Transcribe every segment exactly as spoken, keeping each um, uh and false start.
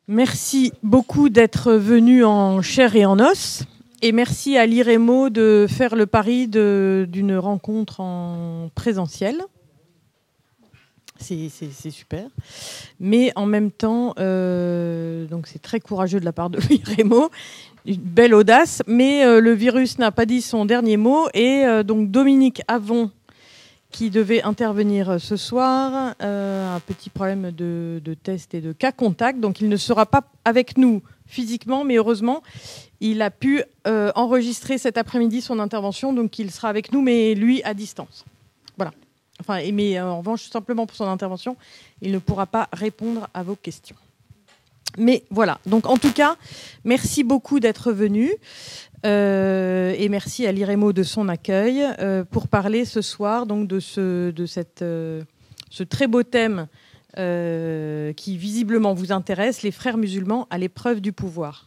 Merci beaucoup d'être venu en chair et en os. Et merci à l'IREMO de faire le pari de, d'une rencontre en présentiel. C'est, c'est, c'est super. Mais en même temps, euh, donc c'est très courageux de la part de l'IREMO. Une belle audace. Mais euh, le virus n'a pas dit son dernier mot. Et euh, donc Dominique Avon, qui devait intervenir ce soir, euh, un petit problème de, de test et de cas contact. Donc il ne sera pas avec nous physiquement, mais heureusement, il a pu euh, enregistrer cet après-midi son intervention, donc il sera avec nous, mais lui à distance. Voilà. Enfin, mais euh, en revanche, simplement pour son intervention, il ne pourra pas répondre à vos questions. Mais voilà. Donc en tout cas, merci beaucoup d'être venu. Euh, et merci à l'IREMO de son accueil euh, pour parler ce soir donc de ce, de cette, euh, ce très beau thème euh, qui visiblement vous intéresse, les frères musulmans à l'épreuve du pouvoir.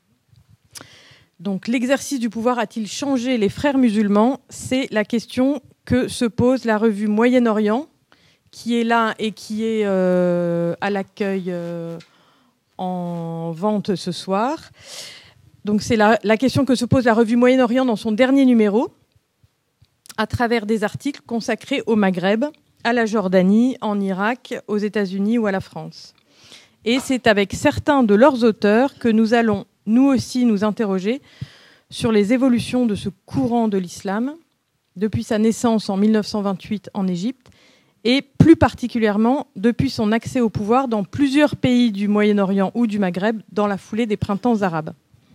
Donc l'exercice du pouvoir a-t-il changé les frères musulmans ? C'est la question que se pose la revue Moyen-Orient, qui est là et qui est euh, à l'accueil euh, en vente ce soir. Donc c'est la, la question que se pose la revue Moyen-Orient dans son dernier numéro, à travers des articles consacrés au Maghreb, à la Jordanie, en Irak, aux États-Unis ou à la France. Et c'est avec certains de leurs auteurs que nous allons, nous aussi, nous interroger sur les évolutions de ce courant de l'islam, depuis sa naissance en mille neuf cent vingt-huit en Égypte, et plus particulièrement depuis son accès au pouvoir dans plusieurs pays du Moyen-Orient ou du Maghreb dans la foulée des printemps arabes.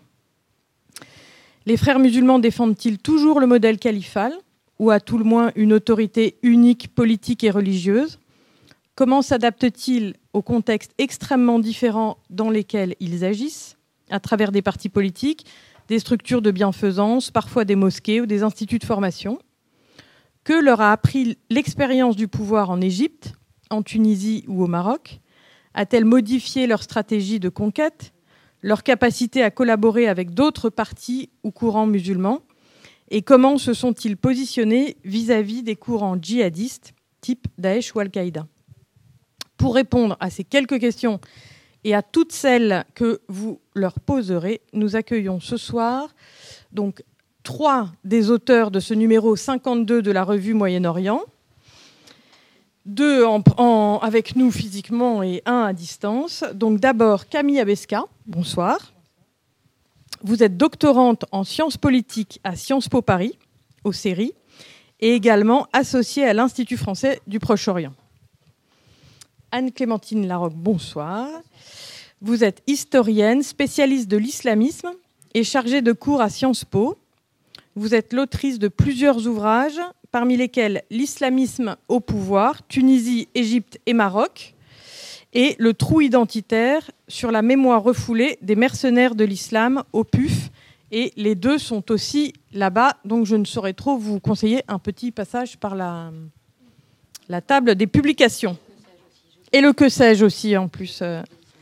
Les frères musulmans défendent-ils toujours le modèle califal, ou à tout le moins une autorité unique politique et religieuse ? Comment s'adaptent-ils aux contextes extrêmement différents dans lesquels ils agissent, à travers des partis politiques, des structures de bienfaisance, parfois des mosquées ou des instituts de formation ? Que leur a appris l'expérience du pouvoir en Égypte, en Tunisie ou au Maroc ? A-t-elle modifié leur stratégie de conquête ? Leur capacité à collaborer avec d'autres partis ou courants musulmans, et comment se sont-ils positionnés vis-à-vis des courants djihadistes type Daesh ou Al-Qaïda ? Pour répondre à ces quelques questions et à toutes celles que vous leur poserez, nous accueillons ce soir donc trois des auteurs de ce numéro cinquante-deux de la revue Moyen-Orient, deux en, en, avec nous physiquement et un à distance. Donc d'abord Camille Abesca, bonsoir. Vous êtes doctorante en sciences politiques à Sciences Po Paris, au C E R I, et également associée à l'Institut français du Proche-Orient. Anne-Clémentine Larocque, bonsoir. Vous êtes historienne, spécialiste de l'islamisme et chargée de cours à Sciences Po. Vous êtes l'autrice de plusieurs ouvrages, parmi lesquels L'islamisme au pouvoir, Tunisie, Égypte et Maroc, et Le trou identitaire sur la mémoire refoulée des mercenaires de l'islam au P U F. Et les deux sont aussi là-bas, donc je ne saurais trop vous conseiller un petit passage par la, la table des publications. Et le que sais-je aussi, en plus. Euh,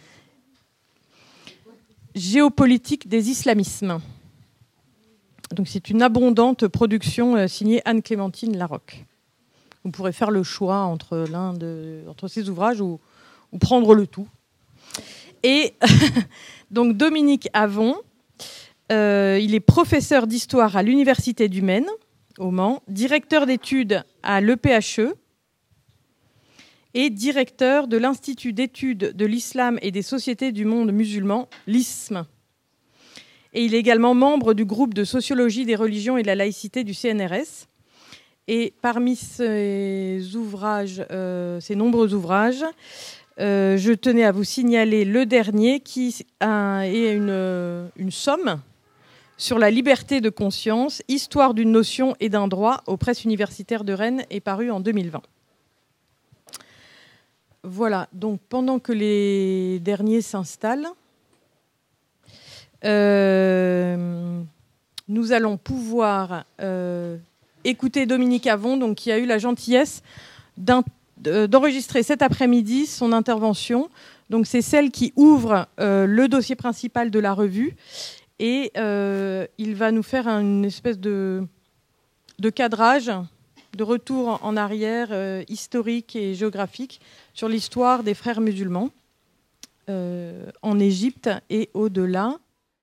Géopolitique des islamismes. Donc c'est une abondante production euh, signée Anne-Clémentine Larocque. Vous pourrez faire le choix entre l'un de, entre ces ouvrages ou, ou prendre le tout. Et donc Dominique Avon, euh, il est professeur d'histoire à l'Université du Maine, au Mans, directeur d'études à l'E P H E et directeur de l'Institut d'études de l'islam et des sociétés du monde musulman, l'I S M. Et il est également membre du groupe de sociologie des religions et de la laïcité du C N R S. Et parmi ces ouvrages, euh, ces nombreux ouvrages, euh, je tenais à vous signaler le dernier qui a, est une, une somme sur la liberté de conscience, histoire d'une notion et d'un droit aux presses universitaires de Rennes, est paru en deux mille vingt. Voilà, donc pendant que les derniers s'installent, euh, nous allons pouvoir euh, écouter Dominique Avon, donc, qui a eu la gentillesse d'enregistrer cet après-midi son intervention. Donc, c'est celle qui ouvre euh, le dossier principal de la revue. Et euh, il va nous faire une espèce de, de cadrage, de retour en arrière euh, historique et géographique sur l'histoire des frères musulmans. euh, en Égypte et au-delà.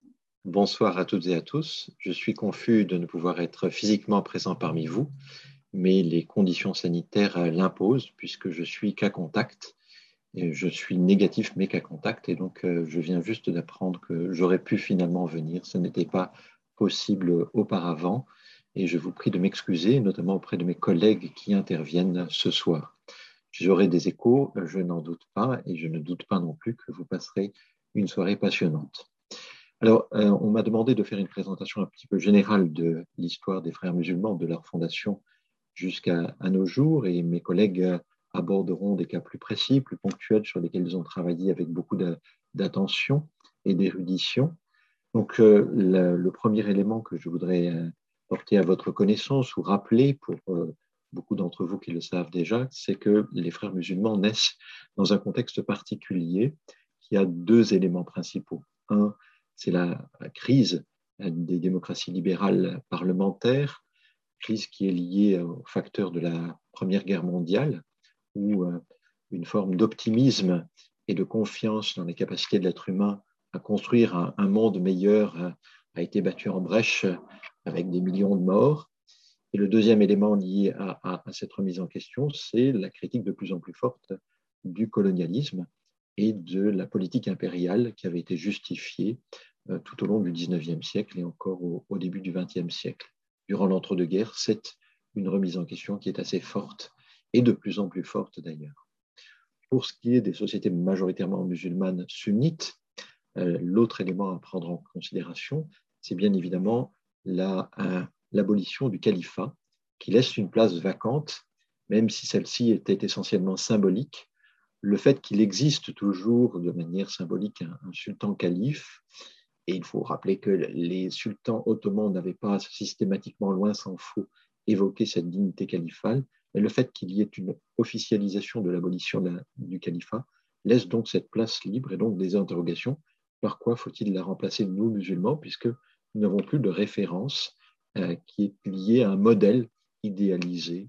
Bonsoir à toutes et à tous. Je suis confus de ne pouvoir être physiquement présent parmi vous, mais les conditions sanitaires l'imposent puisque je suis cas contact. Et je suis négatif mais cas contact et donc euh, je viens juste d'apprendre que j'aurais pu finalement venir. Ce n'était pas possible auparavant et je vous prie de m'excuser, notamment auprès de mes collègues qui interviennent ce soir. J'aurai des échos, je n'en doute pas et je ne doute pas non plus que vous passerez une soirée passionnante. Alors, euh, on m'a demandé de faire une présentation un petit peu générale de l'histoire des frères musulmans, de leur fondation jusqu'à nos jours, et mes collègues euh, aborderont des cas plus précis, plus ponctuels, sur lesquels ils ont travaillé avec beaucoup d'attention et d'érudition. Donc, euh, le, le, premier élément que je voudrais euh, porter à votre connaissance ou rappeler pour euh, beaucoup d'entre vous qui le savent déjà, c'est que les frères musulmans naissent dans un contexte particulier qui a deux éléments principaux. Un, c'est la, la crise des démocraties libérales parlementaires, crise qui est liée au facteur de la Première Guerre mondiale, où euh, une forme d'optimisme et de confiance dans les capacités de l'être humain à construire un, un monde meilleur euh, a été battue en brèche avec des millions de morts. Et le deuxième élément lié à, à, à cette remise en question, c'est la critique de plus en plus forte du colonialisme et de la politique impériale qui avait été justifiée euh, tout au long du dix-neuvième siècle et encore au, au début du vingtième siècle. Durant l'entre-deux-guerres, c'est une remise en question qui est assez forte et de plus en plus forte d'ailleurs. Pour ce qui est des sociétés majoritairement musulmanes sunnites, euh, l'autre élément à prendre en considération, c'est bien évidemment la, euh, l'abolition du califat qui laisse une place vacante, même si celle-ci était essentiellement symbolique. Le fait qu'il existe toujours de manière symbolique un, un sultan calife, et il faut rappeler que les sultans ottomans n'avaient pas systématiquement, loin s'en faut, évoqué cette dignité califale, mais le fait qu'il y ait une officialisation de l'abolition de la, du califat laisse donc cette place libre et donc des interrogations. Par quoi faut-il la remplacer, nous, musulmans, puisque nous n'avons plus de référence euh, qui est liée à un modèle idéalisé.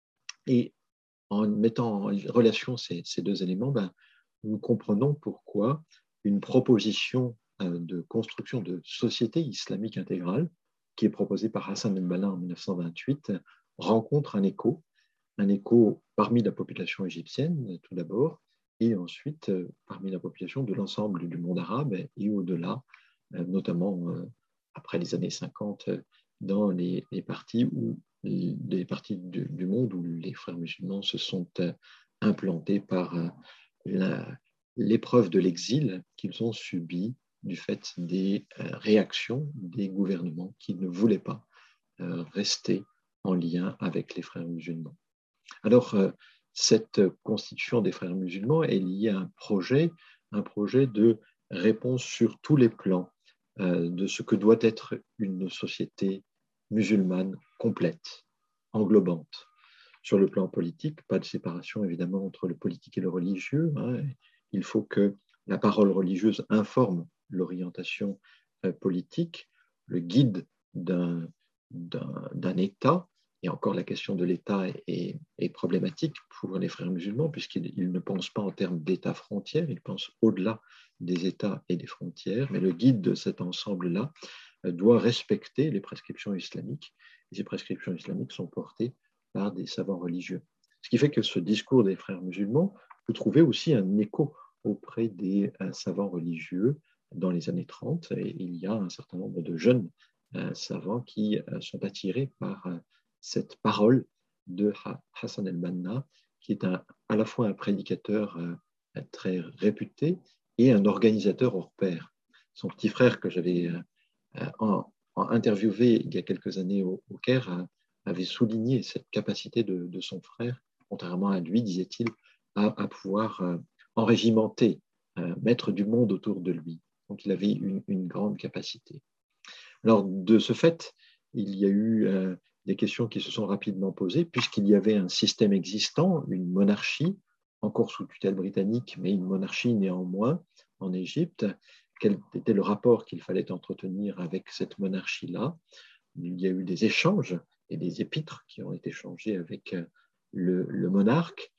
Et en mettant en relation ces, ces deux éléments, ben, nous comprenons pourquoi une proposition euh, de construction de société islamique intégrale, qui est proposée par Hassan el-Banna en mille neuf cent vingt-huit, rencontre un écho, un écho parmi la population égyptienne, tout d'abord, et ensuite euh, parmi la population de l'ensemble du monde arabe et au-delà, euh, notamment euh, après les années cinquante, euh, dans les, les parties où des parties du, du monde où les frères musulmans se sont euh, implantés par euh, la, l'épreuve de l'exil qu'ils ont subi du fait des euh, réactions des gouvernements qui ne voulaient pas euh, rester en lien avec les frères musulmans. Alors, euh, cette constitution des frères musulmans est liée à un projet, un projet de réponse sur tous les plans euh, de ce que doit être une société musulmane complète, englobante. Sur le plan politique, pas de séparation évidemment entre le politique et le religieux. Hein. Il faut que la parole religieuse informe l'orientation euh, politique, le guide d'un, d'un, d'un État. Et encore, la question de l'État est, est problématique pour les frères musulmans, puisqu'ils ne pensent pas en termes d'État-frontière, ils pensent au-delà des États et des frontières. Mais le guide de cet ensemble-là doit respecter les prescriptions islamiques. Et ces prescriptions islamiques sont portées par des savants religieux. Ce qui fait que ce discours des frères musulmans peut trouver aussi un écho auprès des euh, savants religieux dans les années trente. Et il y a un certain nombre de jeunes euh, savants qui euh, sont attirés par euh, cette parole de Hassan el-Banna, qui est un, à la fois un prédicateur euh, très réputé et un organisateur hors pair. Son petit frère que j'avais euh, en, en interviewé il y a quelques années au, au Caire a, avait souligné cette capacité de, de son frère, contrairement à lui, disait-il, à, à pouvoir euh, enrégimenter, euh, mettre du monde autour de lui. Donc il avait une, une grande capacité. Alors de ce fait, il y a eu euh, des questions qui se sont rapidement posées, puisqu'il y avait un système existant, une monarchie, encore sous tutelle britannique, mais une monarchie néanmoins en Égypte. Quel était le rapport qu'il fallait entretenir avec cette monarchie-là? Il y a eu des échanges et des épîtres qui ont été échangés avec le, le monarque.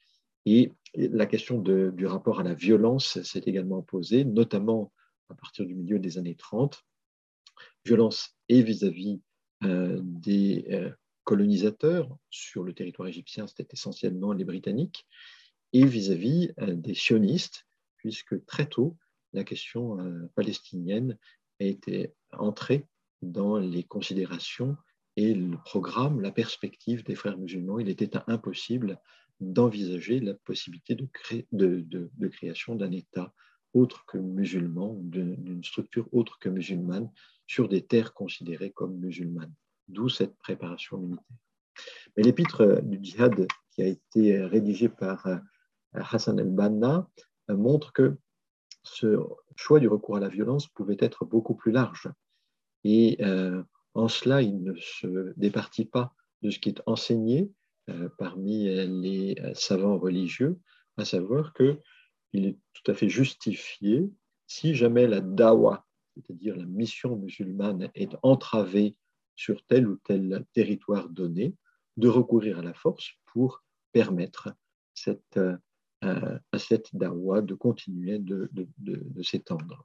Et la question de, du rapport à la violence s'est également posée, notamment à partir du milieu des années trente. Violence et vis-à-vis euh, des euh, colonisateurs sur le territoire égyptien, c'était essentiellement les Britanniques, et vis-à-vis euh, des sionistes, puisque très tôt, la question euh, palestinienne a été entrée dans les considérations et le programme, la perspective des frères musulmans. Il était impossible d'envisager la possibilité de, cré... de, de, de création d'un État autre que musulman, d'une structure autre que musulmane, sur des terres considérées comme musulmanes, d'où cette préparation militaire. Mais l'épître du djihad qui a été rédigé par Hassan el-Banna montre que ce choix du recours à la violence pouvait être beaucoup plus large. Et euh, en cela, il ne se départit pas de ce qui est enseigné euh, parmi les savants religieux, à savoir qu'il est tout à fait justifié, si jamais la dawa, c'est-à-dire la mission musulmane, est entravée sur tel ou tel territoire donné, de recourir à la force pour permettre cette, euh, à cette dawa de continuer de, de, de, de s'étendre.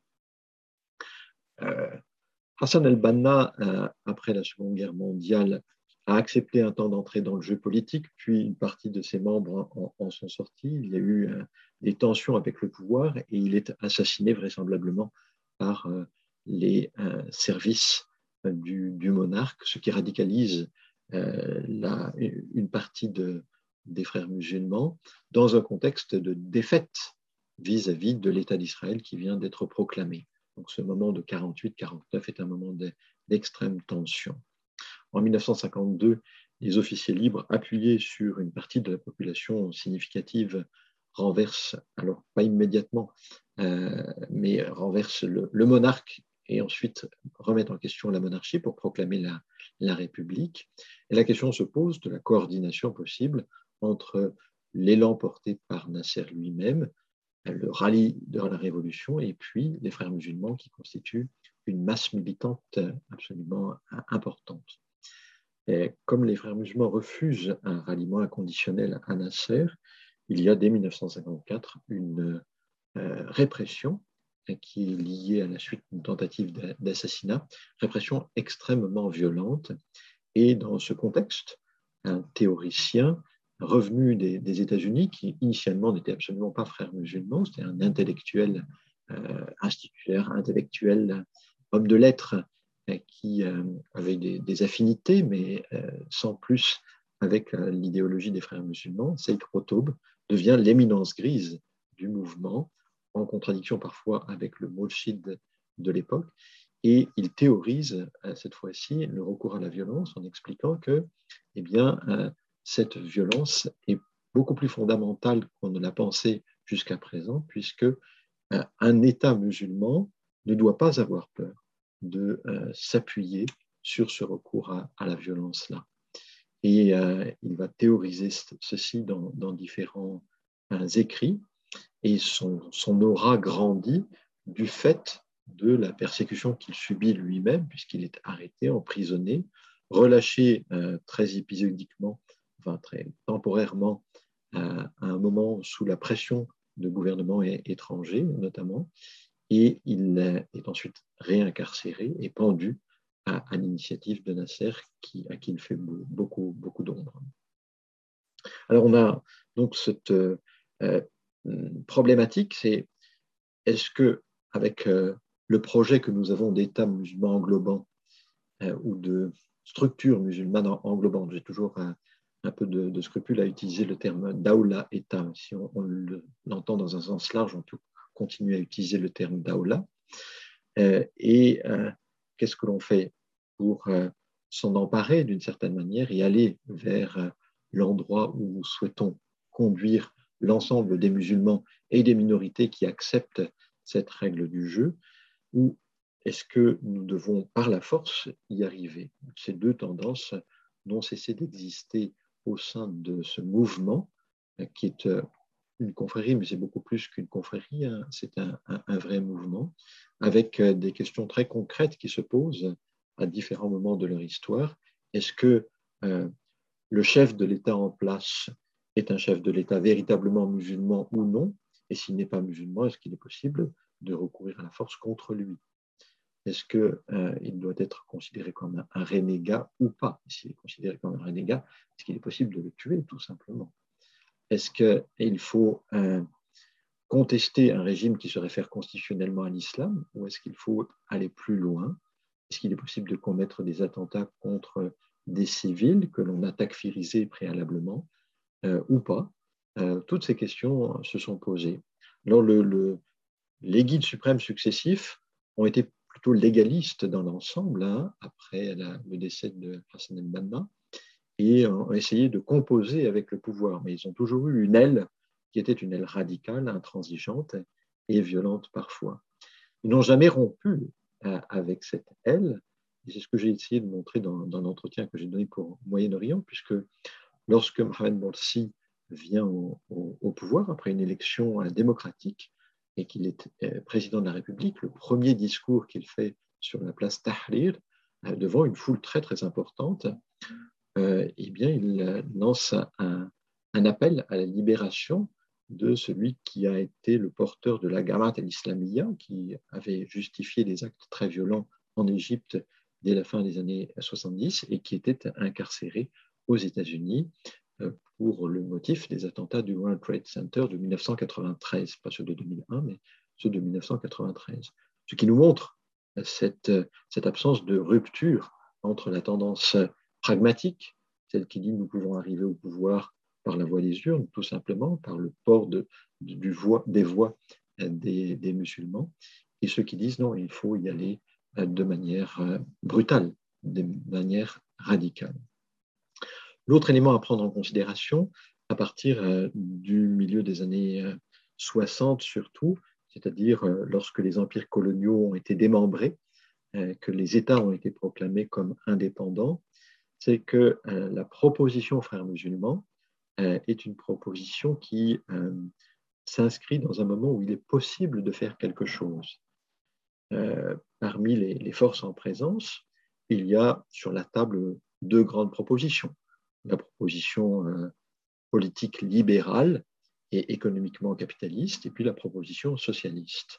Euh, Hassan el-Banna, euh, après la Seconde Guerre mondiale, a accepté un temps d'entrer dans le jeu politique, puis une partie de ses membres en, en sont sortis. Il y a eu euh, des tensions avec le pouvoir et il est assassiné vraisemblablement par euh, les euh, services euh, du, du monarque, ce qui radicalise euh, la, une partie de, des frères musulmans dans un contexte de défaite vis-à-vis de l'État d'Israël qui vient d'être proclamé. Donc ce moment de quarante-huit quarante-neuf est un moment d'extrême tension. En mille neuf cent cinquante-deux, les officiers libres, appuyés sur une partie de la population significative, renversent, alors pas immédiatement, euh, mais renversent le, le monarque et ensuite remettent en question la monarchie pour proclamer la, la République. Et la question se pose de la coordination possible entre l'élan porté par Nasser lui-même, le rallye de la Révolution, et puis les frères musulmans qui constituent une masse militante absolument importante. Et comme les frères musulmans refusent un ralliement inconditionnel à Nasser, il y a dès mille neuf cent cinquante-quatre une euh, répression qui est liée à la suite d'une tentative d'assassinat, répression extrêmement violente. Et dans ce contexte, un théoricien revenu des, des États-Unis, qui initialement n'était absolument pas frère musulman, c'était un intellectuel, euh, instituteur, intellectuel, homme de lettres, euh, qui euh, avait des, des affinités, mais euh, sans plus avec euh, l'idéologie des frères musulmans. Saïd Qutb devient l'éminence grise du mouvement, en contradiction parfois avec le mourchid de l'époque, et il théorise euh, cette fois-ci le recours à la violence en expliquant que, eh bien, euh, cette violence est beaucoup plus fondamentale qu'on ne l'a pensé jusqu'à présent, puisque euh, un État musulman ne doit pas avoir peur de euh, s'appuyer sur ce recours à, à la violence-là. Et euh, il va théoriser ceci dans, dans différents euh, écrits, et son, son aura grandit du fait de la persécution qu'il subit lui-même, puisqu'il est arrêté, emprisonné, relâché euh, très épisodiquement, enfin très temporairement, euh, à un moment sous la pression de gouvernements étrangers notamment, et il est ensuite réincarcéré et pendu à, à l'initiative de Nasser, qui, à qui il fait beaucoup, beaucoup d'ombre. Alors on a donc cette euh, problématique, c'est est-ce que avec euh, le projet que nous avons d'État musulman englobant euh, ou de structure musulmane englobante, j'ai toujours un, un peu de, de scrupule à utiliser le terme daoula État. Si on, on l'entend dans un sens large, on peut continuer à utiliser le terme daoula. Euh, et euh, qu'est-ce que l'on fait pour euh, s'en emparer d'une certaine manière et aller vers euh, l'endroit où nous souhaitons conduire l'ensemble des musulmans et des minorités qui acceptent cette règle du jeu, ou est-ce que nous devons par la force y arriver? Ces deux tendances n'ont cessé d'exister au sein de ce mouvement qui est une confrérie, mais c'est beaucoup plus qu'une confrérie, hein. C'est un, un, un vrai mouvement avec des questions très concrètes qui se posent à différents moments de leur histoire. Est-ce que euh, le chef de l'État en place est un chef de l'État véritablement musulman ou non, et s'il n'est pas musulman, est-ce qu'il est possible de recourir à la force contre lui? Est-ce qu'il euh, doit être considéré comme un, un renégat ou pas? S'il est considéré comme un renégat, est-ce qu'il est possible de le tuer, tout simplement? Est-ce qu'il faut euh, contester un régime qui se réfère constitutionnellement à l'islam, ou est-ce qu'il faut aller plus loin? Est-ce qu'il est possible de commettre des attentats contre des civils que l'on a takfirisés préalablement euh, ou pas? euh, Toutes ces questions se sont posées. Alors, le, le, les guides suprêmes successifs ont été plutôt légalistes dans l'ensemble, hein, après la, le décès de Hassan el-Banna, et ont essayé de composer avec le pouvoir. Mais ils ont toujours eu une aile qui était une aile radicale, intransigeante et violente parfois. Ils n'ont jamais rompu euh, avec cette aile, et c'est ce que j'ai essayé de montrer dans, dans l'entretien que j'ai donné pour Moyen-Orient, puisque lorsque Mohamed Morsi vient au, au, au pouvoir après une élection euh, démocratique et qu'il est euh, président de la République, le premier discours qu'il fait sur la place Tahrir, euh, devant une foule très très importante, euh, eh bien, il lance un, un appel à la libération de celui qui a été le porteur de la Gamat el-Islamiyya, qui avait justifié des actes très violents en Égypte dès la fin des années soixante-dix et qui était incarcéré aux États-Unis pour le motif des attentats du World Trade Center de mille neuf cent quatre-vingt-treize, pas ceux de deux mille un, mais ceux de mille neuf cent quatre-vingt-treize. Ce qui nous montre cette, cette absence de rupture entre la tendance pragmatique, celle qui dit nous pouvons arriver au pouvoir par la voie des urnes, tout simplement, par le port de, de, du voix, des voix des, des musulmans, et ceux qui disent non, il faut y aller de manière brutale, de manière radicale. L'autre élément à prendre en considération, à partir du milieu des années soixante surtout, c'est-à-dire lorsque les empires coloniaux ont été démembrés, que les États ont été proclamés comme indépendants, c'est que euh, la proposition aux frères musulmans euh, est une proposition qui euh, s'inscrit dans un moment où il est possible de faire quelque chose. Euh, parmi les, les forces en présence, il y a sur la table deux grandes propositions. La proposition euh, politique libérale et économiquement capitaliste, et puis la proposition socialiste.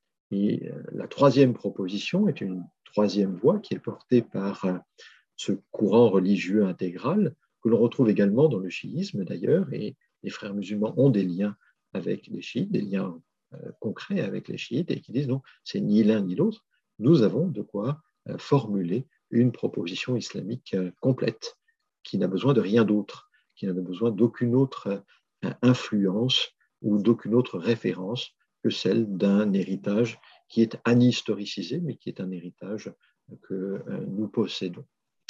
Et euh, la troisième proposition est une troisième voie qui est portée par euh, ce courant religieux intégral que l'on retrouve également dans le chiisme d'ailleurs, et les frères musulmans ont des liens avec les chiites, des liens euh, concrets avec les chiites, et qui disent non, c'est ni l'un ni l'autre, nous avons de quoi euh, formuler une proposition islamique euh, complète, qui n'a besoin de rien d'autre, qui n'a besoin d'aucune autre euh, influence ou d'aucune autre référence que celle d'un héritage qui est anhistoricisé, mais qui est un héritage que euh, nous possédons.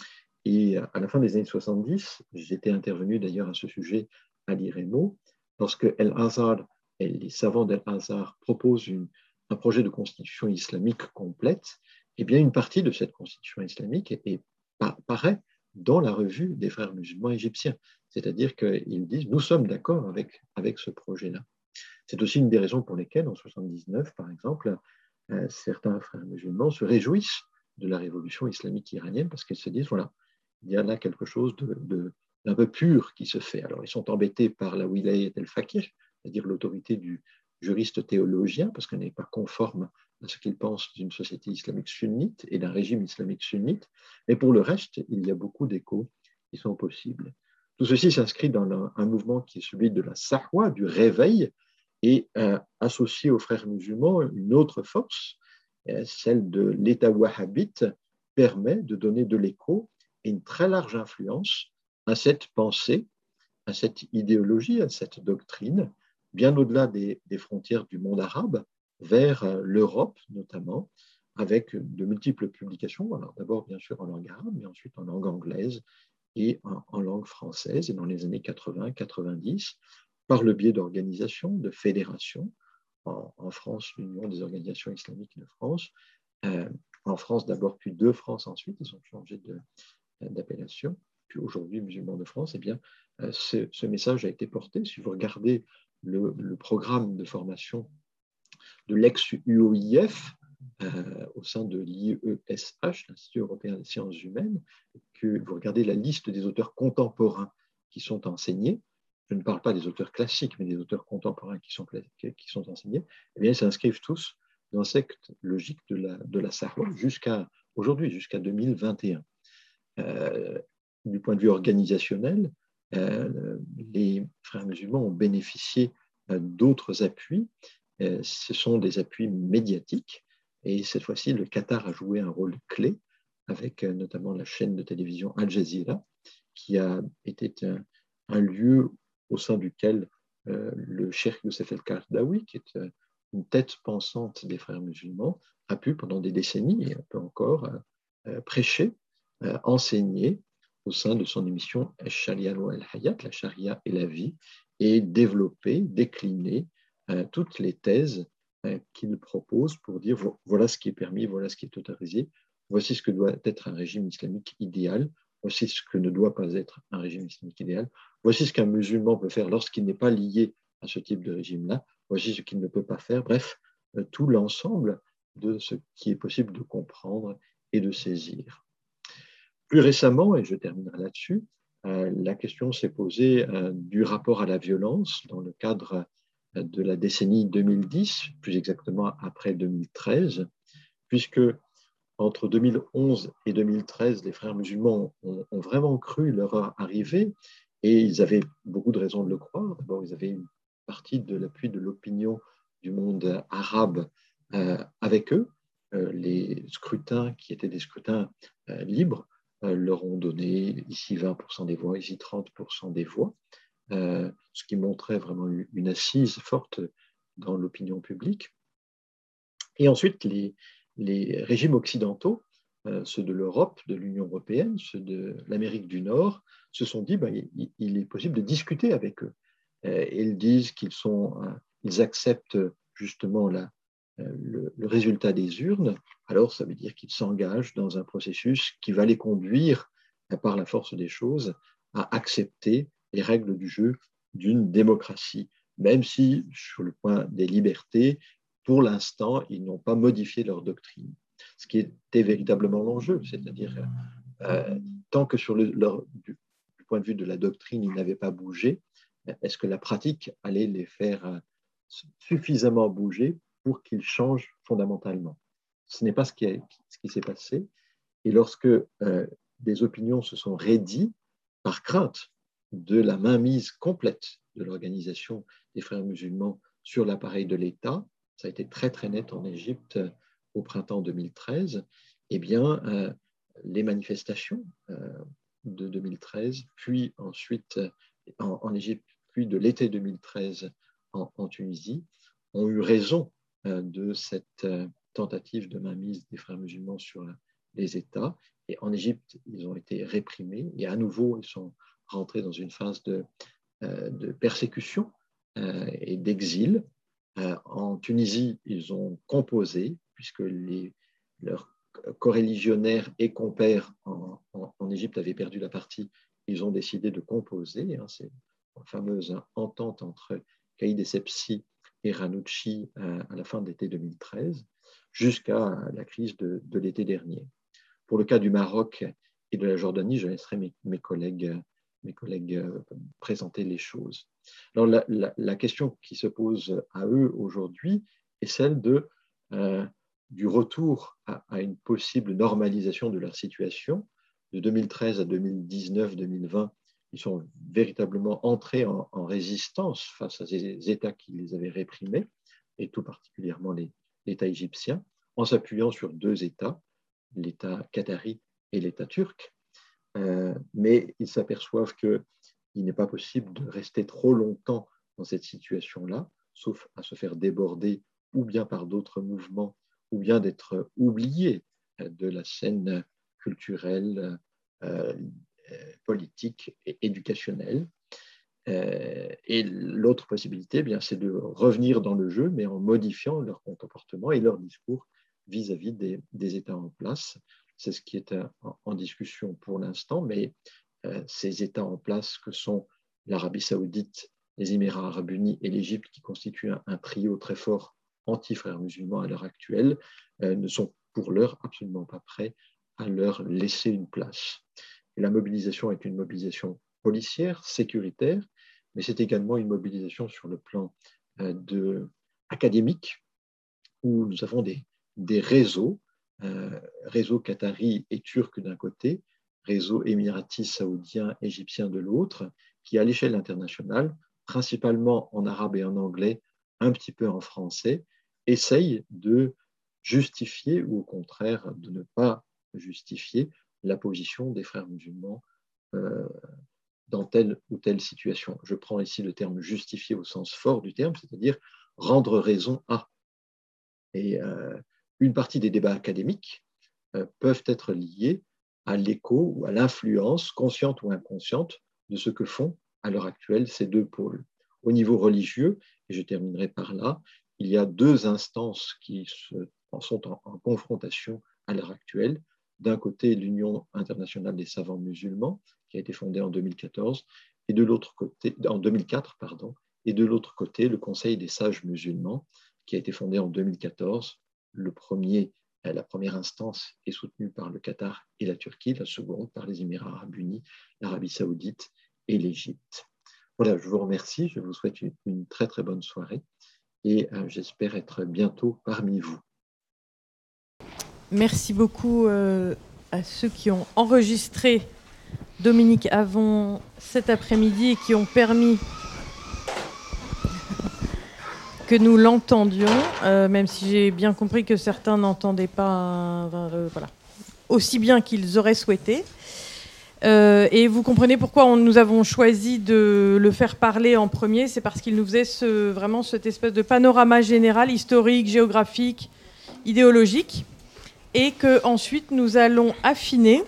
Et à la fin des années soixante-dix, j'étais intervenu d'ailleurs à ce sujet à l'I R E M O, lorsque El-Azhar et les savants d'El-Azhar proposent une, un projet de constitution islamique complète, eh bien une partie de cette constitution islamique est, est, paraît dans la revue des frères musulmans égyptiens. C'est-à-dire qu'ils disent « nous sommes d'accord avec, avec ce projet-là ». C'est aussi une des raisons pour lesquelles, en soixante-dix-neuf, par exemple, euh, certains frères musulmans se réjouissent de la révolution islamique iranienne parce qu'ils se disent « voilà, il y a là quelque chose de, de, d'un peu pur qui se fait ». Alors, ils sont embêtés par la wilayat el-faqih, c'est-à-dire l'autorité du juriste théologien, parce qu'elle n'est pas conforme à ce qu'ils pensent d'une société islamique sunnite et d'un régime islamique sunnite. Mais pour le reste, il y a beaucoup d'échos qui sont possibles. Tout ceci s'inscrit dans un, un mouvement qui est celui de la sahwa, du réveil, et euh, associé aux frères musulmans, une autre force, euh, celle de l'État wahhabite, permet de donner de l'écho et une très large influence à cette pensée, à cette idéologie, à cette doctrine, bien au-delà des, des frontières du monde arabe, vers euh, l'Europe notamment, avec de multiples publications, alors d'abord bien sûr en langue arabe, mais ensuite en langue anglaise et en, en langue française, et dans les années quatre-vingts quatre-vingt-dix, par le biais d'organisations, de fédérations, en, en France, l'Union des organisations islamiques de France, euh, en France d'abord, puis de France ensuite, ils ont changé de, d'appellation, puis aujourd'hui musulmans de France, eh bien, euh, ce, ce message a été porté. Si vous regardez le, le programme de formation de l'ex-U O I F, euh, au sein de l'I E S H, l'Institut européen des sciences humaines, que vous regardez la liste des auteurs contemporains qui sont enseignés, je ne parle pas des auteurs classiques, mais des auteurs contemporains qui sont, qui sont enseignés, eh bien, ils s'inscrivent tous dans cette logique de la, de la Sahwa jusqu'à aujourd'hui, jusqu'à deux mille vingt et un. Euh, du point de vue organisationnel, euh, les frères musulmans ont bénéficié euh, d'autres appuis. Euh, ce sont des appuis médiatiques. Et cette fois-ci, le Qatar a joué un rôle clé avec euh, notamment la chaîne de télévision Al Jazeera, qui a été un, un lieu au sein duquel euh, le cheikh Youssef El-Qaradawi, qui est euh, une tête pensante des frères musulmans, a pu pendant des décennies, et un peu encore, euh, prêcher, euh, enseigner au sein de son émission Sharia wa al-Hayat, la charia et la vie, et développer, décliner euh, toutes les thèses euh, qu'il propose pour dire voilà ce qui est permis, voilà ce qui est autorisé, voici ce que doit être un régime islamique idéal, voici ce que ne doit pas être un régime islamique idéal, voici ce qu'un musulman peut faire lorsqu'il n'est pas lié à ce type de régime-là, voici ce qu'il ne peut pas faire, bref, euh, tout l'ensemble de ce qui est possible de comprendre et de saisir. Plus récemment, et je terminerai là-dessus, euh, la question s'est posée euh, du rapport à la violence dans le cadre euh, de la décennie deux mille dix, plus exactement après deux mille treize, puisque entre deux mille onze et deux mille treize, les frères musulmans ont, ont vraiment cru leur heure arriver et ils avaient beaucoup de raisons de le croire. D'abord, ils avaient une partie de l'appui de l'opinion du monde arabe euh, avec eux. Euh, les scrutins, qui étaient des scrutins euh, libres, euh, leur ont donné ici vingt pour cent des voix, ici trente pour cent des voix, euh, ce qui montrait vraiment une assise forte dans l'opinion publique. Et ensuite, les, les régimes occidentaux, euh, ceux de l'Europe, de l'Union européenne, ceux de l'Amérique du Nord, se sont dit ben, il, il est possible de discuter avec eux. Euh, ils disent qu'ils sont, euh, ils acceptent justement la, euh, le, le résultat des urnes. Alors, ça veut dire qu'ils s'engagent dans un processus qui va les conduire, euh, par la force des choses, à accepter les règles du jeu d'une démocratie, même si, sur le point des libertés, pour l'instant, ils n'ont pas modifié leur doctrine. Ce qui était véritablement l'enjeu, c'est-à-dire euh, tant que sur le, leur, du, du point de vue de la doctrine, ils n'avaient pas bougé, est-ce que la pratique allait les faire euh, suffisamment bouger pour qu'ils changent fondamentalement? Ce n'est pas ce qui, a, ce qui s'est passé. Et lorsque euh, des opinions se sont raidies par crainte de la mainmise complète de l'organisation des frères musulmans sur l'appareil de l'État, ça a été très très net en Égypte au printemps deux mille treize, eh bien, euh, les manifestations euh, de deux mille treize, puis ensuite en, en Égypte, puis de l'été deux mille treize en, en Tunisie, ont eu raison euh, de cette euh, tentative de mainmise des frères musulmans sur les États. Et en Égypte, ils ont été réprimés et à nouveau, ils sont rentrés dans une phase de, euh, de persécution euh, et d'exil. Euh, en Tunisie, ils ont composé, puisque les, leurs coreligionnaires et compères en, en, en Égypte avaient perdu la partie, ils ont décidé de composer. Hein, c'est la fameuse entente entre Caïd Essebsi et Ranucci euh, à la fin de l'été deux mille treize, jusqu'à la crise de, de l'été dernier. Pour le cas du Maroc et de la Jordanie, je laisserai mes, mes collègues, mes collègues euh, présenter les choses. Alors, la, la, la question qui se pose à eux aujourd'hui est celle de, euh, du retour à, à une possible normalisation de leur situation. De deux mille treize à deux mille dix-neuf deux mille vingt, ils sont véritablement entrés en, en résistance face à ces États qui les avaient réprimés, et tout particulièrement les, l'État égyptien, en s'appuyant sur deux États, l'État qatari et l'État turc. Euh, mais ils s'aperçoivent qu'il n'est pas possible de rester trop longtemps dans cette situation-là, sauf à se faire déborder ou bien par d'autres mouvements, ou bien d'être oublié de la scène culturelle, euh, politique et éducationnelle. Euh, et l'autre possibilité, eh bien, c'est de revenir dans le jeu, mais en modifiant leur comportement et leur discours vis-à-vis des, des États en place. C'est ce qui est en, en discussion pour l'instant, mais euh, ces États en place que sont l'Arabie saoudite, les Émirats arabes unis et l'Égypte, qui constituent un, un trio très fort anti-frères musulmans à l'heure actuelle, euh, ne sont pour l'heure absolument pas prêts à leur laisser une place. Et la mobilisation est une mobilisation policière, sécuritaire, mais c'est également une mobilisation sur le plan euh, de, académique, où nous avons des, des réseaux, euh, réseaux qataris et turcs d'un côté, réseaux émiratis, saoudiens, égyptiens de l'autre, qui à l'échelle internationale, principalement en arabe et en anglais, un petit peu en français, essayent de justifier ou au contraire de ne pas justifier la position des frères musulmans euh, dans telle ou telle situation. Je prends ici le terme justifier au sens fort du terme, c'est-à-dire rendre raison à. Et euh, une partie des débats académiques euh, peuvent être liés à l'écho ou à l'influence, consciente ou inconsciente, de ce que font à l'heure actuelle ces deux pôles. Au niveau religieux, et je terminerai par là, il y a deux instances qui se, sont en, en confrontation à l'heure actuelle. D'un côté, l'Union internationale des savants musulmans, qui a été fondée en deux mille quatorze, et de l'autre côté, en deux mille quatre, pardon, et de l'autre côté, le Conseil des sages musulmans, qui a été fondé en deux mille quatorze. Le premier, la première instance est soutenue par le Qatar et la Turquie, la seconde par les Émirats arabes unis, l'Arabie saoudite et l'Égypte. Voilà, je vous remercie, je vous souhaite une, une très très bonne soirée et euh, j'espère être bientôt parmi vous. Merci beaucoup euh, à ceux qui ont enregistré Dominique Havon cet après-midi et qui ont permis que nous l'entendions, euh, même si j'ai bien compris que certains n'entendaient pas euh, voilà, aussi bien qu'ils auraient souhaité. Euh, et vous comprenez pourquoi on, nous avons choisi de le faire parler en premier, c'est parce qu'il nous faisait ce, vraiment cette espèce de panorama général, historique, géographique, idéologique, et qu'ensuite nous allons affiner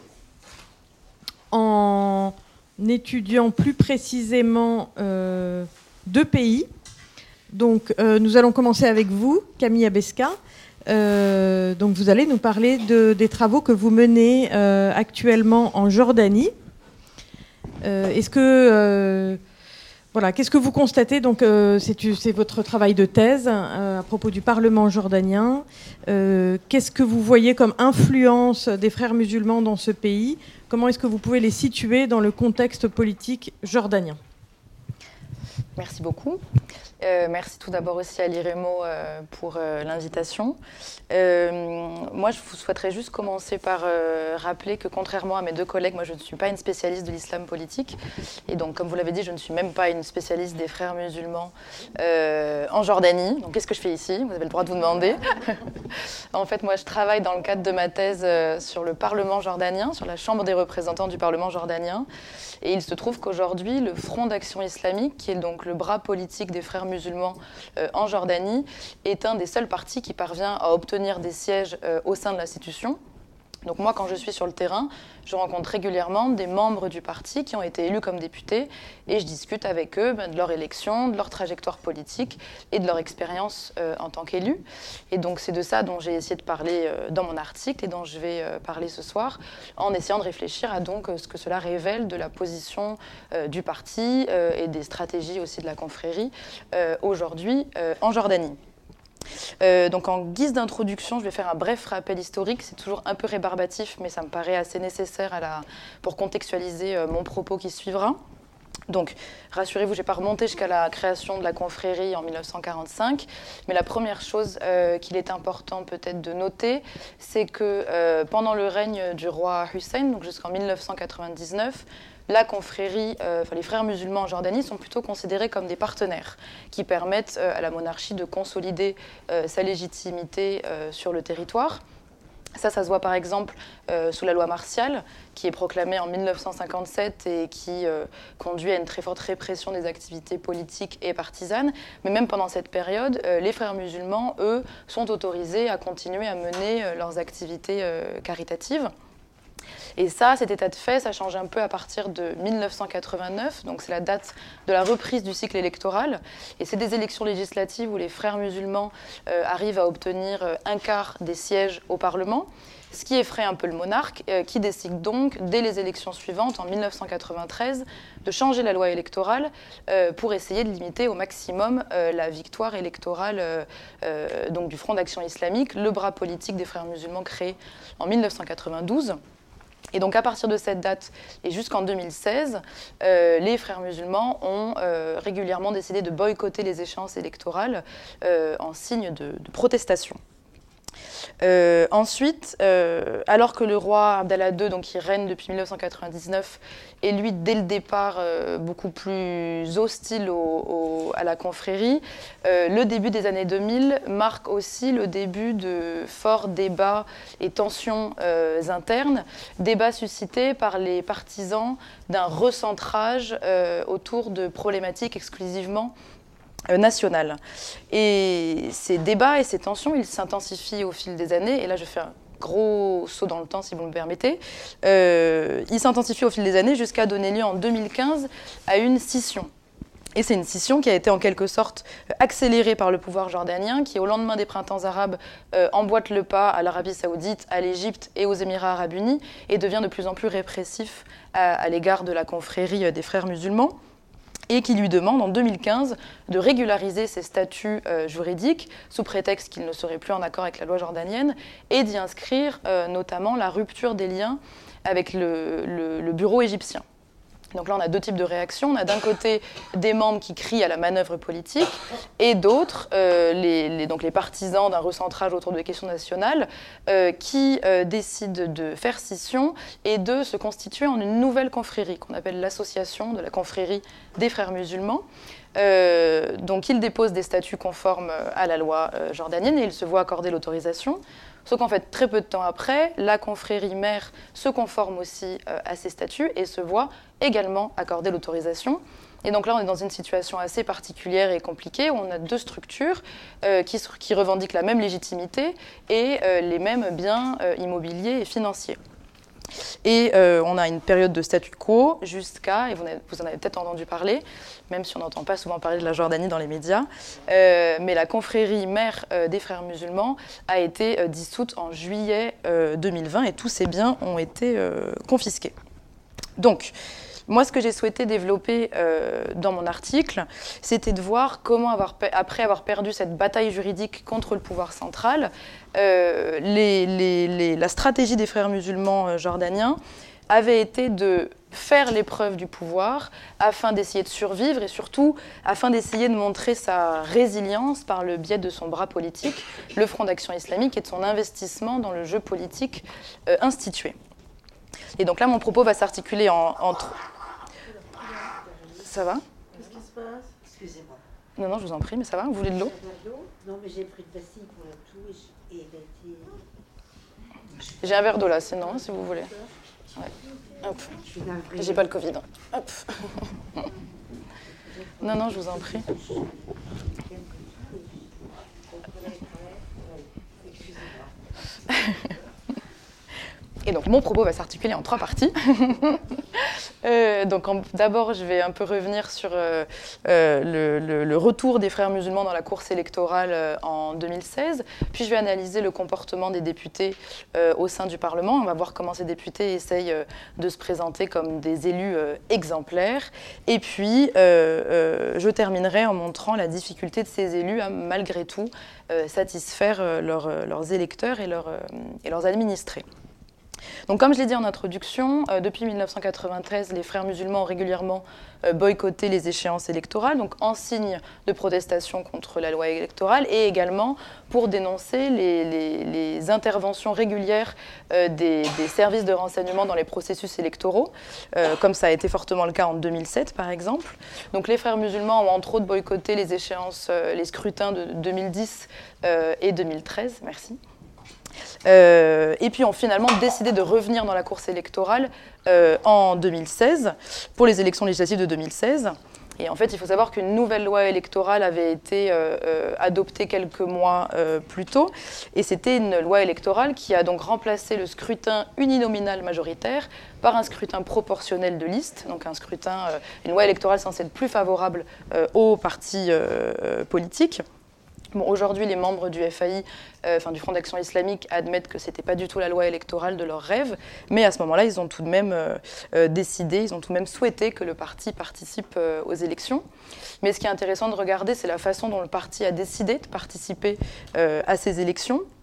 en étudiant plus précisément euh, deux pays. Donc, euh, nous allons commencer avec vous, Camille Abesca. Euh, donc, vous allez nous parler de, des travaux que vous menez euh, actuellement en Jordanie. Euh, est-ce que, euh, voilà, qu'est-ce que vous constatez? Donc, euh, c'est, c'est votre travail de thèse euh, à propos du Parlement jordanien. Euh, qu'est-ce que vous voyez comme influence des frères musulmans dans ce pays? Comment est-ce que vous pouvez les situer dans le contexte politique jordanien? Merci beaucoup. Euh, merci tout d'abord aussi à l'IREMO euh, pour euh, l'invitation. Euh, moi, je vous souhaiterais juste commencer par euh, rappeler que contrairement à mes deux collègues, moi je ne suis pas une spécialiste de l'islam politique. Et donc, comme vous l'avez dit, je ne suis même pas une spécialiste des frères musulmans euh, en Jordanie. Donc, qu'est-ce que je fais ici? Vous avez le droit de vous demander. En fait, moi, je travaille dans le cadre de ma thèse euh, sur le Parlement jordanien, sur la Chambre des représentants du Parlement jordanien. Et il se trouve qu'aujourd'hui, le Front d'action islamique, qui est donc le bras politique des frères musulmans euh, en Jordanie, est un des seuls partis qui parvient à obtenir des sièges euh, au sein de l'institution. Donc moi, quand je suis sur le terrain, je rencontre régulièrement des membres du parti qui ont été élus comme députés et je discute avec eux ben, de leur élection, de leur trajectoire politique et de leur expérience euh, en tant qu'élus. Et donc c'est de ça dont j'ai essayé de parler euh, dans mon article et dont je vais euh, parler ce soir, en essayant de réfléchir à donc euh, ce que cela révèle de la position euh, du parti euh, et des stratégies aussi de la confrérie euh, aujourd'hui euh, en Jordanie. Euh, donc en guise d'introduction, je vais faire un bref rappel historique. C'est toujours un peu rébarbatif, mais ça me paraît assez nécessaire à la, pour contextualiser euh, mon propos qui suivra. Donc, rassurez-vous, je n'ai pas remonté jusqu'à la création de la confrérie en mille neuf cent quarante-cinq, mais la première chose euh, qu'il est important peut-être de noter, c'est que euh, pendant le règne du roi Hussein, donc jusqu'en mille neuf cent quatre-vingt-dix-neuf, la confrérie, euh, enfin les frères musulmans en Jordanie sont plutôt considérés comme des partenaires qui permettent euh, à la monarchie de consolider euh, sa légitimité euh, sur le territoire. Ça, ça se voit par exemple euh, sous la loi martiale, qui est proclamée en mille neuf cent cinquante-sept et qui euh, conduit à une très forte répression des activités politiques et partisanes. Mais même pendant cette période, euh, les frères musulmans, eux, sont autorisés à continuer à mener euh, leurs activités euh, caritatives. Et ça, cet état de fait, ça change un peu à partir de mille neuf cent quatre-vingt-neuf, donc c'est la date de la reprise du cycle électoral. Et c'est des élections législatives où les frères musulmans euh, arrivent à obtenir euh, un quart des sièges au Parlement, ce qui effraie un peu le monarque, euh, qui décide donc, dès les élections suivantes, en mille neuf cent quatre-vingt-treize, de changer la loi électorale euh, pour essayer de limiter au maximum euh, la victoire électorale euh, euh, donc du Front d'action islamique, le bras politique des frères musulmans créé en mille neuf cent quatre-vingt-douze. Et donc à partir de cette date et jusqu'en deux mille seize, euh, les frères musulmans ont euh, régulièrement décidé de boycotter les échéances électorales euh, en signe de, de protestation. Euh, ensuite, euh, alors que le roi Abdallah deux, donc, qui règne depuis mille neuf cent quatre-vingt-dix-neuf, est lui dès le départ euh, beaucoup plus hostile au, au, à la confrérie, euh, le début des années deux mille marque aussi le début de forts débats et tensions euh, internes, débats suscités par les partisans d'un recentrage euh, autour de problématiques exclusivement nationale. Et ces débats et ces tensions, ils s'intensifient au fil des années. Et là, je fais un gros saut dans le temps, si vous me permettez. Euh, ils s'intensifient au fil des années jusqu'à donner lieu en deux mille quinze à une scission. Et c'est une scission qui a été en quelque sorte accélérée par le pouvoir jordanien, qui au lendemain des printemps arabes euh, emboîte le pas à l'Arabie saoudite, à l'Égypte et aux Émirats arabes unis, et devient de plus en plus répressif à, à l'égard de la confrérie des frères musulmans, et qui lui demande en deux mille quinze de régulariser ses statuts euh, juridiques sous prétexte qu'il ne serait plus en accord avec la loi jordanienne et d'y inscrire euh, notamment la rupture des liens avec le, le, le bureau égyptien. Donc là, on a deux types de réactions. On a d'un côté des membres qui crient à la manœuvre politique et d'autres, euh, les, les, donc les partisans d'un recentrage autour des questions nationales, euh, qui euh, décident de faire scission et de se constituer en une nouvelle confrérie qu'on appelle l'association de la confrérie des frères musulmans. Euh, donc ils déposent des statuts conformes à la loi euh, jordanienne et ils se voient accorder l'autorisation. Sauf qu'en fait, très peu de temps après, la confrérie mère se conforme aussi euh, à ces statuts et se voit également accorder l'autorisation. Et donc là, on est dans une situation assez particulière et compliquée où on a deux structures euh, qui, qui revendiquent la même légitimité et euh, les mêmes biens euh, immobiliers et financiers. Et euh, on a une période de statu quo jusqu'à, et vous, vous en avez peut-être entendu parler, même si on n'entend pas souvent parler de la Jordanie dans les médias, euh, mais la confrérie mère euh, des frères musulmans a été euh, dissoute en juillet euh, deux mille vingt et tous ces biens ont été euh, confisqués. Donc, moi, ce que j'ai souhaité développer euh, dans mon article, c'était de voir comment, avoir, après avoir perdu cette bataille juridique contre le pouvoir central, euh, les, les, les, la stratégie des frères musulmans jordaniens avait été de faire l'épreuve du pouvoir afin d'essayer de survivre et surtout afin d'essayer de montrer sa résilience par le biais de son bras politique, le Front d'action islamique, et de son investissement dans le jeu politique euh, institué. Et donc là, mon propos va s'articuler en, en trois... Ça va? Qu'est-ce qui se passe? Excusez-moi. Non, non, je vous en prie, mais ça va? Vous voulez de l'eau? Non, mais j'ai pris de pastille pour la toux et, et j'ai un verre d'eau là, sinon, si vous voulez. Ouais. Hop. J'ai pas le Covid. Hop. Non, non, je vous en prie. Et donc, mon propos va s'articuler en trois parties. euh, donc, d'abord, je vais un peu revenir sur euh, euh, le, le, le retour des frères musulmans dans la course électorale euh, en deux mille seize. Puis, je vais analyser le comportement des députés euh, au sein du Parlement. On va voir comment ces députés essayent euh, de se présenter comme des élus euh, exemplaires. Et puis, euh, euh, je terminerai en montrant la difficulté de ces élus à, malgré tout, euh, satisfaire euh, leur, euh, leurs électeurs et, leur, euh, et leurs administrés. Donc, comme je l'ai dit en introduction, euh, depuis mille neuf cent quatre-vingt-treize, les frères musulmans ont régulièrement euh, boycotté les échéances électorales, donc en signe de protestation contre la loi électorale et également pour dénoncer les, les, les interventions régulières euh, des, des services de renseignement dans les processus électoraux, euh, comme ça a été fortement le cas en deux mille sept, par exemple. Donc, les frères musulmans ont entre autres boycotté les échéances, euh, les scrutins de deux mille dix euh, et deux mille treize. Merci. Euh, et puis ont finalement décidé de revenir dans la course électorale euh, en deux mille seize, pour les élections législatives de deux mille seize. Et en fait, il faut savoir qu'une nouvelle loi électorale avait été euh, euh, adoptée quelques mois euh, plus tôt. Et c'était une loi électorale qui a donc remplacé le scrutin uninominal majoritaire par un scrutin proportionnel de liste, donc un scrutin, euh, une loi électorale censée être plus favorable euh, aux partis euh, politiques. Bon, aujourd'hui, les membres du F A I, euh, enfin, du Front d'action islamique, admettent que ce n'était pas du tout la loi électorale de leur rêve, mais à ce moment-là, ils ont tout de même euh, euh, décidé, ils ont tout de même souhaité que le parti participe euh, aux élections. Mais ce qui est intéressant de regarder, c'est la façon dont le parti a décidé de participer euh, à ces élections.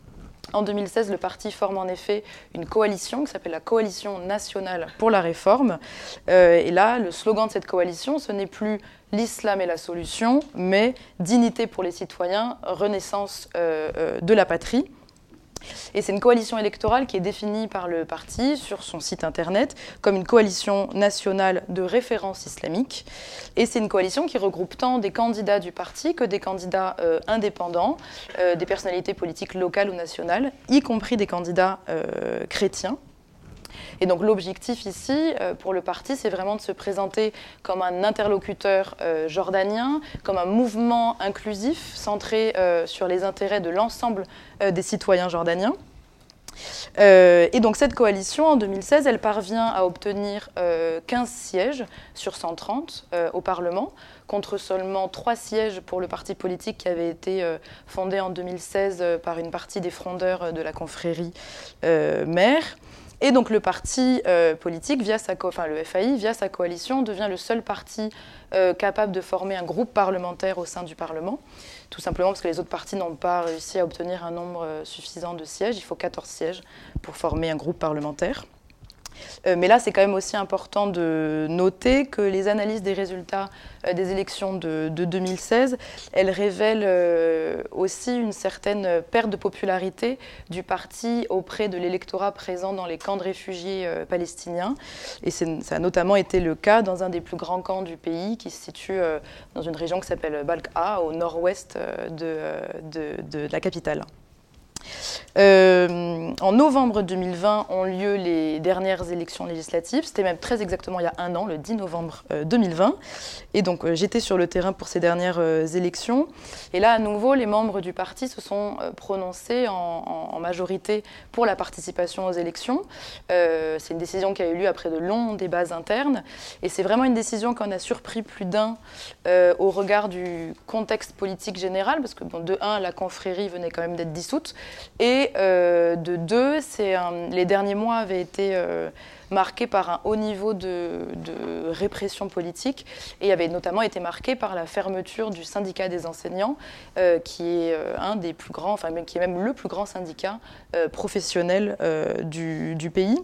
En deux mille seize, le parti forme en effet une coalition qui s'appelle la Coalition nationale pour la réforme. Euh, et là, le slogan de cette coalition, ce n'est plus « l'islam est la solution », mais « dignité pour les citoyens, renaissance euh, euh, de la patrie ». Et c'est une coalition électorale qui est définie par le parti sur son site internet comme une coalition nationale de référence islamique. Et c'est une coalition qui regroupe tant des candidats du parti que des candidats euh, indépendants, euh, des personnalités politiques locales ou nationales, y compris des candidats euh, chrétiens. Et donc l'objectif ici, euh, pour le parti, c'est vraiment de se présenter comme un interlocuteur euh, jordanien, comme un mouvement inclusif centré euh, sur les intérêts de l'ensemble euh, des citoyens jordaniens. Euh, et donc cette coalition, en deux mille seize, elle parvient à obtenir euh, quinze sièges sur cent trente euh, au Parlement, contre seulement trois sièges pour le parti politique qui avait été euh, fondé en deux mille seize euh, par une partie des frondeurs de la confrérie euh, mère. Et donc le parti euh, politique, via sa co- enfin le F A I, via sa coalition, devient le seul parti euh, capable de former un groupe parlementaire au sein du Parlement, tout simplement parce que les autres partis n'ont pas réussi à obtenir un nombre euh, suffisant de sièges. Il faut quatorze sièges pour former un groupe parlementaire. Euh, mais là, c'est quand même aussi important de noter que les analyses des résultats euh, des élections de, de deux mille seize, elles révèlent euh, aussi une certaine perte de popularité du parti auprès de l'électorat présent dans les camps de réfugiés euh, palestiniens. Et c'est, ça a notamment été le cas dans un des plus grands camps du pays, qui se situe euh, dans une région qui s'appelle Balqa, au nord-ouest euh, de, de, de, de la capitale. Euh, en novembre deux mille vingt ont lieu les dernières élections législatives. C'était même très exactement il y a un an, le dix novembre deux mille vingt. Et donc euh, j'étais sur le terrain pour ces dernières euh, élections. Et là, à nouveau, les membres du parti se sont euh, prononcés en, en, en majorité pour la participation aux élections. Euh, c'est une décision qui a eu lieu après de longs débats internes. Et c'est vraiment une décision qu'on a surpris plus d'un euh, au regard du contexte politique général, parce que bon, de un, la confrérie venait quand même d'être dissoute. Et euh, de deux, c'est un, les derniers mois avaient été euh, marqués par un haut niveau de, de répression politique et avaient notamment été marqués par la fermeture du syndicat des enseignants, euh, qui est euh, un des plus grands, enfin même, qui est même le plus grand syndicat euh, professionnel euh, du, du pays.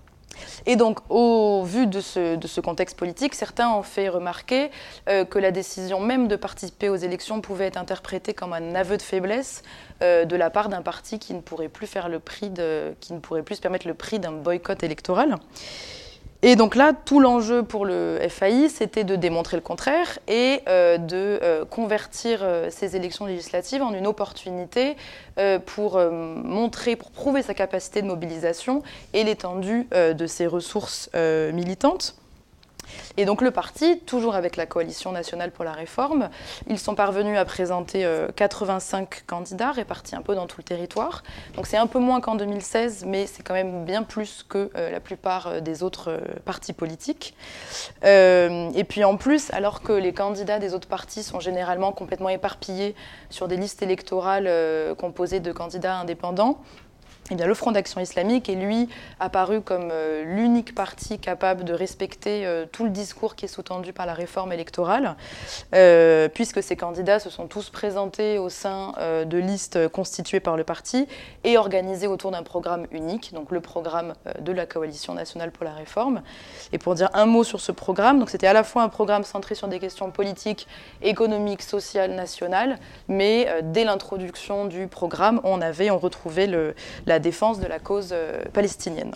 Et donc, au vu de ce, de ce contexte politique, certains ont fait remarquer euh, que la décision même de participer aux élections pouvait être interprétée comme un aveu de faiblesse euh, de la part d'un parti qui ne pourrait plus faire le prix de, qui ne pourrait plus se permettre le prix d'un boycott électoral. Et donc là, tout l'enjeu pour le F A I, c'était de démontrer le contraire et euh, de euh, convertir euh, ces élections législatives en une opportunité euh, pour euh, montrer, pour prouver sa capacité de mobilisation et l'étendue euh, de ses ressources euh, militantes. Et donc le parti, toujours avec la Coalition nationale pour la réforme, ils sont parvenus à présenter euh, quatre-vingt-cinq candidats répartis un peu dans tout le territoire. Donc c'est un peu moins qu'en deux mille seize, mais c'est quand même bien plus que euh, la plupart des autres euh, partis politiques. Euh, et puis en plus, alors que les candidats des autres partis sont généralement complètement éparpillés sur des listes électorales euh, composées de candidats indépendants, eh bien, le Front d'Action Islamique est, lui, apparu comme euh, l'unique parti capable de respecter euh, tout le discours qui est sous-tendu par la réforme électorale, euh, puisque ces candidats se sont tous présentés au sein euh, de listes constituées par le parti et organisées autour d'un programme unique, donc le programme euh, de la Coalition nationale pour la réforme. Et pour dire un mot sur ce programme, donc c'était à la fois un programme centré sur des questions politiques, économiques, sociales, nationales, mais euh, dès l'introduction du programme, on avait, on retrouvait le, la la défense de la cause euh, palestinienne.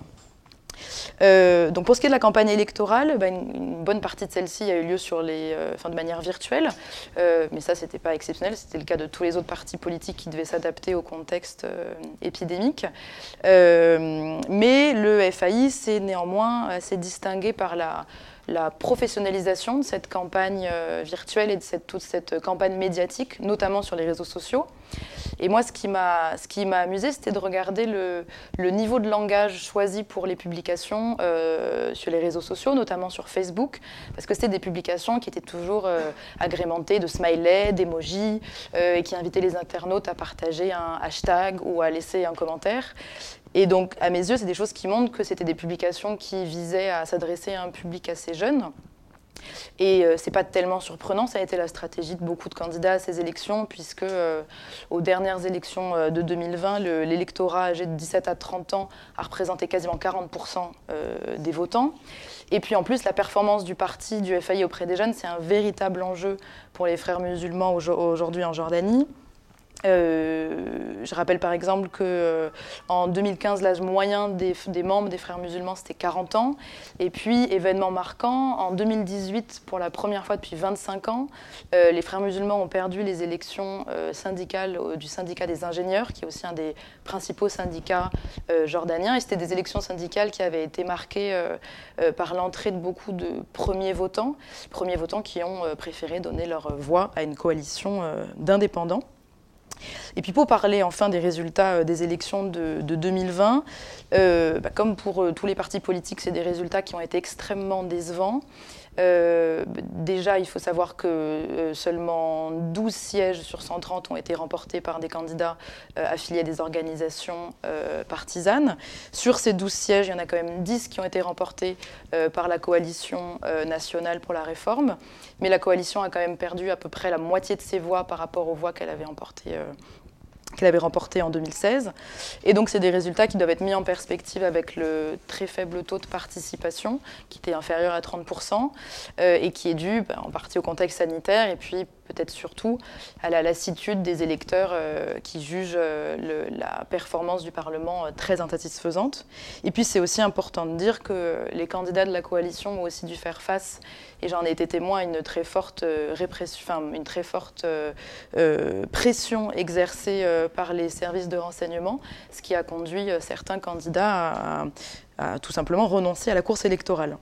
Euh, donc pour ce qui est de la campagne électorale, bah une, une bonne partie de celle-ci a eu lieu sur les, euh, enfin de manière virtuelle, euh, mais ça c'était pas exceptionnel, c'était le cas de tous les autres partis politiques qui devaient s'adapter au contexte euh, épidémique. Euh, mais le F A I s'est néanmoins assez distingué par la la professionnalisation de cette campagne euh, virtuelle et de cette, toute cette campagne médiatique, notamment sur les réseaux sociaux. Et moi, ce qui m'a, ce qui m'a amusé, c'était de regarder le, le niveau de langage choisi pour les publications euh, sur les réseaux sociaux, notamment sur Facebook, parce que c'était des publications qui étaient toujours euh, agrémentées de smileys, d'emojis, euh, et qui invitaient les internautes à partager un hashtag ou à laisser un commentaire. Et donc, à mes yeux, c'est des choses qui montrent que c'était des publications qui visaient à s'adresser à un public assez jeune. Et euh, ce n'est pas tellement surprenant, ça a été la stratégie de beaucoup de candidats à ces élections, puisque euh, aux dernières élections euh, de deux mille vingt, le, l'électorat âgé de dix-sept à trente ans a représenté quasiment quarante pour cent euh, des votants. Et puis en plus, la performance du parti, du F A I auprès des jeunes, c'est un véritable enjeu pour les frères musulmans aujourd'hui en Jordanie. Euh, je rappelle par exemple qu'en euh, deux mille quinze, l'âge moyen des, des membres des frères musulmans, c'était quarante ans. Et puis, événement marquant, en deux mille dix-huit, pour la première fois depuis vingt-cinq ans, euh, les frères musulmans ont perdu les élections euh, syndicales euh, du syndicat des ingénieurs, qui est aussi un des principaux syndicats euh, jordaniens. Et c'était des élections syndicales qui avaient été marquées euh, euh, par l'entrée de beaucoup de premiers votants, premiers votants qui ont euh, préféré donner leur voix à une coalition euh, d'indépendants. Et puis pour parler enfin des résultats euh, des élections de, de deux mille vingt, euh, bah, comme pour euh, tous les partis politiques, c'est des résultats qui ont été extrêmement décevants. Euh, déjà, il faut savoir que euh, seulement douze sièges sur cent trente ont été remportés par des candidats euh, affiliés à des organisations euh, partisanes. Sur ces douze sièges, il y en a quand même dix qui ont été remportés euh, par la coalition euh, nationale pour la réforme. Mais la coalition a quand même perdu à peu près la moitié de ses voix par rapport aux voix qu'elle avait emportées euh, qu'elle avait remporté en deux mille seize. Et donc, c'est des résultats qui doivent être mis en perspective avec le très faible taux de participation, qui était inférieur à trente pour cent, euh, et qui est dû bah, en partie au contexte sanitaire, et puis peut-être surtout à la lassitude des électeurs euh, qui jugent euh, le, la performance du Parlement euh, très insatisfaisante. Et puis, c'est aussi important de dire que les candidats de la coalition ont aussi dû faire face, et j'en ai été témoin, à une très forte, euh, répression, enfin, une très forte euh, euh, pression exercée euh, par les services de renseignement, ce qui a conduit euh, certains candidats à, à, à tout simplement renoncer à la course électorale.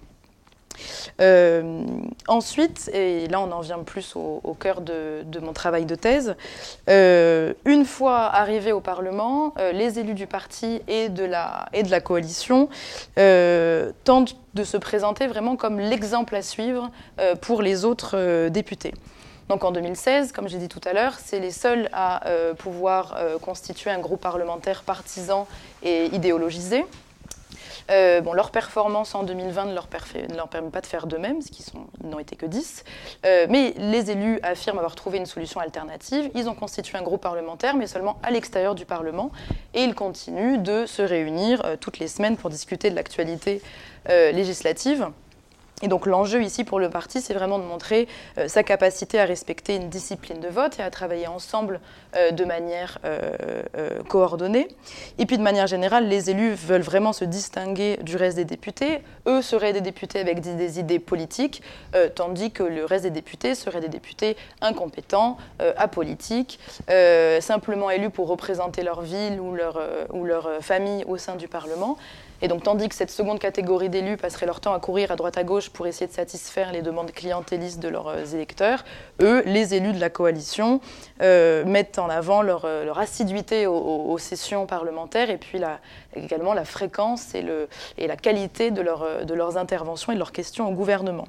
Euh, ensuite, et là on en vient plus au, au cœur de, de mon travail de thèse, euh, une fois arrivés au Parlement, euh, les élus du parti et de la, et de la coalition euh, tentent de se présenter vraiment comme l'exemple à suivre euh, pour les autres euh, députés. Donc en deux mille seize, comme j'ai dit tout à l'heure, c'est les seuls à euh, pouvoir euh, constituer un groupe parlementaire partisan et idéologisé. Euh, bon, leur performance en deux mille vingt ne leur, perf- ne leur permet pas de faire de même, parce qu'ils sont, ils n'ont été que dix. Euh, mais les élus affirment avoir trouvé une solution alternative. Ils ont constitué un groupe parlementaire, mais seulement à l'extérieur du Parlement. Et ils continuent de se réunir euh, toutes les semaines pour discuter de l'actualité euh, législative. Et donc l'enjeu ici pour le parti, c'est vraiment de montrer euh, sa capacité à respecter une discipline de vote et à travailler ensemble euh, de manière euh, euh, coordonnée. Et puis de manière générale, les élus veulent vraiment se distinguer du reste des députés. Eux seraient des députés avec des, des idées politiques, euh, tandis que le reste des députés seraient des députés incompétents, euh, apolitiques, euh, simplement élus pour représenter leur ville ou leur, euh, ou leur famille au sein du Parlement. Et donc, tandis que cette seconde catégorie d'élus passerait leur temps à courir à droite à gauche pour essayer de satisfaire les demandes clientélistes de leurs électeurs, eux, les élus de la coalition, euh, mettent en avant leur, leur assiduité aux, aux sessions parlementaires et puis la, également la fréquence et, le, et la qualité de, leur, de leurs interventions et de leurs questions au gouvernement.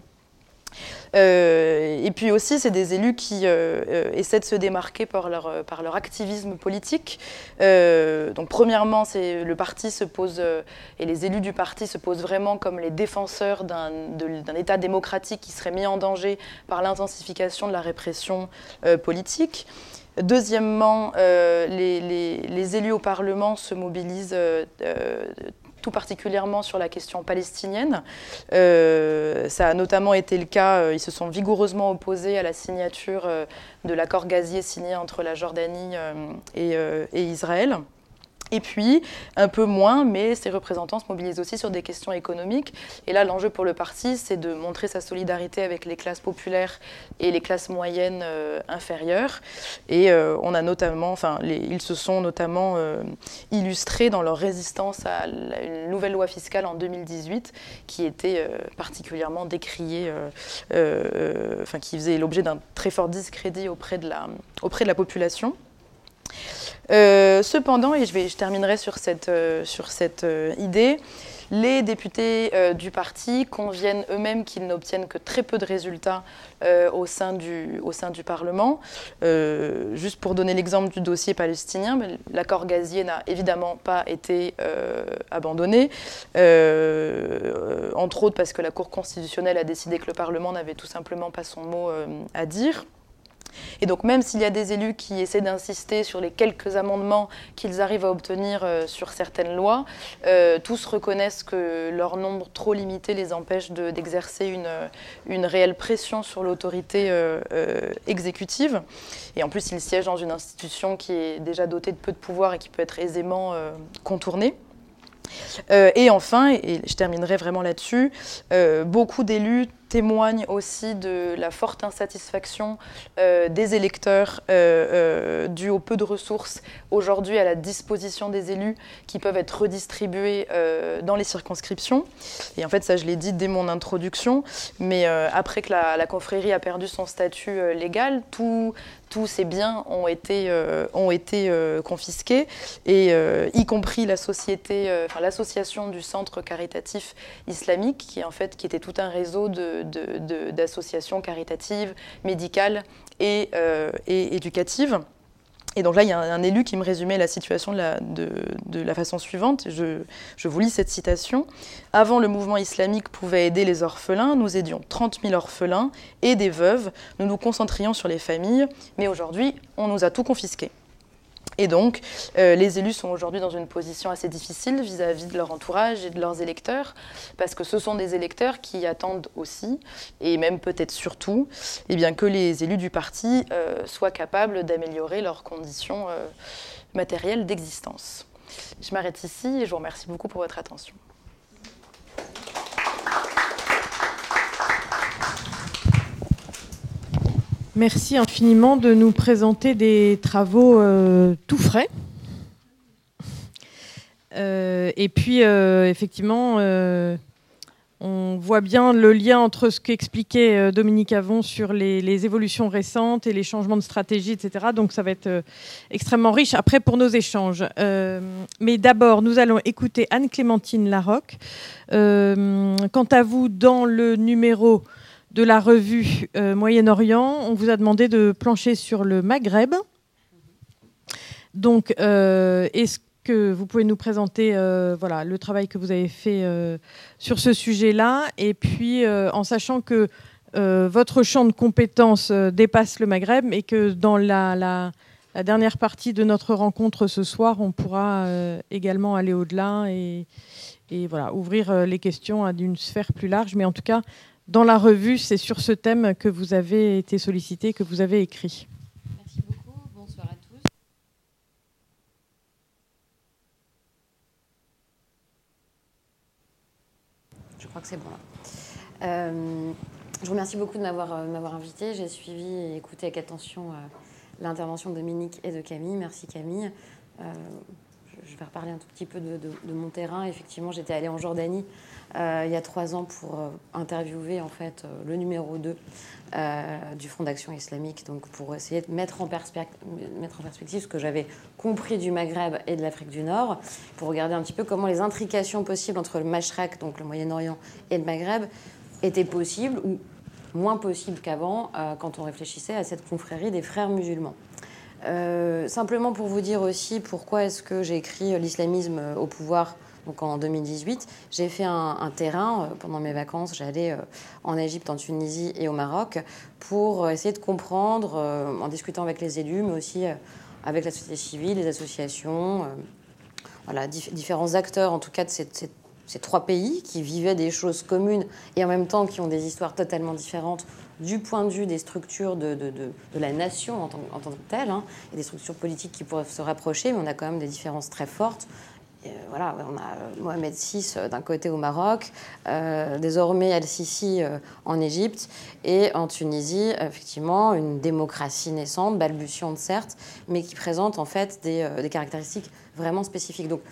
Euh, et puis aussi, c'est des élus qui euh, euh, essaient de se démarquer par leur, par leur activisme politique. Euh, donc, premièrement, c'est, le parti se pose, euh, et les élus du parti se posent vraiment comme les défenseurs d'un, de, d'un État démocratique qui serait mis en danger par l'intensification de la répression euh, politique. Deuxièmement, euh, les, les, les élus au Parlement se mobilisent euh, euh, tout particulièrement sur la question palestinienne. Euh, ça a notamment été le cas, euh, ils se sont vigoureusement opposés à la signature euh, de l'accord gazier signé entre la Jordanie euh, et, euh, et Israël. Et puis, un peu moins, mais ces représentants se mobilisent aussi sur des questions économiques. Et là, l'enjeu pour le parti, c'est de montrer sa solidarité avec les classes populaires et les classes moyennes euh, inférieures. Et euh, on a notamment, enfin, les, ils se sont notamment euh, illustrés dans leur résistance à la, une nouvelle loi fiscale en deux mille dix-huit, qui était euh, particulièrement décriée, euh, euh, enfin, qui faisait l'objet d'un très fort discrédit auprès de la, auprès de la population. Euh, cependant, et je, vais, je terminerai sur cette, euh, sur cette euh, idée, Les députés euh, du parti conviennent eux-mêmes qu'ils n'obtiennent que très peu de résultats euh, au, sein du, au sein du Parlement. Euh, juste pour donner l'exemple du dossier palestinien, l'accord gazier n'a évidemment pas été euh, abandonné, euh, entre autres parce que la Cour constitutionnelle a décidé que le Parlement n'avait tout simplement pas son mot euh, à dire. Et donc même s'il y a des élus qui essaient d'insister sur les quelques amendements qu'ils arrivent à obtenir euh, sur certaines lois, euh, tous reconnaissent que leur nombre trop limité les empêche de, d'exercer une, une réelle pression sur l'autorité euh, euh, exécutive. Et en plus, ils siègent dans une institution qui est déjà dotée de peu de pouvoir et qui peut être aisément euh, contournée. Euh, et enfin, et je terminerai vraiment là-dessus, euh, beaucoup d'élus témoignent aussi de la forte insatisfaction euh, des électeurs euh, euh, due au peu de ressources aujourd'hui à la disposition des élus qui peuvent être redistribuées euh, dans les circonscriptions. Et en fait, ça je l'ai dit dès mon introduction, mais euh, après que la, la confrérie a perdu son statut euh, légal, tout, tous ces biens ont été, euh, ont été euh, confisqués, et euh, y compris la société, euh, enfin, l'association du Centre caritatif islamique, qui, en fait, qui était tout un réseau de De, de, d'associations caritatives, médicales et, euh, et éducatives. Et donc là, il y a un, un élu qui me résumait la situation de la, de, de la façon suivante. Je, je vous lis cette citation. « Avant, le mouvement islamique pouvait aider les orphelins. Nous aidions trente mille orphelins et des veuves. Nous nous concentrions sur les familles. Mais aujourd'hui, on nous a tout confisqué. » Et donc, euh, les élus sont aujourd'hui dans une position assez difficile vis-à-vis de leur entourage et de leurs électeurs, parce que ce sont des électeurs qui attendent aussi, et même peut-être surtout, eh bien, que les élus du parti euh, soient capables d'améliorer leurs conditions euh, matérielles d'existence. Je m'arrête ici et je vous remercie beaucoup pour votre attention. Merci infiniment de nous présenter des travaux euh, tout frais. Euh, et puis, euh, effectivement, euh, on voit bien le lien entre ce qu'expliquait euh, Dominique Avon sur les, les évolutions récentes et les changements de stratégie, et cetera. Donc, ça va être euh, extrêmement riche après pour nos échanges. Euh, mais d'abord, nous allons écouter Anne-Clémentine Larocque. Euh, quant à vous, dans le numéro de la revue euh, Moyen-Orient, on vous a demandé de plancher sur le Maghreb. Donc, euh, est-ce que vous pouvez nous présenter euh, voilà, le travail que vous avez fait euh, sur ce sujet-là, et puis euh, en sachant que euh, votre champ de compétences euh, dépasse le Maghreb, et que dans la, la, la dernière partie de notre rencontre ce soir, on pourra euh, également aller au-delà et, et voilà, ouvrir euh, les questions à une sphère plus large. Mais en tout cas, dans la revue, c'est sur ce thème que vous avez été sollicité, que vous avez écrit. Merci beaucoup. Bonsoir à tous. Je crois que c'est bon là. Euh, je vous remercie beaucoup de m'avoir, euh, de m'avoir invité. J'ai suivi et écouté avec attention euh, l'intervention de Dominique et de Camille. Merci Camille. Euh, je vais reparler un tout petit peu de, de, de mon terrain. Effectivement, j'étais allée en Jordanie euh, il y a trois ans pour euh, interviewer en fait, euh, le numéro deux euh, du Front d'Action Islamique, donc pour essayer de mettre en, perspect- mettre en perspective ce que j'avais compris du Maghreb et de l'Afrique du Nord, pour regarder un petit peu comment les intrications possibles entre le Mashrek, donc le Moyen-Orient, et le Maghreb étaient possibles ou moins possibles qu'avant euh, quand on réfléchissait à cette confrérie des frères musulmans. Euh, simplement pour vous dire aussi pourquoi est-ce que j'ai écrit l'islamisme au pouvoir donc en deux mille dix-huit. J'ai fait un, un terrain euh, pendant mes vacances. J'allais euh, en Égypte, en Tunisie et au Maroc pour essayer de comprendre, euh, en discutant avec les élus, mais aussi euh, avec la société civile, les associations, euh, voilà, dif- différents acteurs en tout cas de ces, ces, ces trois pays qui vivaient des choses communes et en même temps qui ont des histoires totalement différentes du point de vue des structures de, de, de, de la nation en tant, en tant que telle, hein, et des structures politiques qui pourraient se rapprocher, mais on a quand même des différences très fortes. Et, euh, voilà, on a Mohamed six euh, d'un côté au Maroc, euh, désormais El-Sisi euh, en Égypte, et en Tunisie, effectivement, une démocratie naissante, balbutiante certes, mais qui présente en fait des, euh, des caractéristiques vraiment spécifiques. Donc,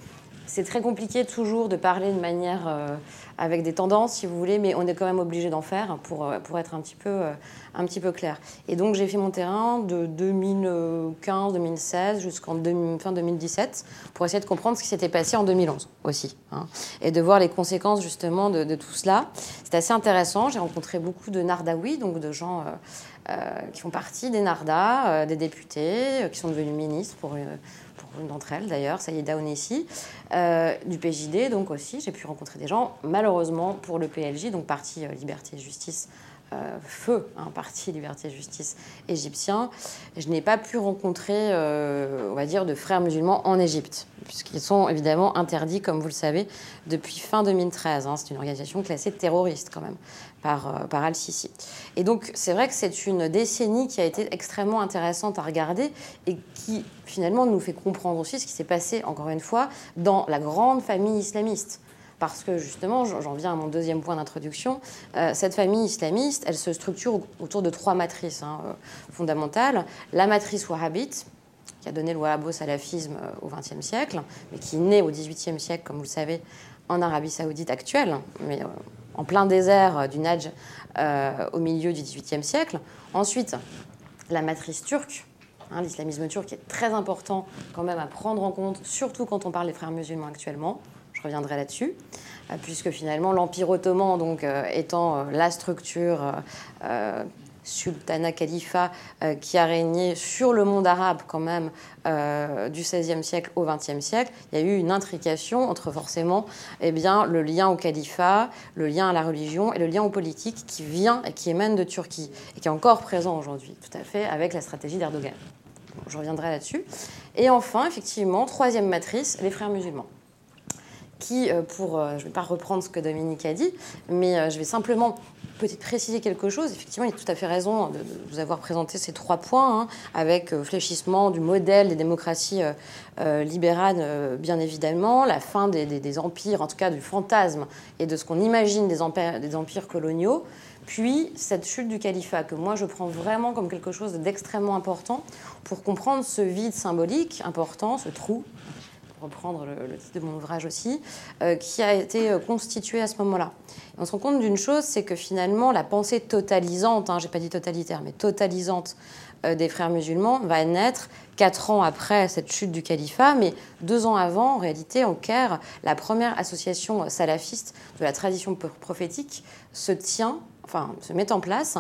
c'est très compliqué toujours de parler de manière euh, avec des tendances, si vous voulez, mais on est quand même obligé d'en faire pour, pour être un petit peu, euh, un petit peu clair. Et donc, j'ai fait mon terrain de deux mille quinze deux mille seize jusqu'en fin deux mille dix-sept pour essayer de comprendre ce qui s'était passé en deux mille onze aussi, hein, et de voir les conséquences justement de, de tout cela. C'est assez intéressant. J'ai rencontré beaucoup de Nardaouis, donc de gens euh, euh, qui font partie des Nardas, euh, des députés, euh, qui sont devenus ministres pour une, pour une d'entre elles d'ailleurs, Saïda Ounessi, euh, du P J D donc aussi. J'ai pu rencontrer des gens, malheureusement pour le P L J, donc Parti euh, Liberté et Justice, euh, Feu, un hein, Parti Liberté et Justice égyptien. Je n'ai pas pu rencontrer, euh, on va dire, de frères musulmans en Égypte, puisqu'ils sont évidemment interdits, comme vous le savez, depuis fin deux mille treize. Hein. C'est une organisation classée terroriste quand même par, euh, par Al-Sisi. Et donc c'est vrai que c'est une décennie qui a été extrêmement intéressante à regarder et qui finalement nous fait comprendre aussi ce qui s'est passé, encore une fois, dans la grande famille islamiste. Parce que justement, j'en viens à mon deuxième point d'introduction, euh, cette famille islamiste, elle se structure autour de trois matrices hein, euh, fondamentales. La matrice wahhabite, qui a donné le wahhabo-salafisme euh, au vingtième siècle, mais qui naît au dix-huitième siècle, comme vous le savez, en Arabie saoudite actuelle, mais euh, en plein désert euh, du Najd euh, au milieu du dix-huitième siècle. Ensuite, la matrice turque, hein, l'islamisme turc est très important quand même à prendre en compte, surtout quand on parle des frères musulmans actuellement. Je reviendrai là-dessus, puisque finalement l'Empire ottoman, donc, euh, étant euh, la structure euh, sultanat califat euh, qui a régné sur le monde arabe quand même euh, du seizième siècle au vingtième siècle, il y a eu une intrication entre forcément eh bien, le lien au califat, le lien à la religion et le lien au politique qui vient et qui émane de Turquie et qui est encore présent aujourd'hui, tout à fait, avec la stratégie d'Erdogan. Bon, je reviendrai là-dessus. Et enfin, effectivement, troisième matrice, les frères musulmans, qui, pour, je ne vais pas reprendre ce que Dominique a dit, mais je vais simplement peut-être préciser quelque chose. Effectivement, il a tout à fait raison de vous avoir présenté ces trois points, hein, avec fléchissement du modèle des démocraties euh, libérales, euh, bien évidemment, la fin des, des, des empires, en tout cas du fantasme, et de ce qu'on imagine des empires, des empires coloniaux, puis cette chute du califat, que moi je prends vraiment comme quelque chose d'extrêmement important pour comprendre ce vide symbolique important, ce trou, reprendre le, le titre de mon ouvrage aussi, euh, qui a été euh, constitué à ce moment-là. Et on se rend compte d'une chose, c'est que finalement, la pensée totalisante, hein, je n'ai pas dit totalitaire, mais totalisante euh, des frères musulmans va naître quatre ans après cette chute du califat, mais deux ans avant, en réalité, en Caire, la première association salafiste de la tradition prophétique se tient, enfin, se met en place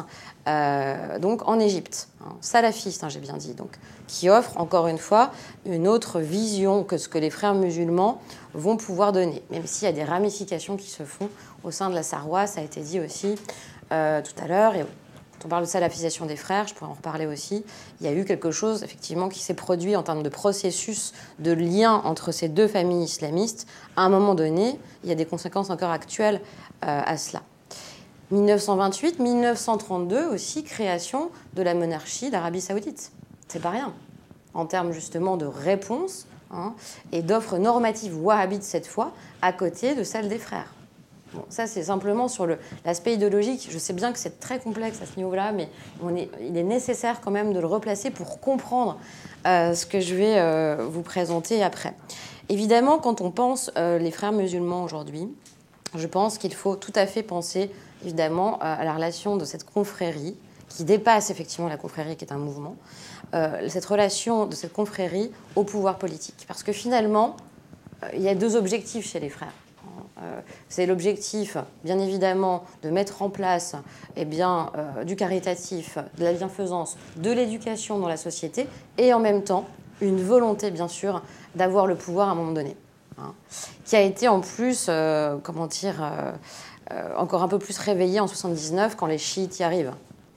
euh, donc en Égypte, hein, salafiste, hein, j'ai bien dit, donc, qui offre encore une fois une autre vision que ce que les frères musulmans vont pouvoir donner, même s'il y a des ramifications qui se font au sein de la Sarwa, ça a été dit aussi euh, tout à l'heure. Et quand on parle de salafisation des frères, je pourrais en reparler aussi, il y a eu quelque chose effectivement qui s'est produit en termes de processus de lien entre ces deux familles islamistes. À un moment donné, il y a des conséquences encore actuelles euh, à cela. mille neuf cent vingt-huit mille neuf cent trente-deux aussi, création de la monarchie d'Arabie saoudite. C'est pas rien, en termes justement de réponse hein, et d'offres normatives wahhabites cette fois, à côté de celles des frères. Bon, ça, c'est simplement sur le, l'aspect idéologique. Je sais bien que c'est très complexe à ce niveau-là, mais on est, il est nécessaire quand même de le replacer pour comprendre euh, ce que je vais euh, vous présenter après. Évidemment, quand on pense euh, les frères musulmans aujourd'hui, je pense qu'il faut tout à fait penser évidemment à la relation de cette confrérie qui dépasse effectivement la confrérie qui est un mouvement, euh, cette relation de cette confrérie au pouvoir politique. Parce que finalement, euh, il y a deux objectifs chez les frères. Euh, c'est l'objectif, bien évidemment, de mettre en place eh bien, euh, du caritatif, de la bienfaisance, de l'éducation dans la société, et en même temps, une volonté, bien sûr, d'avoir le pouvoir à un moment donné. Hein, qui a été en plus, euh, comment dire, euh, euh, encore un peu plus réveillée en soixante-dix-neuf quand les chiites y arrivent.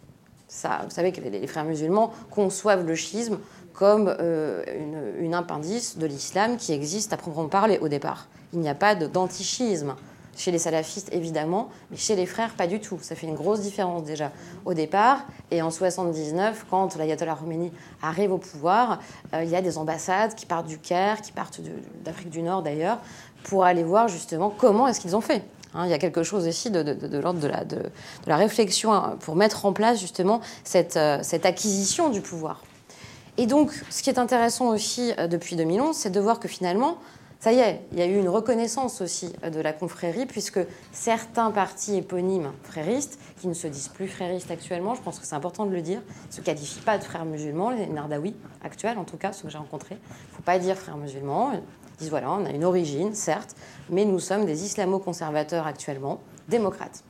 Ça, vous savez que les, les frères musulmans conçoivent le chiisme comme euh, une, une appendice de l'islam qui existe à proprement parler au départ. Il n'y a pas de, d'antichisme chez les salafistes, évidemment, mais chez les frères, pas du tout. Ça fait une grosse différence déjà au départ. Et en soixante-dix-neuf, quand l'ayatollah Khomeini arrive au pouvoir, euh, il y a des ambassades qui partent du Caire, qui partent de, d'Afrique du Nord d'ailleurs, pour aller voir justement comment est-ce qu'ils ont fait. Hein, il y a quelque chose aussi de, de, de, de l'ordre de la, de, de la réflexion pour mettre en place justement cette, euh, cette acquisition du pouvoir. Et donc, ce qui est intéressant aussi euh, depuis deux mille onze, c'est de voir que finalement, ça y est, il y a eu une reconnaissance aussi de la confrérie, puisque certains partis éponymes fréristes, qui ne se disent plus fréristes actuellement, je pense que c'est important de le dire, ne se qualifient pas de frères musulmans, les Nardaouis actuels en tout cas, ceux que j'ai rencontrés. Il ne faut pas dire frères musulmans, ils disent voilà, on a une origine, certes, mais nous sommes des islamo-conservateurs actuellement, démocrates.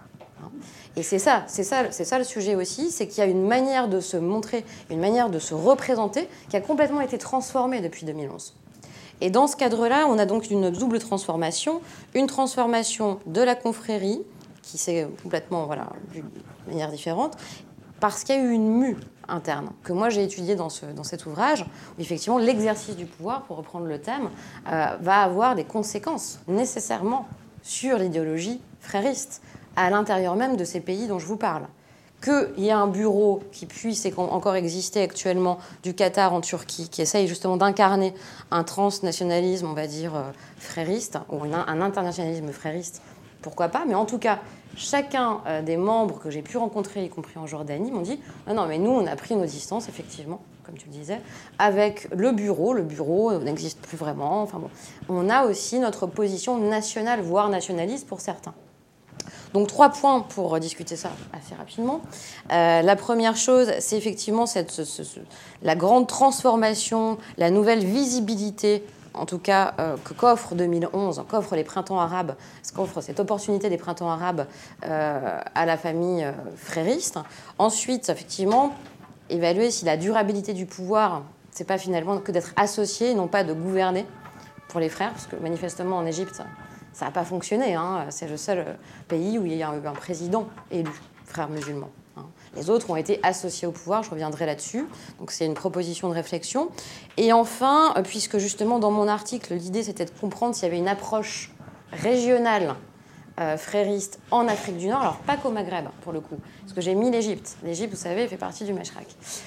Et c'est ça, c'est ça, c'est ça le sujet aussi, c'est qu'il y a une manière de se montrer, une manière de se représenter qui a complètement été transformée depuis deux mille onze. Et dans ce cadre-là, on a donc une double transformation, une transformation de la confrérie, qui s'est complètement, voilà, de manière différente, parce qu'il y a eu une mue interne, que moi j'ai étudiée dans, ce, dans cet ouvrage, où effectivement l'exercice du pouvoir, pour reprendre le thème, euh, va avoir des conséquences nécessairement sur l'idéologie frériste, à l'intérieur même de ces pays dont je vous parle. Qu'il y ait un bureau qui puisse encore exister actuellement du Qatar en Turquie, qui essaye justement d'incarner un transnationalisme, on va dire, frériste, ou un internationalisme frériste, pourquoi pas, mais en tout cas, chacun des membres que j'ai pu rencontrer, y compris en Jordanie, m'ont dit « Non, non, mais nous, on a pris nos distances, effectivement, comme tu le disais, avec le bureau. Le bureau n'existe plus vraiment. Enfin bon, on a aussi notre position nationale, voire nationaliste pour certains. » Donc, trois points pour discuter ça assez rapidement. Euh, la première chose, c'est effectivement cette, ce, ce, la grande transformation, la nouvelle visibilité, en tout cas, euh, que qu'offre deux mille onze, qu'offrent les printemps arabes, qu'offre cette opportunité des printemps arabes euh, à la famille euh, frériste. Ensuite, effectivement, évaluer si la durabilité du pouvoir, c'est pas finalement que d'être associé, non pas de gouverner pour les frères, parce que manifestement en Égypte, ça n'a pas fonctionné. Hein. C'est le seul pays où il y a eu un président élu, frère musulman. Hein. Les autres ont été associés au pouvoir, je reviendrai là-dessus. Donc c'est une proposition de réflexion. Et enfin, puisque justement dans mon article, l'idée c'était de comprendre s'il y avait une approche régionale euh, frériste en Afrique du Nord, alors pas qu'au Maghreb pour le coup, parce que j'ai mis l'Égypte. L'Égypte, vous savez, fait partie du Mashrek.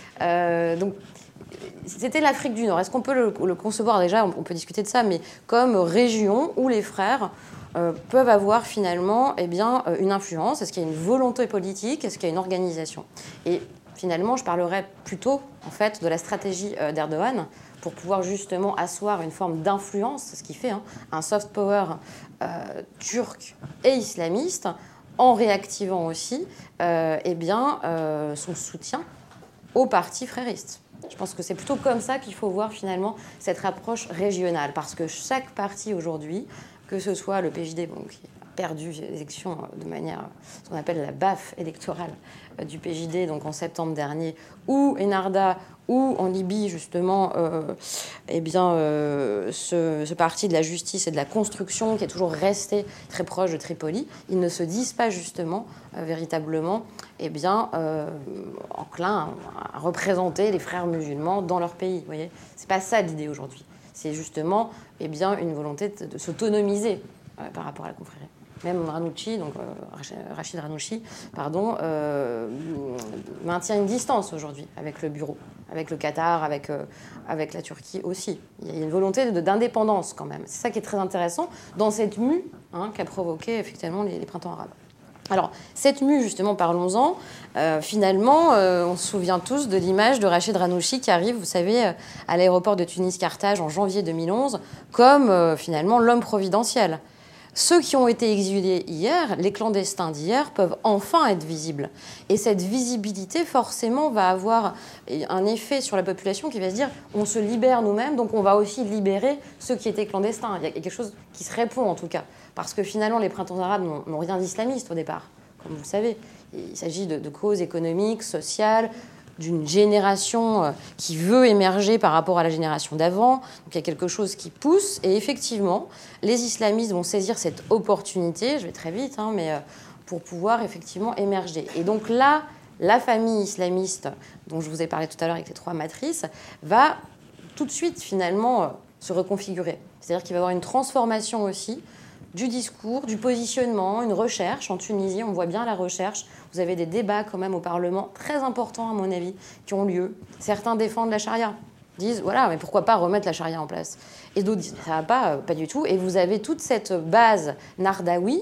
Euh, donc c'était l'Afrique du Nord. Est-ce qu'on peut le, le concevoir déjà, on peut discuter de ça, mais comme région où les frères euh, peuvent avoir finalement eh bien, une influence? Est-ce qu'il y a une volonté politique? Est-ce qu'il y a une organisation? Et finalement, je parlerai plutôt en fait, de la stratégie euh, d'Erdogan pour pouvoir justement asseoir une forme d'influence, c'est ce qu'il fait, hein, un soft power euh, turc et islamiste, en réactivant aussi euh, eh bien, euh, son soutien au parti frériste. Je pense que c'est plutôt comme ça qu'il faut voir finalement cette approche régionale, parce que chaque parti aujourd'hui, que ce soit le P J D, bon, qui a perdu les élections de manière, ce qu'on appelle la baffe électorale du P J D, donc en septembre dernier, ou Enarda, ou en Libye justement, euh, eh bien, euh, ce, ce parti de la justice et de la construction qui est toujours resté très proche de Tripoli, ils ne se disent pas justement euh, véritablement eh bien, euh, enclins à représenter les frères musulmans dans leur pays. Vous voyez, c'est pas ça l'idée aujourd'hui. C'est justement eh bien, une volonté de, de s'autonomiser euh, par rapport à la confrérie. Même Ranouchi, donc euh, Rachid Ranouchi, pardon, euh, maintient une distance aujourd'hui avec le bureau, avec le Qatar, avec, euh, avec la Turquie aussi. Il y a une volonté de, d'indépendance quand même. C'est ça qui est très intéressant dans cette mue hein, qu'a provoqué effectivement les, les printemps arabes. Alors, cette mue, justement, parlons-en. Euh, finalement, euh, on se souvient tous de l'image de Rachid Ranouchi qui arrive, vous savez, à l'aéroport de Tunis-Carthage en janvier deux mille onze, comme, euh, finalement, l'homme providentiel. Ceux qui ont été exilés hier, les clandestins d'hier, peuvent enfin être visibles. Et cette visibilité, forcément, va avoir un effet sur la population qui va se dire « on se libère nous-mêmes, donc on va aussi libérer ceux qui étaient clandestins ». Il y a quelque chose qui se répond, en tout cas. Parce que finalement, les printemps arabes n'ont, n'ont rien d'islamiste au départ, comme vous le savez. Il s'agit de, de causes économiques, sociales, d'une génération qui veut émerger par rapport à la génération d'avant. Donc il y a quelque chose qui pousse. Et effectivement, les islamistes vont saisir cette opportunité, je vais très vite, hein, mais pour pouvoir effectivement émerger. Et donc là, la famille islamiste, dont je vous ai parlé tout à l'heure avec les trois matrices, va tout de suite finalement se reconfigurer. C'est-à-dire qu'il va y avoir une transformation aussi du discours, du positionnement, une recherche. En Tunisie, on voit bien la recherche. Vous avez des débats quand même au Parlement très importants, à mon avis, qui ont lieu. Certains défendent la charia, disent, voilà, mais pourquoi pas remettre la charia en place? Et d'autres disent, ça va pas, pas du tout. Et vous avez toute cette base nardaoui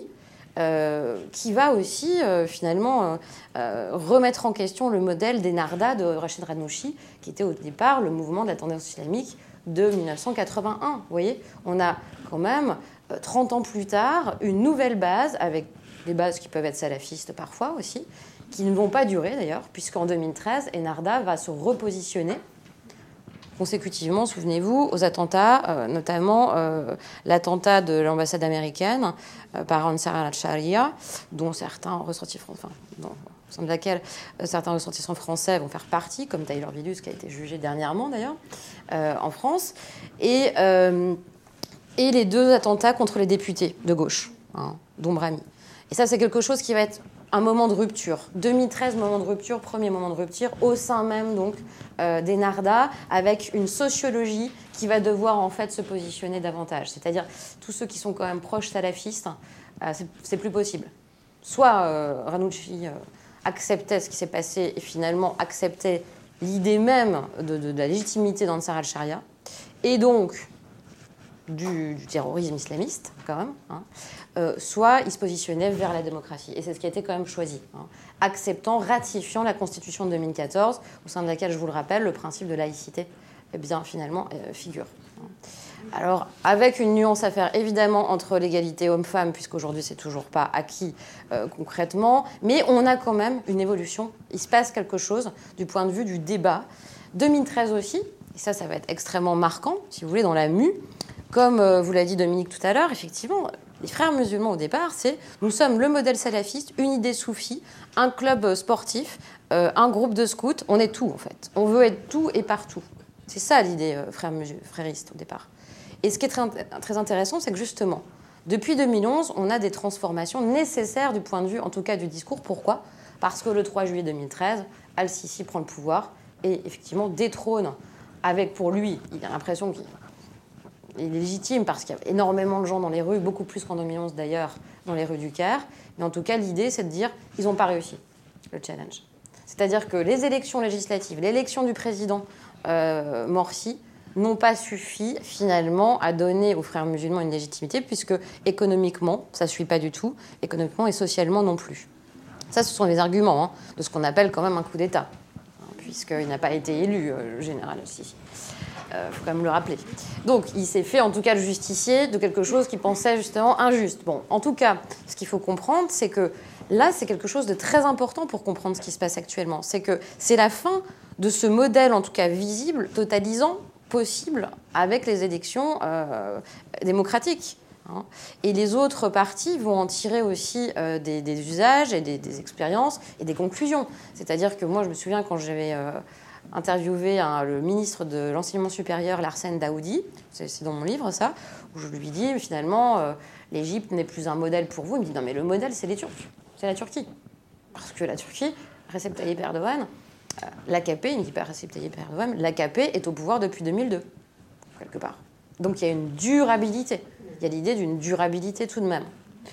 euh, qui va aussi, euh, finalement, euh, euh, remettre en question le modèle des Nardas de Rachid Ranouchi, qui était au départ le mouvement de la tendance islamique de mille neuf cent quatre-vingt-un. Vous voyez, on a quand même, trente ans plus tard, une nouvelle base, avec des bases qui peuvent être salafistes parfois aussi, qui ne vont pas durer d'ailleurs, puisqu'en deux mille treize, Ennahdha va se repositionner consécutivement, souvenez-vous, aux attentats, euh, notamment euh, l'attentat de l'ambassade américaine euh, par Ansar al-Sharia, dont certains ressortissants, enfin, dont, au sein de laquelle euh, certains ressortissants français vont faire partie, comme Tyler Villus, qui a été jugé dernièrement d'ailleurs, euh, en France, et, euh, et les deux attentats contre les députés de gauche, hein, dont Brahmi. Et ça, c'est quelque chose qui va être un moment de rupture. deux mille treize, moment de rupture, premier moment de rupture, au sein même donc euh, d'Ennahdha, avec une sociologie qui va devoir en fait se positionner davantage. C'est-à-dire tous ceux qui sont quand même proches salafistes, euh, c'est, c'est plus possible. Soit euh, Ranucci euh, acceptait ce qui s'est passé et finalement acceptait l'idée même de, de, de la légitimité d'Ansar al-Sharia, et donc du, du terrorisme islamiste quand même, hein, Euh, soit il se positionnait vers la démocratie. Et c'est ce qui a été quand même choisi, hein, acceptant, ratifiant la Constitution de deux mille quatorze, au sein de laquelle, je vous le rappelle, le principe de laïcité, eh bien, finalement, euh, figure. Alors, avec une nuance à faire, évidemment, entre l'égalité homme-femme, puisqu'aujourd'hui, c'est toujours pas acquis euh, concrètement, mais on a quand même une évolution. Il se passe quelque chose du point de vue du débat. deux mille treize aussi, et ça, ça va être extrêmement marquant, si vous voulez, dans la mue, comme euh, vous l'a dit Dominique tout à l'heure, effectivement, les frères musulmans, au départ, c'est « nous sommes le modèle salafiste, une idée soufie, un club sportif, euh, un groupe de scouts, on est tout, en fait. On veut être tout et partout. » C'est ça l'idée euh, frère, frériste, au départ. Et ce qui est très, très intéressant, c'est que justement, depuis deux mille onze, on a des transformations nécessaires du point de vue, en tout cas du discours. Pourquoi ? Parce que le trois juillet deux mille treize, Al-Sisi prend le pouvoir et effectivement détrône, avec pour lui, il a l'impression qu'il... Il est légitime parce qu'il y a énormément de gens dans les rues, beaucoup plus qu'en deux mille onze d'ailleurs, dans les rues du Caire. Mais en tout cas, l'idée, c'est de dire ils n'ont pas réussi le challenge. C'est-à-dire que les élections législatives, l'élection du président euh, Morsi n'ont pas suffi finalement à donner aux frères musulmans une légitimité, puisque économiquement, ça ne suit pas du tout, économiquement et socialement non plus. Ça, ce sont les arguments hein, de ce qu'on appelle quand même un coup d'État, hein, puisqu'il n'a pas été élu, euh, le général aussi. Il euh, faut quand même le rappeler. Donc, il s'est fait en tout cas le justicier de quelque chose qu'il pensait justement injuste. Bon, en tout cas, ce qu'il faut comprendre, c'est que là, c'est quelque chose de très important pour comprendre ce qui se passe actuellement. C'est que c'est la fin de ce modèle, en tout cas visible, totalisant, possible, avec les élections euh, démocratiques. Hein. Et les autres partis vont en tirer aussi euh, des, des usages et des, des expériences et des conclusions. C'est-à-dire que moi, je me souviens quand j'avais... Euh, interviewé hein, le ministre de l'enseignement supérieur, Larsen Daoudi, c'est, c'est dans mon livre ça, où je lui dis finalement euh, l'Égypte n'est plus un modèle pour vous. Il me dit non mais le modèle c'est les Turcs, c'est la Turquie. Parce que la Turquie, Recep Tayyip Erdogan, euh, l'A K P, il ne dit pas Recep Tayyip Erdogan, l'A K P est au pouvoir depuis deux mille deux, quelque part. Donc il y a une durabilité, il y a l'idée d'une durabilité tout de même.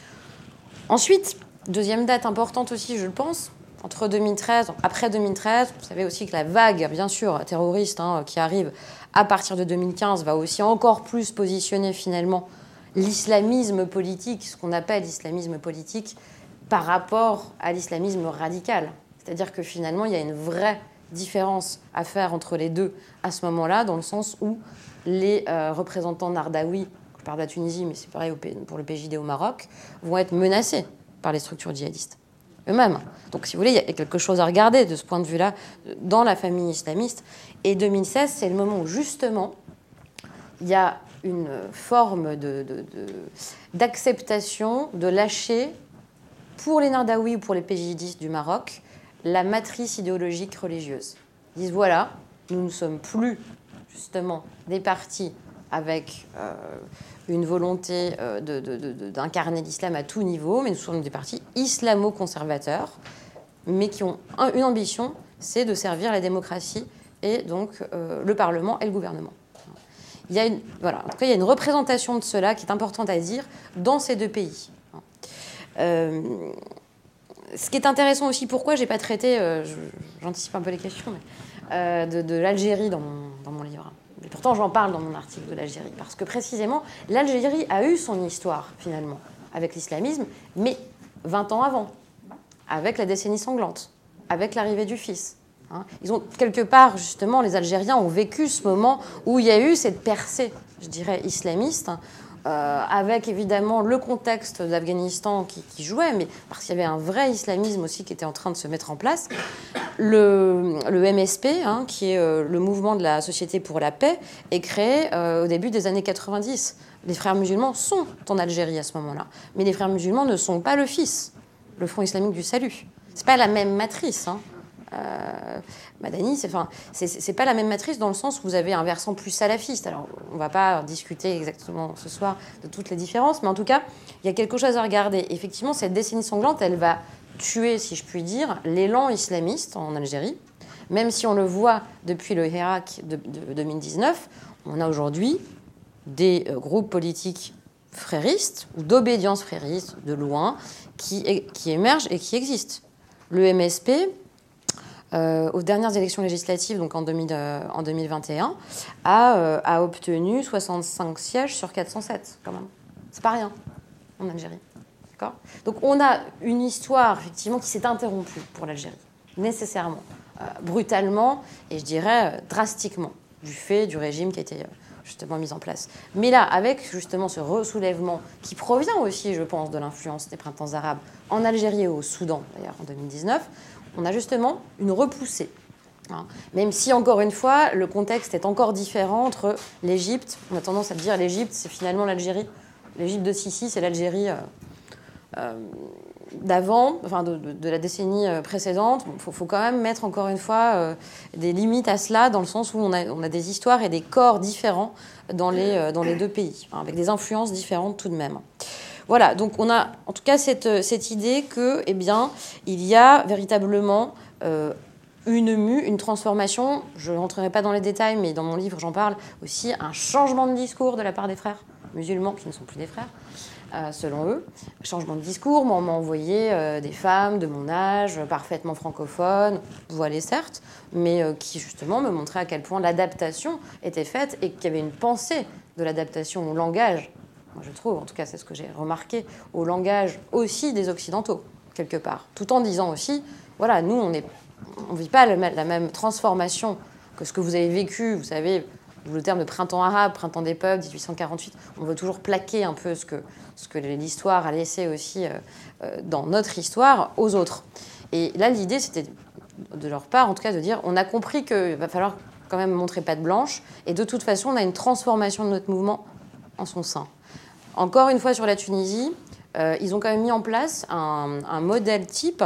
Ensuite, deuxième date importante aussi je le pense, entre deux mille treize, après deux mille treize, vous savez aussi que la vague, bien sûr, terroriste hein, qui arrive à partir de deux mille quinze va aussi encore plus positionner finalement l'islamisme politique, ce qu'on appelle l'islamisme politique, par rapport à l'islamisme radical. C'est-à-dire que finalement, il y a une vraie différence à faire entre les deux à ce moment-là, dans le sens où les euh, représentants nardaouis, je parle de la Tunisie, mais c'est pareil pour le P J D au Maroc, vont être menacés par les structures djihadistes eux-mêmes. Donc, si vous voulez, il y a quelque chose à regarder de ce point de vue-là dans la famille islamiste. Et deux mille seize, c'est le moment où, justement, il y a une forme de, de, de, d'acceptation, de lâcher, pour les Nardaouis ou pour les péjidistes du Maroc, la matrice idéologique religieuse. Ils disent, voilà, nous ne sommes plus, justement, des partis avec... Euh, une volonté euh, de, de, de, d'incarner l'islam à tout niveau, mais nous sommes des partis islamo-conservateurs, mais qui ont un, une ambition, c'est de servir la démocratie et donc euh, le Parlement et le gouvernement. Il y a une, voilà, en tout cas, il y a une représentation de cela qui est importante à dire dans ces deux pays. Euh, ce qui est intéressant aussi, pourquoi je n'ai pas traité, euh, j'anticipe un peu les questions, mais, euh, de, de l'Algérie dans mon, dans mon livre. Et pourtant, j'en parle dans mon article de l'Algérie, parce que précisément, l'Algérie a eu son histoire, finalement, avec l'islamisme, mais vingt ans avant, avec la décennie sanglante, avec l'arrivée du fils, Hein. Ils ont, quelque part, justement, les Algériens ont vécu ce moment où il y a eu cette percée, je dirais, islamiste, euh, avec évidemment le contexte d'Afghanistan qui, qui jouait, mais parce qu'il y avait un vrai islamisme aussi qui était en train de se mettre en place. Le, le M S P, hein, qui est euh, le mouvement de la Société pour la paix, est créé euh, au début des années quatre-vingt-dix. Les frères musulmans sont en Algérie à ce moment-là, mais les frères musulmans ne sont pas le fils, le Front islamique du salut. C'est pas la même matrice, hein. Euh, Madani, c'est, enfin, c'est, c'est pas la même matrice dans le sens où vous avez un versant plus salafiste. Alors, on ne va pas discuter exactement ce soir de toutes les différences, mais en tout cas, il y a quelque chose à regarder. Effectivement, cette décennie sanglante, elle va tuer, si je puis dire, l'élan islamiste en Algérie. Même si on le voit depuis le Hirak de, de deux mille dix-neuf, on a aujourd'hui des euh, groupes politiques fréristes ou d'obédience frériste, de loin, qui, qui émergent et qui existent. Le M S P, Euh, aux dernières élections législatives, donc en, deux mille, euh, en deux mille vingt et un, a, euh, a obtenu soixante-cinq sièges sur quatre cent sept, quand même. C'est pas rien, en Algérie. D'accord ? Donc on a une histoire, effectivement, qui s'est interrompue pour l'Algérie, nécessairement, euh, brutalement, et je dirais euh, drastiquement, du fait du régime qui a été euh, justement mis en place. Mais là, avec justement ce ressoulèvement, qui provient aussi, je pense, de l'influence des printemps arabes en Algérie et au Soudan, d'ailleurs, en deux mille dix-neuf, on a justement une repoussée. Hein. Même si, encore une fois, le contexte est encore différent entre l'Égypte. On a tendance à dire l'Égypte, c'est finalement l'Algérie. L'Égypte de Sisi, c'est l'Algérie euh, euh, d'avant, enfin de, de, de la décennie précédente. Il faut, faut quand même mettre, encore une fois, euh, des limites à cela, dans le sens où on a, on a des histoires et des corps différents dans les, euh, dans les deux pays, hein, avec des influences différentes tout de même. Voilà, donc on a en tout cas cette, cette idée que, eh bien, il y a véritablement euh, une mue, une transformation. Je ne rentrerai pas dans les détails, mais dans mon livre, j'en parle aussi, un changement de discours de la part des frères musulmans, qui ne sont plus des frères, euh, selon eux. Changement de discours, moi, on m'a envoyé euh, des femmes de mon âge, parfaitement francophones, voilées certes, mais euh, qui justement me montraient à quel point l'adaptation était faite et qu'il y avait une pensée de l'adaptation au langage. Je trouve, en tout cas c'est ce que j'ai remarqué, au langage aussi des Occidentaux, quelque part. Tout en disant aussi, voilà, nous, on ne on vit pas le, la même transformation que ce que vous avez vécu. Vous savez, le terme de printemps arabe, printemps des peuples, dix-huit cent quarante-huit, on veut toujours plaquer un peu ce que, ce que l'histoire a laissé aussi euh, euh, dans notre histoire aux autres. Et là, l'idée, c'était, de leur part, en tout cas, de dire, on a compris qu'il va falloir quand même montrer patte blanche, et de toute façon, on a une transformation de notre mouvement en son sein. Encore une fois, sur la Tunisie, euh, ils ont quand même mis en place un, un modèle type,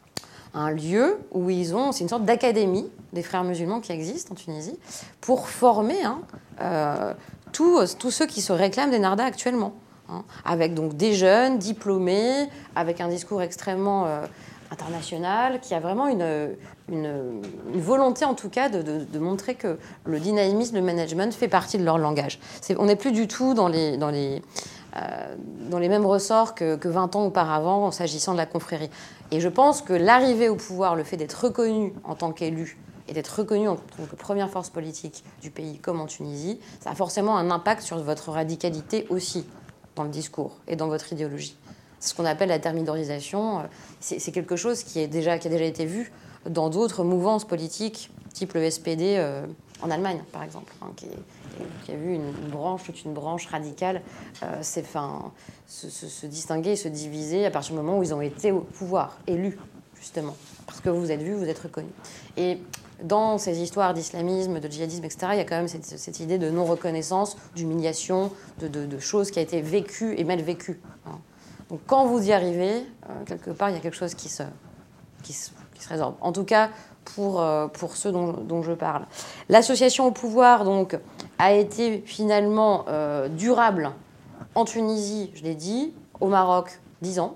un lieu où ils ont... C'est une sorte d'académie des frères musulmans qui existe en Tunisie, pour former hein, euh, tous, tous ceux qui se réclament des Nardas actuellement. Hein, avec donc des jeunes, diplômés, avec un discours extrêmement euh, international, qui a vraiment une, une, une volonté, en tout cas, de, de, de montrer que le dynamisme, le management fait partie de leur langage. C'est, on n'est plus du tout dans les... Dans les Euh, dans les mêmes ressorts que, que vingt ans auparavant, en s'agissant de la confrérie. Et je pense que l'arrivée au pouvoir, le fait d'être reconnu en tant qu'élu et d'être reconnu en tant que première force politique du pays, comme en Tunisie, ça a forcément un impact sur votre radicalité aussi, dans le discours et dans votre idéologie. C'est ce qu'on appelle la thermidorisation. C'est, c'est quelque chose qui, est déjà, qui a déjà été vu dans d'autres mouvances politiques, type le S P D euh, en Allemagne, par exemple, hein, qui est, qui a vu une, une branche, toute une branche radicale euh, c'est, fin, se, se, se distinguer, se diviser à partir du moment où ils ont été au pouvoir, élus, justement. Parce que vous êtes vus, vous êtes reconnus. Et dans ces histoires d'islamisme, de djihadisme, et cetera, il y a quand même cette, cette idée de non-reconnaissance, d'humiliation, de, de, de choses qui a été vécues et mal vécues. Hein. Donc quand vous y arrivez, euh, quelque part, il y a quelque chose qui se, qui se, qui se résorbe. En tout cas, pour, euh, pour ceux dont, dont je parle. L'association au pouvoir, donc, a été finalement euh, durable en Tunisie, je l'ai dit, au Maroc, dix ans,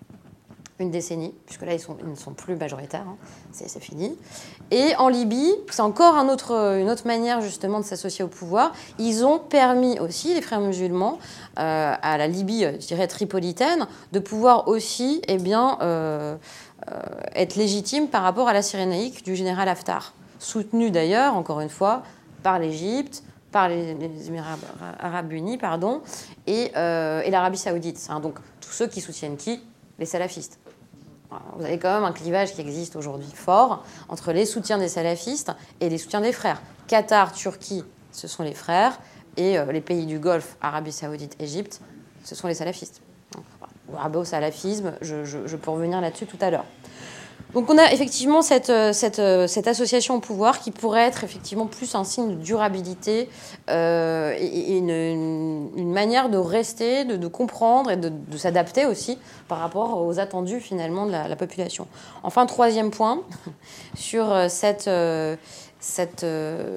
une décennie, puisque là, ils, sont, ils ne sont plus majoritaires, hein, c'est, c'est fini. Et en Libye, c'est encore un autre, une autre manière, justement, de s'associer au pouvoir. Ils ont permis aussi, les frères musulmans, euh, à la Libye, je dirais, tripolitaine, de pouvoir aussi, eh bien, euh, euh, être légitime par rapport à la Cyrénaïque du général Haftar, soutenu d'ailleurs, encore une fois, par l'Égypte, par les, les Émirats arabes unis, pardon, et, euh, et l'Arabie saoudite. Hein, donc, tous ceux qui soutiennent qui ? Les salafistes. Vous avez quand même un clivage qui existe aujourd'hui fort entre les soutiens des salafistes et les soutiens des frères. Qatar, Turquie, ce sont les frères, et euh, les pays du Golfe, Arabie Saoudite, Égypte, ce sont les salafistes. Ou arabo-salafisme, je, je, je peux revenir là-dessus tout à l'heure. Donc on a effectivement cette, cette, cette association au pouvoir qui pourrait être effectivement plus un signe de durabilité euh, et, et une, une, une manière de rester, de, de comprendre et de, de s'adapter aussi par rapport aux attendus finalement de la, la population. Enfin, troisième point, sur cette, cette,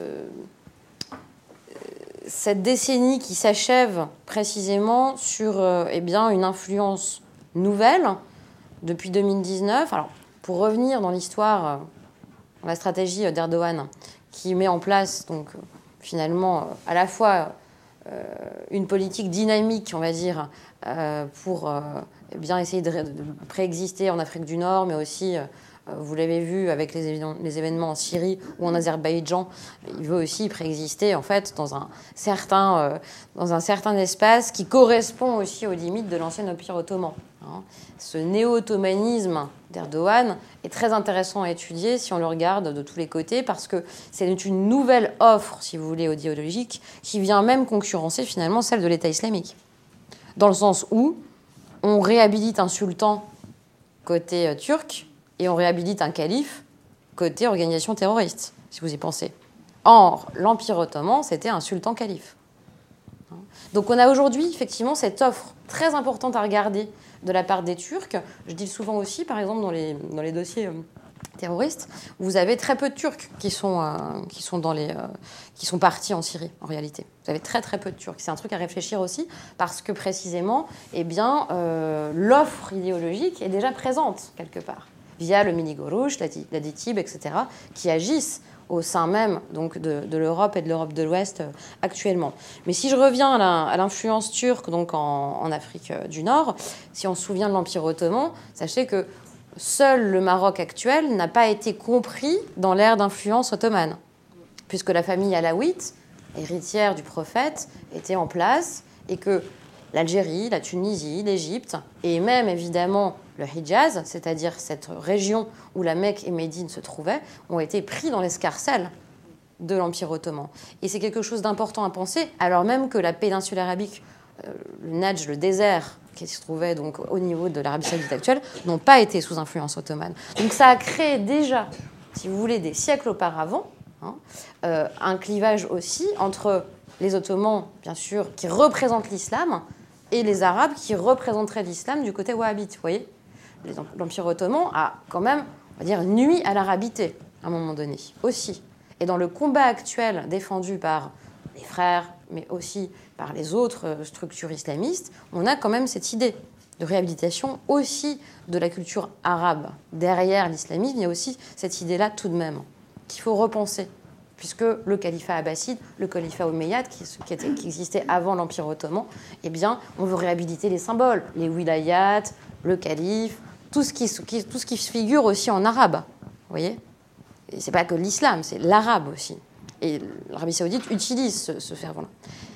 cette décennie qui s'achève précisément sur eh bien, une influence nouvelle depuis deux mille dix-neuf. Alors, pour revenir dans l'histoire, dans la stratégie d'Erdogan, qui met en place donc finalement à la fois euh, une politique dynamique, on va dire, euh, pour euh, eh bien essayer de, de préexister en Afrique du Nord, mais aussi, euh, vous l'avez vu avec les, événements, les événements en Syrie ou en Azerbaïdjan, il veut aussi préexister en fait dans un certain, euh, dans un certain espace qui correspond aussi aux limites de l'ancien empire ottoman. Hein. Ce néo-ottomanisme d'Erdogan est très intéressant à étudier si on le regarde de tous les côtés, parce que c'est une nouvelle offre, si vous voulez, idéologique, qui vient même concurrencer finalement celle de l'État islamique. Dans le sens où on réhabilite un sultan côté euh, turc et on réhabilite un calife côté organisation terroriste, si vous y pensez. Or, l'Empire ottoman, c'était un sultan-calife. Donc on a aujourd'hui effectivement cette offre très importante à regarder de la part des Turcs. Je dis souvent aussi, par exemple, dans les, dans les dossiers euh, terroristes, vous avez très peu de Turcs qui sont, euh, qui, sont dans les, euh, qui sont partis en Syrie, en réalité. Vous avez très très peu de Turcs. C'est un truc à réfléchir aussi, parce que précisément, eh bien, euh, l'offre idéologique est déjà présente quelque part, via le Mini-Gorouch, la, la Ditib, et cetera, qui agissent au sein même donc, de, de l'Europe et de l'Europe de l'Ouest euh, actuellement. Mais si je reviens à, la, à l'influence turque donc en, en Afrique euh, du Nord, si on se souvient de l'Empire ottoman, sachez que seul le Maroc actuel n'a pas été compris dans l'ère d'influence ottomane, puisque la famille alaouite, héritière du prophète, était en place, et que l'Algérie, la Tunisie, l'Égypte, et même évidemment le Hijaz, c'est-à-dire cette région où la Mecque et Médine se trouvaient, ont été pris dans l'escarcelle de l'Empire ottoman. Et c'est quelque chose d'important à penser, alors même que la péninsule arabique, euh, le Nadj, le désert, qui se trouvait donc au niveau de l'Arabie saoudite actuelle, n'ont pas été sous influence ottomane. Donc ça a créé déjà, si vous voulez, des siècles auparavant, hein, euh, un clivage aussi entre les Ottomans, bien sûr, qui représentent l'islam, et les Arabes qui représenteraient l'islam du côté wahhabite. Vous voyez, l'Empire ottoman a quand même, on va dire, nui à l'arabité à un moment donné aussi. Et dans le combat actuel défendu par les frères, mais aussi par les autres structures islamistes, on a quand même cette idée de réhabilitation aussi de la culture arabe. Derrière l'islamisme, il y a aussi cette idée-là tout de même qu'il faut repenser, puisque le califat abbasside, le califat omeyyade, qui, qui, était, qui existait avant l'Empire ottoman, eh bien, on veut réhabiliter les symboles, les wilayats, le calife, tout ce qui, qui, tout ce qui figure aussi en arabe. Vous voyez ? Et c'est pas que l'islam, c'est l'arabe aussi. Et l'Arabie saoudite utilise ce, ce fervent-là.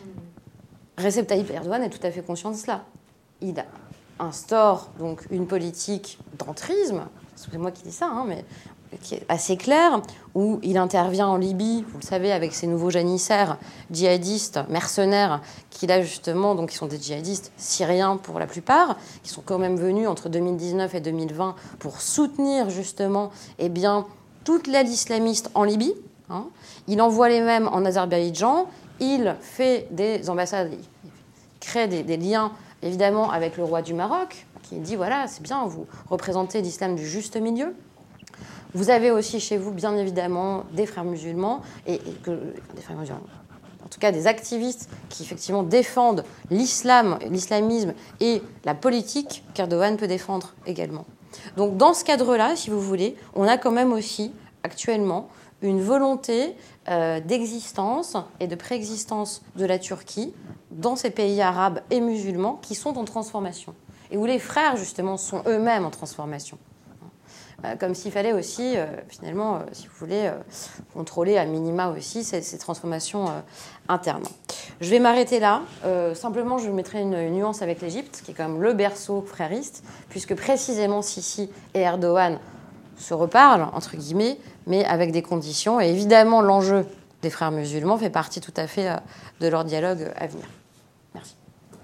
Recep Tayyip Erdogan est tout à fait conscient de cela. Il instaure donc une politique d'entrisme, c'est moi qui dis ça, hein, mais qui est assez clair, où il intervient en Libye, vous le savez, avec ses nouveaux janissaires djihadistes, mercenaires, qu'il a justement, donc qui sont des djihadistes syriens pour la plupart, qui sont quand même venus entre deux mille dix-neuf et deux mille vingt pour soutenir justement eh bien, toute l'aile islamiste en Libye. Hein. Il envoie les mêmes en Azerbaïdjan, il fait des ambassades, il crée des, des liens évidemment avec le roi du Maroc, qui dit voilà, c'est bien, vous représentez l'islam du juste milieu. Vous avez aussi chez vous, bien évidemment, des frères musulmans, et, et que, des frères musulmans, en tout cas des activistes qui effectivement défendent l'islam, l'islamisme et la politique qu'Erdogan peut défendre également. Donc dans ce cadre-là, si vous voulez, on a quand même aussi actuellement une volonté euh, d'existence et de préexistence de la Turquie dans ces pays arabes et musulmans qui sont en transformation, et où les frères justement sont eux-mêmes en transformation. Euh, comme s'il fallait aussi, euh, finalement, euh, si vous voulez, euh, contrôler à minima aussi ces, ces transformations euh, internes. Je vais m'arrêter là. Euh, simplement, je mettrai une, une nuance avec l'Égypte, qui est quand même le berceau frériste, puisque précisément Sisi et Erdogan se reparlent, entre guillemets, mais avec des conditions. Et évidemment, l'enjeu des frères musulmans fait partie tout à fait euh, de leur dialogue à venir. Merci.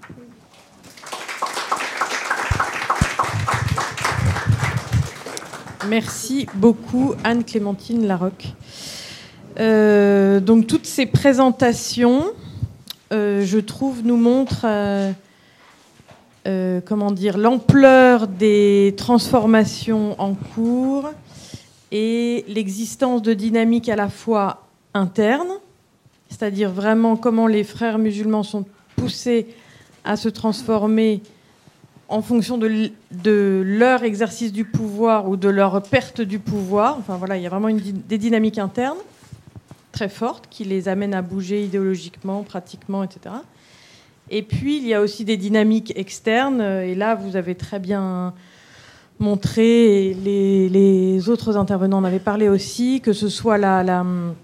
Merci beaucoup, Anne-Clémentine Larocque. Euh, donc, toutes ces présentations, euh, je trouve, nous montrent euh, euh, comment dire, l'ampleur des transformations en cours et l'existence de dynamiques à la fois internes, c'est-à-dire vraiment comment les frères musulmans sont poussés à se transformer en fonction de, de leur exercice du pouvoir ou de leur perte du pouvoir. Enfin voilà, il y a vraiment une, des dynamiques internes très fortes qui les amènent à bouger idéologiquement, pratiquement, et cetera. Et puis, il y a aussi des dynamiques externes. Et là, vous avez très bien montré, et les, les autres intervenants en avaient parlé aussi, que ce soit la, la,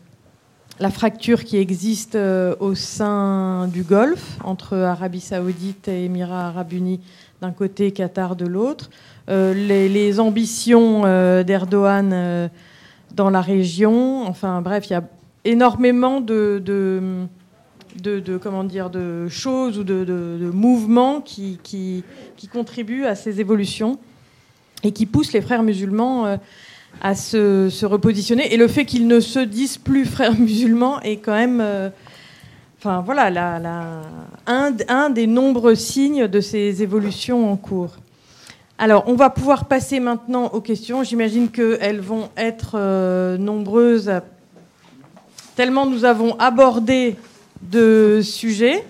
la fracture qui existe au sein du Golfe, entre Arabie Saoudite et Émirats Arabes Unis d'un côté, Qatar de l'autre, euh, les, les ambitions euh, d'Erdogan euh, dans la région. Enfin bref, il y a énormément de, de, de, de, comment dire, de choses ou de, de, de mouvements qui, qui, qui contribuent à ces évolutions et qui poussent les frères musulmans euh, à se, se repositionner. Et le fait qu'ils ne se disent plus frères musulmans est quand même... Euh, Enfin, voilà, la, la, un, un des nombreux signes de ces évolutions en cours. Alors, on va pouvoir passer maintenant aux questions. J'imagine qu'elles vont être euh, nombreuses, tellement nous avons abordé de sujets.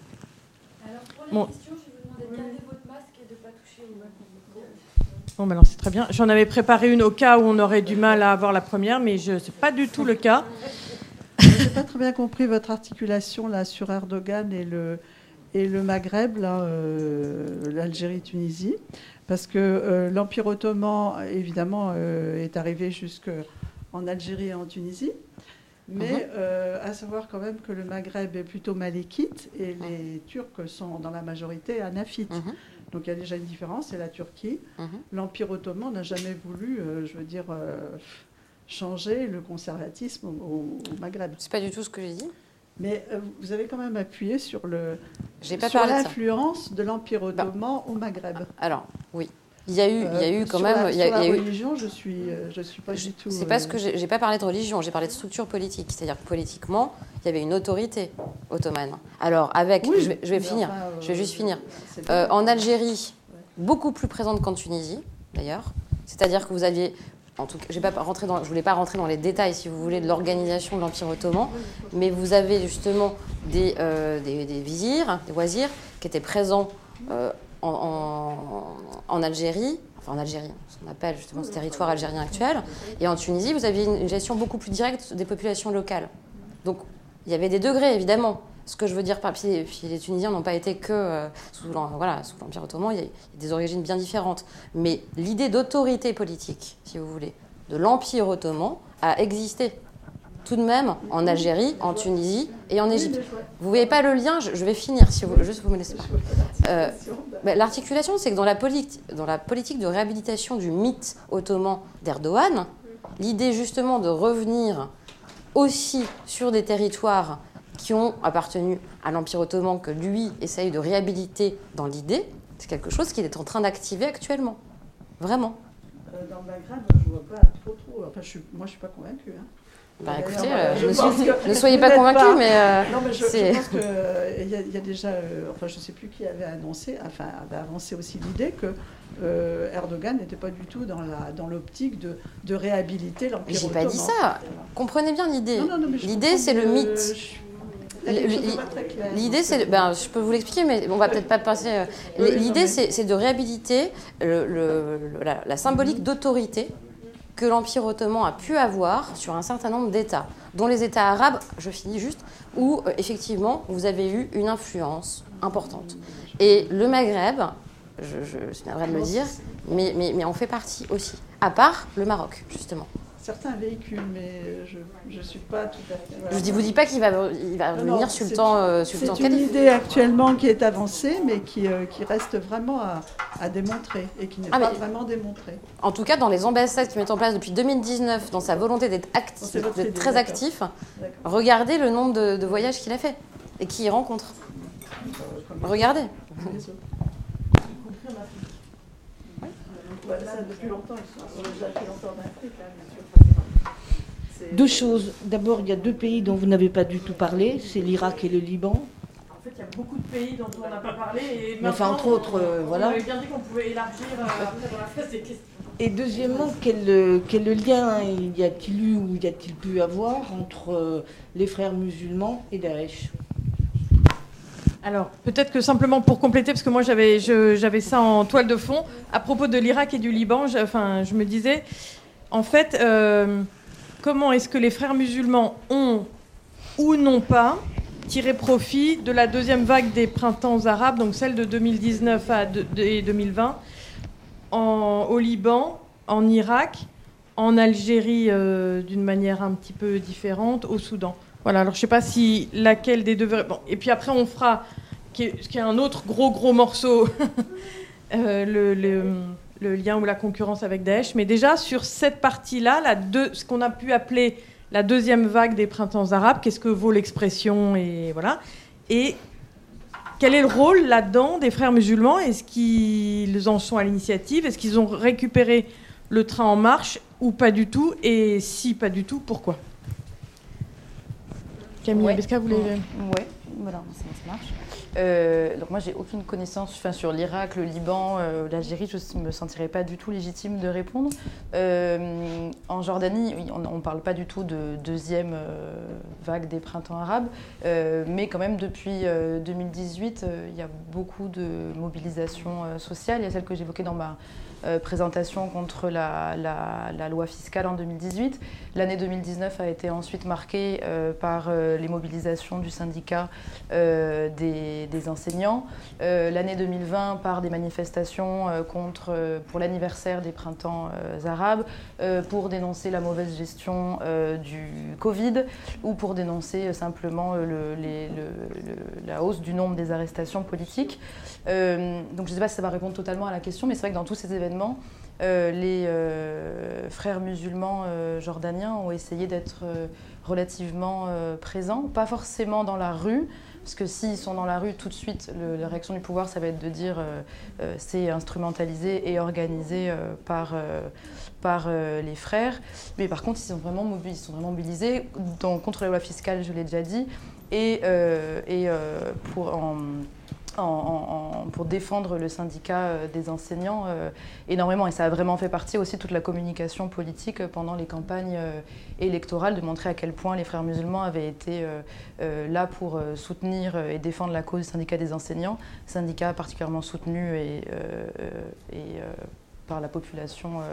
Alors, pour les bon. questions, je vais vous demander de garder votre masque et de ne pas toucher au micro. Bon, ben alors, c'est très bien. J'en avais préparé une au cas où on aurait du mal à avoir la première, mais ce n'est pas du tout le cas. Je n'ai pas très bien compris votre articulation là, sur Erdogan et le, et le Maghreb, là, euh, l'Algérie-Tunisie, parce que euh, l'Empire ottoman, évidemment, euh, est arrivé jusqu'en Algérie et en Tunisie, mais uh-huh. euh, à savoir quand même que le Maghreb est plutôt malékite et uh-huh. les Turcs sont dans la majorité hanafites. Uh-huh. Donc il y a déjà une différence, c'est la Turquie. Uh-huh. L'Empire ottoman n'a jamais voulu, euh, je veux dire... Euh, changer le conservatisme au, au Maghreb. C'est pas du tout ce que j'ai dit. Mais euh, vous avez quand même appuyé sur, le, j'ai pas sur parlé l'influence de, de l'Empire ottoman bah. au Maghreb. Alors, oui. Il y a eu, euh, il y a eu quand sur même... La, il y a, sur la il y a religion, eu, je suis, euh, je suis pas je, du tout... C'est euh, pas ce que j'ai... J'ai pas parlé de religion, j'ai parlé de structure politique. C'est-à-dire que politiquement, il y avait une autorité ottomane. Alors, avec... Oui, je vais, je vais finir. Enfin, euh, je vais juste finir. Euh, en Algérie, ouais. beaucoup plus présente qu'en Tunisie, d'ailleurs. C'est-à-dire que vous aviez... En tout cas, je ne voulais pas rentrer dans les détails, si vous voulez, de l'organisation de l'Empire ottoman, mais vous avez justement des, euh, des, des vizirs, des wazirs, qui étaient présents euh, en, en, en Algérie, enfin en Algérie, ce qu'on appelle justement ce territoire algérien actuel, et en Tunisie, vous aviez une gestion beaucoup plus directe des populations locales. Donc, il y avait des degrés, évidemment. Ce que je veux dire, puis les Tunisiens n'ont pas été que euh, sous, voilà, sous l'Empire ottoman, il y a des origines bien différentes. Mais l'idée d'autorité politique, si vous voulez, de l'Empire ottoman a existé tout de même en Algérie, en Tunisie et en Égypte. Vous ne voyez pas le lien, je, je vais finir, si vous, juste vous me laissez pas. Euh, ben, l'articulation, c'est que dans la, politi- dans la politique de réhabilitation du mythe ottoman d'Erdogan, l'idée justement de revenir aussi sur des territoires qui ont appartenu à l'Empire ottoman, que lui essaye de réhabiliter dans l'idée, c'est quelque chose qu'il est en train d'activer actuellement. Vraiment. Euh, dans le Maghreb, je ne vois pas trop trop. Enfin, je suis, moi, je ne suis pas convaincue. Hein. Bah, écoutez, euh, je suis, que, ne soyez pas convaincus, pas. mais... Euh, non, mais je, je pense qu'il euh, y, y a déjà... Euh, enfin, je ne sais plus qui avait annoncé, enfin, avait avancé aussi l'idée que euh, Erdogan n'était pas du tout dans, la, dans l'optique de, de réhabiliter l'Empire ottoman. J'ai pas dit ça. Voilà. Comprenez bien l'idée. Non, non, non, l'idée, c'est le mythe. L'idée, c'est, ben, je peux vous l'expliquer, mais on va peut-être pas passer. Euh, oui, l'idée, c'est, c'est de réhabiliter le, le, la, la symbolique d'autorité que l'Empire ottoman a pu avoir sur un certain nombre d'États, dont les États arabes, je finis juste, où euh, effectivement vous avez eu une influence importante. Et le Maghreb je, je, je viendrai de le dire, mais, mais, mais on fait partie aussi, à part le Maroc, justement. Certains véhicules, mais je ne suis pas tout à fait... Voilà. Je ne vous dis pas qu'il va, il va non, venir non, sur le temps euh, sur le temps C'est une idée actuellement qui est avancée, mais qui, euh, qui reste vraiment à, à démontrer, et qui n'est ah, pas vraiment démontrée. En tout cas, dans les ambassades qui mettent en place depuis deux mille dix-neuf, dans sa volonté d'être actif, d'être idée, très d'accord. actif, regardez le nombre de, de voyages qu'il a fait et qui il rencontre. Regardez. Depuis longtemps, ils sont déjà depuis longtemps en Afrique, là, bien sûr. Deux choses. D'abord, il y a deux pays dont vous n'avez pas du tout parlé, c'est l'Irak et le Liban. En fait, il y a beaucoup de pays dont on n'a pas parlé. Et Mais enfin, entre autres, euh, on, voilà. On avait bien dit qu'on pouvait élargir euh, après dans la phase des questions. Et deuxièmement, quel, quel lien y a-t-il eu ou y a-t-il pu avoir entre euh, les frères musulmans et Daesh ? Alors, peut-être que simplement pour compléter, parce que moi j'avais, je, j'avais ça en toile de fond, à propos de l'Irak et du Liban, je, enfin, je me disais, en fait, euh, comment est-ce que les frères musulmans ont ou n'ont pas tiré profit de la deuxième vague des printemps arabes, donc celle de deux mille dix-neuf à de, de, et deux mille vingt, en, au Liban, en Irak, en Algérie euh, d'une manière un petit peu différente, au Soudan. Voilà, alors je ne sais pas si laquelle des deux... Bon, et puis après, on fera, qui est, qui est un autre gros, gros morceau, euh, le, le, le lien ou la concurrence avec Daesh. Mais déjà, sur cette partie-là, la deux, ce qu'on a pu appeler la deuxième vague des printemps arabes, qu'est-ce que vaut l'expression et voilà. Et quel est le rôle là-dedans des frères musulmans ? Est-ce qu'ils en sont à l'initiative ? Est-ce qu'ils ont récupéré le train en marche ou pas du tout ? Et si pas du tout, pourquoi ? Camille ouais. Abesca, vous voulez... Oui, voilà, ça, ça marche. Euh, donc moi, j'ai aucune connaissance enfin, sur l'Irak, le Liban, euh, l'Algérie. Je ne me sentirais pas du tout légitime de répondre. Euh, en Jordanie, on ne parle pas du tout de deuxième euh, vague des printemps arabes, euh, mais quand même depuis euh, deux mille dix-huit, euh, il y a beaucoup de mobilisation euh, sociale. Il y a celle que j'évoquais dans ma Euh, présentation contre la, la, la loi fiscale en deux mille dix-huit. L'année deux mille dix-neuf a été ensuite marquée euh, par euh, les mobilisations du syndicat euh, des, des enseignants. Euh, L'année deux mille vingt par des manifestations euh, contre, euh, pour l'anniversaire des printemps euh, arabes, euh, pour dénoncer la mauvaise gestion euh, du Covid ou pour dénoncer euh, simplement euh, le, les, le, le, la hausse du nombre des arrestations politiques. Euh, donc je ne sais pas si ça va répondre totalement à la question, mais c'est vrai que dans tous ces événements, Euh, les euh, frères musulmans euh, jordaniens ont essayé d'être euh, relativement euh, présents, pas forcément dans la rue, parce que s'ils sont dans la rue, tout de suite, le, la réaction du pouvoir, ça va être de dire euh, euh, c'est instrumentalisé et organisé euh, par, euh, par euh, les frères. Mais par contre, ils sont vraiment, mobilisés, ils sont vraiment mobilisés dans, contre la loi fiscale, je l'ai déjà dit, et, euh, et euh, pour... En, En, en, pour défendre le syndicat des enseignants euh, énormément. Et ça a vraiment fait partie aussi de toute la communication politique pendant les campagnes euh, électorales, de montrer à quel point les frères musulmans avaient été euh, euh, là pour euh, soutenir et défendre la cause du syndicat des enseignants, syndicat particulièrement soutenu et, euh, et euh, par la population euh,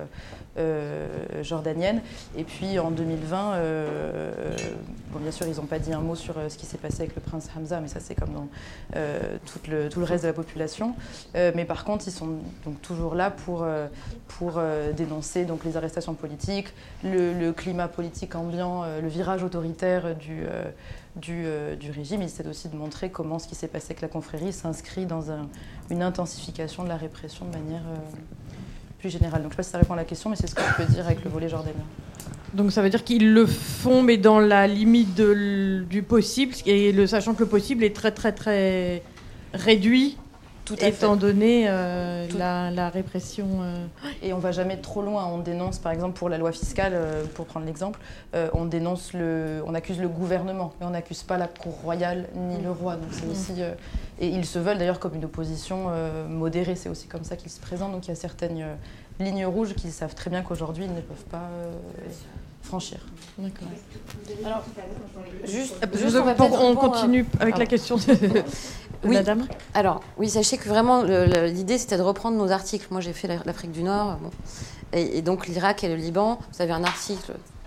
euh, jordanienne. Et puis en deux mille vingt, euh, bon, bien sûr, ils n'ont pas dit un mot sur euh, ce qui s'est passé avec le prince Hamza, mais ça c'est comme dans euh, tout, le, tout le reste de la population. Euh, mais par contre, ils sont donc toujours là pour, euh, pour euh, dénoncer donc, les arrestations politiques, le, le climat politique ambiant, euh, le virage autoritaire du... Euh, Du, euh, du régime. Il essaie aussi de montrer comment ce qui s'est passé avec la confrérie s'inscrit dans un, une intensification de la répression de manière euh, plus générale. Donc je ne sais pas si ça répond à la question, mais c'est ce que je peux dire avec le volet jordanien. Donc ça veut dire qu'ils le font, mais dans la limite de, du possible, et le, sachant que le possible est très très très réduit, Tout à étant fait. donné euh, la, la répression. Euh... Et on ne va jamais trop loin. On dénonce, par exemple, pour la loi fiscale, euh, pour prendre l'exemple, euh, on dénonce le, on accuse le gouvernement, mais on n'accuse pas la cour royale ni le roi. Donc c'est aussi, euh, et ils se veulent d'ailleurs comme une opposition euh, modérée. C'est aussi comme ça qu'ils se présentent. Donc il y a certaines euh, lignes rouges qu'ils savent très bien qu'aujourd'hui ils ne peuvent pas euh, franchir. D'accord. Alors, juste, Juste juste on, va pour, on pour, continue euh, avec pardon. la question de, de Oui. la dame. Alors, oui, sachez que vraiment, le, le, l'idée, c'était de reprendre nos articles. Moi, j'ai fait l'Afrique du Nord, bon. et, et donc l'Irak et le Liban. Vous avez un article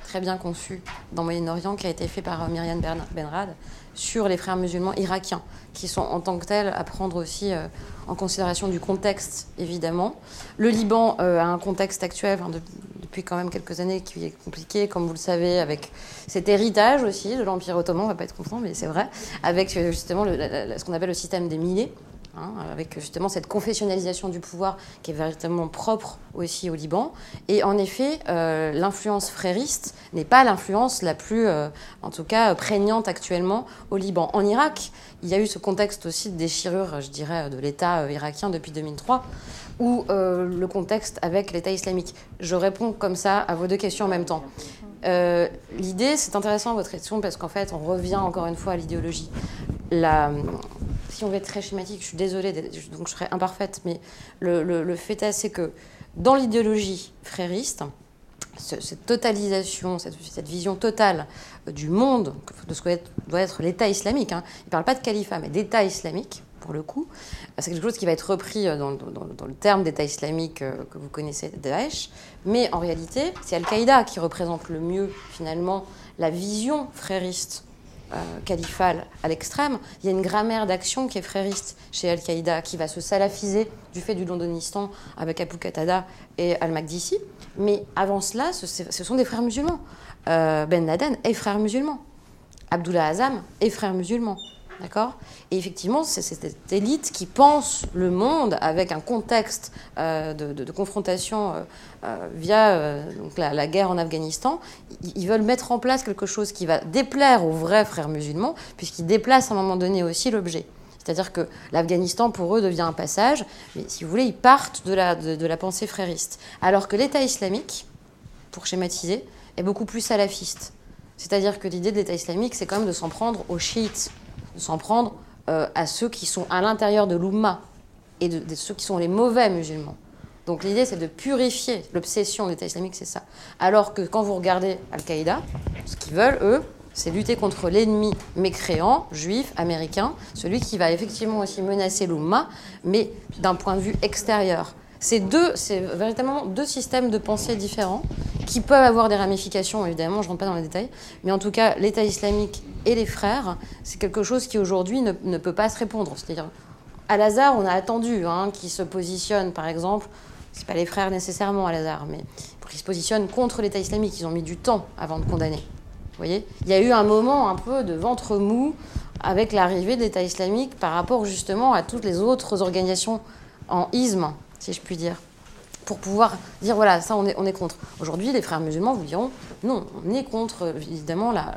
très bien conçu dans Moyen-Orient qui a été fait par Myriam Benrad sur les frères musulmans irakiens, qui sont en tant que tels à prendre aussi euh, en considération du contexte, évidemment. Le Liban euh, a un contexte actuel, enfin, de, depuis quand même quelques années, qui est compliqué, comme vous le savez, avec cet héritage aussi de l'Empire ottoman, on ne va pas être content, mais c'est vrai, avec justement le, la, la, ce qu'on appelle le système des millets, hein, avec justement cette confessionnalisation du pouvoir qui est véritablement propre aussi au Liban. Et en effet, euh, l'influence frériste n'est pas l'influence la plus, euh, en tout cas, prégnante actuellement au Liban. En Irak, il y a eu ce contexte aussi de déchirure, je dirais, de l'État irakien depuis deux mille trois, ou euh, le contexte avec l'État islamique. Je réponds comme ça à vos deux questions en même temps. Euh, l'idée, c'est intéressant votre question, parce qu'en fait, on revient encore une fois à l'idéologie. La... Si on veut être très schématique, je suis désolée, donc je serai imparfaite, mais le, le, le fait est, c'est que dans l'idéologie frériste, ce, cette totalisation, cette, cette vision totale du monde, de ce que doit être l'État islamique, hein, il ne parle pas de califat, mais d'État islamique, pour le coup, c'est quelque chose qui va être repris dans, dans, dans le terme d'État islamique que vous connaissez, Daesh, mais en réalité, c'est Al-Qaïda qui représente le mieux, finalement, la vision frériste Euh, califale à l'extrême. Il y a une grammaire d'action qui est frériste chez Al-Qaïda, qui va se salafiser du fait du londonistan avec Abu Qatada et Al-Makdisi. Mais avant cela, ce, ce sont des frères musulmans. Euh, Ben Laden est frère musulman. Abdullah Azzam est frère musulman. D'accord ? Et effectivement, c'est cette élite qui pense le monde avec un contexte euh, de, de, de confrontation euh, euh, via euh, donc la, la guerre en Afghanistan. Ils, ils veulent mettre en place quelque chose qui va déplaire aux vrais frères musulmans, puisqu'ils déplacent à un moment donné aussi l'objet. C'est-à-dire que l'Afghanistan, pour eux, devient un passage, mais si vous voulez, ils partent de la, de, de la pensée frériste. Alors que l'État islamique, pour schématiser, est beaucoup plus salafiste. C'est-à-dire que l'idée de l'État islamique, c'est quand même de s'en prendre aux chiites, de s'en prendre euh, à ceux qui sont à l'intérieur de l'Oumma et de, de ceux qui sont les mauvais musulmans. Donc l'idée, c'est de purifier. L'obsession de l'État islamique, c'est ça. Alors que quand vous regardez Al-Qaïda, ce qu'ils veulent, eux, c'est lutter contre l'ennemi mécréant, juif, américain, celui qui va effectivement aussi menacer l'Oumma, mais d'un point de vue extérieur. C'est deux, c'est véritablement deux systèmes de pensée différents qui peuvent avoir des ramifications, évidemment, je ne rentre pas dans les détails, mais en tout cas, l'État islamique et les frères, c'est quelque chose qui aujourd'hui ne, ne peut pas se répondre. C'est-à-dire, Al-Azhar, on a attendu hein, qu'ils se positionnent, par exemple, c'est pas les frères nécessairement Al-Azhar, mais pour qu'ils se positionnent contre l'État islamique, ils ont mis du temps avant de condamner. Vous voyez ? Il y a eu un moment un peu de ventre mou avec l'arrivée de l'État islamique par rapport justement à toutes les autres organisations en isme, si je puis dire, pour pouvoir dire, voilà, ça, on est, on est contre. Aujourd'hui, les frères musulmans vous diront, non, on est contre, évidemment, la,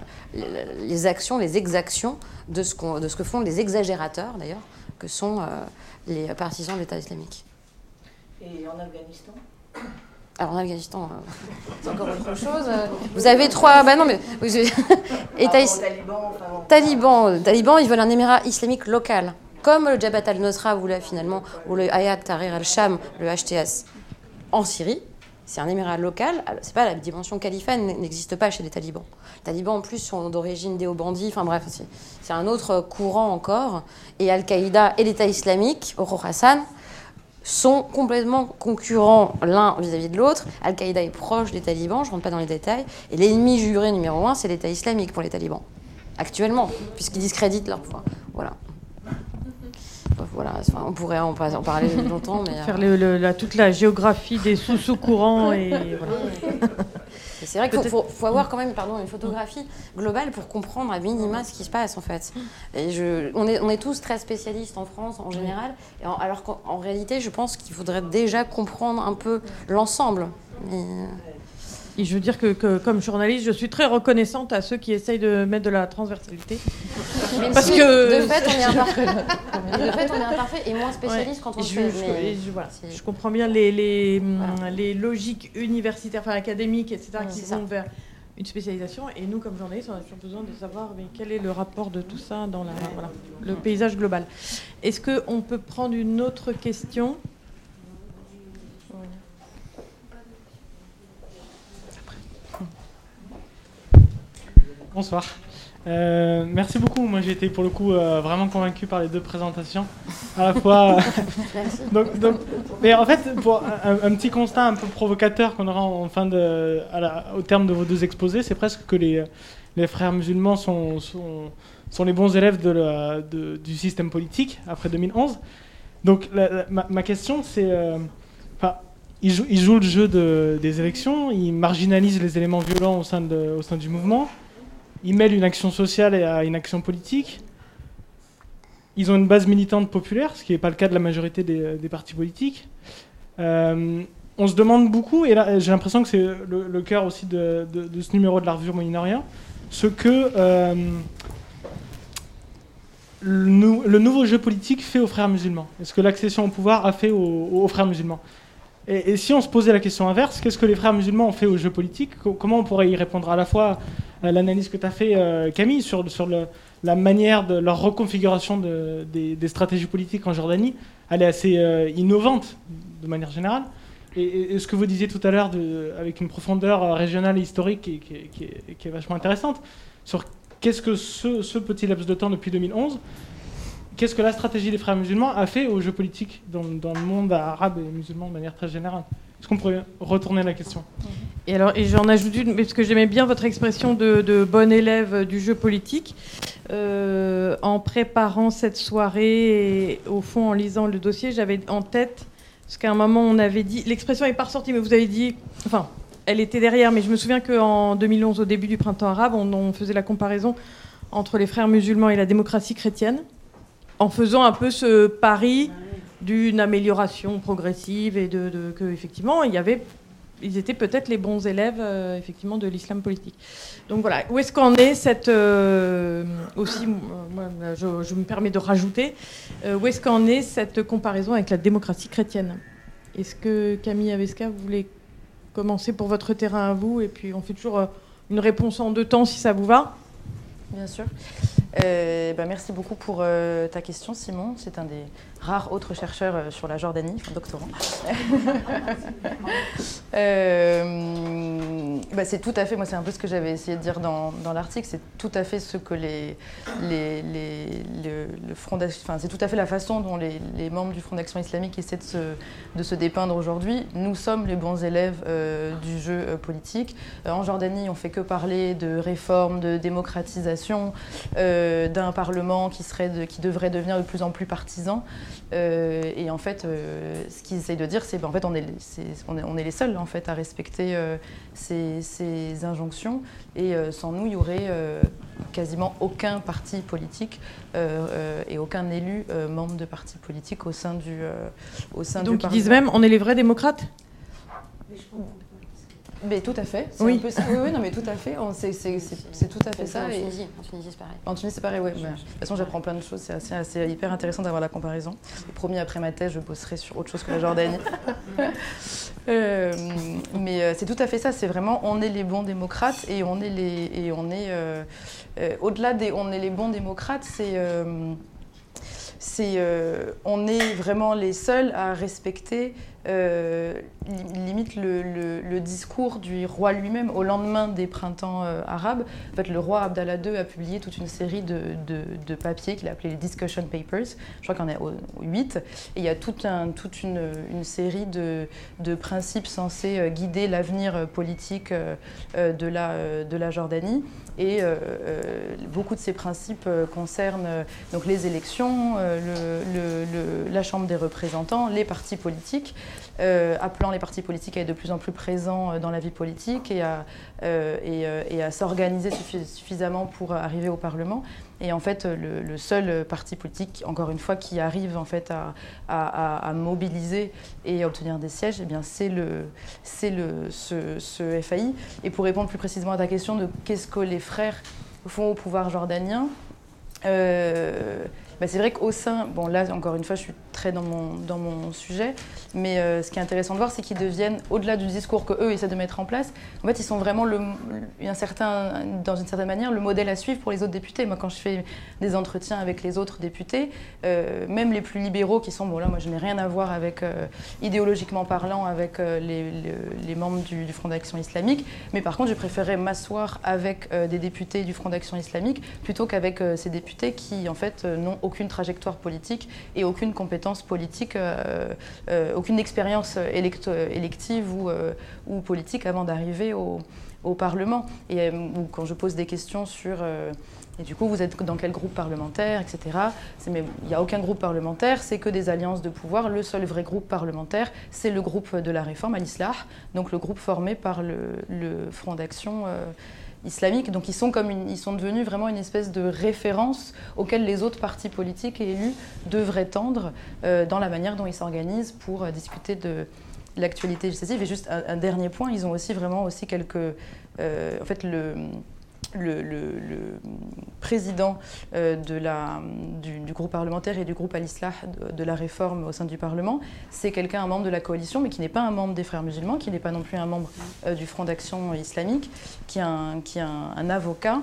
les actions, les exactions de ce, qu'on, de ce que font les exagérateurs, d'ailleurs, que sont euh, les partisans de l'État islamique. Et en Afghanistan ? Alors, en Afghanistan, euh, c'est encore autre chose. Vous avez trois... Bah non, mais... Vous avez, État is... Taliban, enfin, bon. Taliban, Taliban, ils veulent un émirat islamique local, comme le Jabhat al-Nusra voulait finalement, ou le Hayat Tahrir al-Sham, le H T S, en Syrie. C'est un émirat local. C'est pas la dimension califat n'existe pas chez les talibans. Les talibans, en plus, sont d'origine déobandie. Enfin bref, c'est, c'est un autre courant encore. Et Al-Qaïda et l'État islamique, au Khorasan, sont complètement concurrents l'un vis-à-vis de l'autre. Al-Qaïda est proche des talibans, je ne rentre pas dans les détails. Et l'ennemi juré numéro un, c'est l'État islamique pour les talibans. Actuellement, puisqu'ils discréditent leur pouvoir. Voilà. Voilà, enfin, on pourrait en, en parler longtemps, mais... Faire le, le, la, toute la géographie des sous-sous-courants et... Voilà. Et c'est vrai qu'il faut, faut, faut avoir quand même pardon, une photographie globale pour comprendre à minima ce qui se passe, en fait. Et je, on, est, on est tous très spécialistes en France, en général, et en, alors qu'en en réalité, je pense qu'il faudrait déjà comprendre un peu l'ensemble. Mais... Et je veux dire que, que, comme journaliste, je suis très reconnaissante à ceux qui essayent de mettre de la transversalité. Même Parce si, que... de fait, on est imparfait. De fait, on est imparfait et moins spécialiste ouais. quand on je, fait. Je, mais... je, voilà. je comprends bien les, les, voilà. les logiques universitaires, enfin académiques, et cetera, ouais, qui vont vers une spécialisation. Et nous, comme journalistes, on a toujours besoin de savoir mais quel est le rapport de tout ça dans la, voilà, le paysage global. Est-ce qu'on peut prendre une autre question ? Bonsoir. Euh, merci beaucoup. Moi, j'ai été pour le coup euh, vraiment convaincu par les deux présentations. À la fois. donc, donc, mais en fait, pour un, un petit constat un peu provocateur qu'on aura en fin de, à la, au terme de vos deux exposés, c'est presque que les, les frères musulmans sont, sont, sont les bons élèves de la, de, du système politique après deux mille onze. Donc, la, la, ma, ma question, c'est. Euh, Ils jouent, ils jouent le jeu de, des élections, ils marginalisent les éléments violents au sein, de, au sein du mouvement, ils mêlent une action sociale à une action politique, ils ont une base militante populaire, ce qui n'est pas le cas de la majorité des, des partis politiques. Euh, on se demande beaucoup, et là j'ai l'impression que c'est le, le cœur aussi de, de, de ce numéro de la revue Moyen-Orient, ce que euh, le, nou, le nouveau jeu politique fait aux frères musulmans, et ce que l'accession au pouvoir a fait aux, aux frères musulmans. Et, et si on se posait la question inverse, qu'est-ce que les frères musulmans ont fait au jeu politique ? Comment on pourrait y répondre ? À la fois à l'analyse que tu as fait, euh, Camille, sur, sur le, la manière de leur reconfiguration de, des, des stratégies politiques en Jordanie, elle est assez euh, innovante de manière générale. Et, et, et ce que vous disiez tout à l'heure, de, avec une profondeur régionale et historique qui, qui, qui, est, qui est vachement intéressante, sur qu'est-ce que ce, ce petit laps de temps depuis deux mille onze, qu'est-ce que la stratégie des frères musulmans a fait au jeu politique dans, dans le monde arabe et musulman de manière très générale ? Est-ce qu'on pourrait retourner la question ? Et alors, et j'en ajoute une, parce que j'aimais bien votre expression de, de bon élève du jeu politique. Euh, en préparant cette soirée et au fond en lisant le dossier, j'avais en tête ce qu'à un moment on avait dit. L'expression n'est pas ressortie, mais vous avez dit. Enfin, elle était derrière, mais je me souviens qu'en deux mille onze, au début du printemps arabe, on, on faisait la comparaison entre les frères musulmans et la démocratie chrétienne, en faisant un peu ce pari d'une amélioration progressive et de, de que effectivement il y avait, ils étaient peut-être les bons élèves euh, effectivement de l'islam politique. Donc voilà, où est-ce qu'en est cette euh, aussi, moi, je, je me permets de rajouter, euh, où est-ce qu'en est cette comparaison avec la démocratie chrétienne ? Est-ce que Camille Aveska, vous voulez commencer pour votre terrain à vous, et puis on fait toujours euh, une réponse en deux temps si ça vous va ? Bien sûr. Euh, bah merci beaucoup pour euh, ta question, Simon. C'est un des rares autres chercheurs euh, sur la Jordanie, enfin doctorant. euh, bah c'est tout à fait, moi c'est un peu ce que j'avais essayé de dire dans, dans l'article, c'est tout à fait ce que les, les, les, le, le Front d'Action, enfin c'est tout à fait la façon dont les, les membres du Front d'Action islamique essaient de se, de se dépeindre aujourd'hui. Nous sommes les bons élèves euh, du jeu euh, politique. Euh, en Jordanie, on fait que parler de réforme, de démocratisation, euh, d'un parlement qui, serait de, qui devrait devenir de plus en plus partisan. Euh, et en fait, euh, ce qu'ils essayent de dire, c'est qu'en ben, fait, on est, c'est, on, est, on est les seuls en fait, à respecter euh, ces, ces injonctions. Et euh, sans nous, il y aurait euh, quasiment aucun parti politique euh, euh, et aucun élu euh, membre de parti politique au sein du, euh, au sein Donc du ils disent même, on est les vrais démocrates ? Mais tout à fait. C'est oui. Un peu ça. Oui, oui, non, mais tout à fait. On, c'est, c'est, c'est, c'est tout à fait ça. En et... Tunisie, en Tunisie, c'est pareil. En Tunisie, c'est pareil, oui. De toute façon, j'apprends plein de choses. C'est assez, assez hyper intéressant d'avoir la comparaison. Et promis, après ma thèse, je bosserai sur autre chose que la Jordanie. euh, mais euh, c'est tout à fait ça. C'est vraiment, on est les bons démocrates et on est les, et on est euh, euh, au-delà des, on est les bons démocrates. C'est euh, c'est, euh, on est vraiment les seuls à respecter euh, limite le, le, le discours du roi lui-même au lendemain des printemps euh, arabes. En fait, le roi Abdallah deux a publié toute une série de, de, de papiers qu'il a appelés les Discussion Papers. Je crois qu'il y en a huit. Et il y a tout un, toute une, une série de, de principes censés guider l'avenir politique euh, de, la, euh, de la Jordanie. Et euh, euh, beaucoup de ces principes euh, concernent euh, donc les élections, euh, le, le, le, la Chambre des représentants, les partis politiques, euh, appelant les partis politiques à être de plus en plus présents dans la vie politique et à, euh, et, euh, et à s'organiser suffi- suffisamment pour arriver au Parlement. Et en fait, le, le seul parti politique, encore une fois, qui arrive en fait à, à, à mobiliser et à obtenir des sièges, eh bien, c'est, le, c'est le, ce, ce F A I. Et pour répondre plus précisément à ta question de qu'est-ce que les frères font au pouvoir jordanien, euh, bah c'est vrai qu'au sein, bon là encore une fois, je suis très rentrer dans mon, dans mon sujet, mais euh, ce qui est intéressant de voir, c'est qu'ils deviennent, au-delà du discours qu'eux essaient de mettre en place, en fait, ils sont vraiment, le, un certain, dans une certaine manière, le modèle à suivre pour les autres députés. Moi, quand je fais des entretiens avec les autres députés, euh, même les plus libéraux qui sont, bon là, moi, je n'ai rien à voir avec, euh, idéologiquement parlant, avec euh, les, les, les membres du, du Front d'Action Islamique, mais par contre, je préférais m'asseoir avec euh, des députés du Front d'Action Islamique plutôt qu'avec euh, ces députés qui, en fait, euh, n'ont aucune trajectoire politique et aucune compétence politique, euh, euh, aucune expérience élect élective ou, euh, ou politique avant d'arriver au, au Parlement. Et euh, ou quand je pose des questions sur... Euh, et du coup, vous êtes dans quel groupe parlementaire, et cetera. Mais il n'y a aucun groupe parlementaire, c'est que des alliances de pouvoir. Le seul vrai groupe parlementaire, c'est le groupe de la réforme, Al-Islah, donc le groupe formé par le, le Front d'Action euh, islamique. Donc ils sont, comme une, ils sont devenus vraiment une espèce de référence auquel les autres partis politiques et élus devraient tendre euh, dans la manière dont ils s'organisent pour euh, discuter de l'actualité législative. Et juste un, un dernier point, ils ont aussi vraiment aussi quelques... Euh, en fait, le... Le, le, le président euh, de la, du, du groupe parlementaire et du groupe Al-Islah de, de la réforme au sein du Parlement, c'est quelqu'un, un membre de la coalition, mais qui n'est pas un membre des Frères musulmans, qui n'est pas non plus un membre euh, du Front d'Action islamique, qui est un, qui est un, un avocat.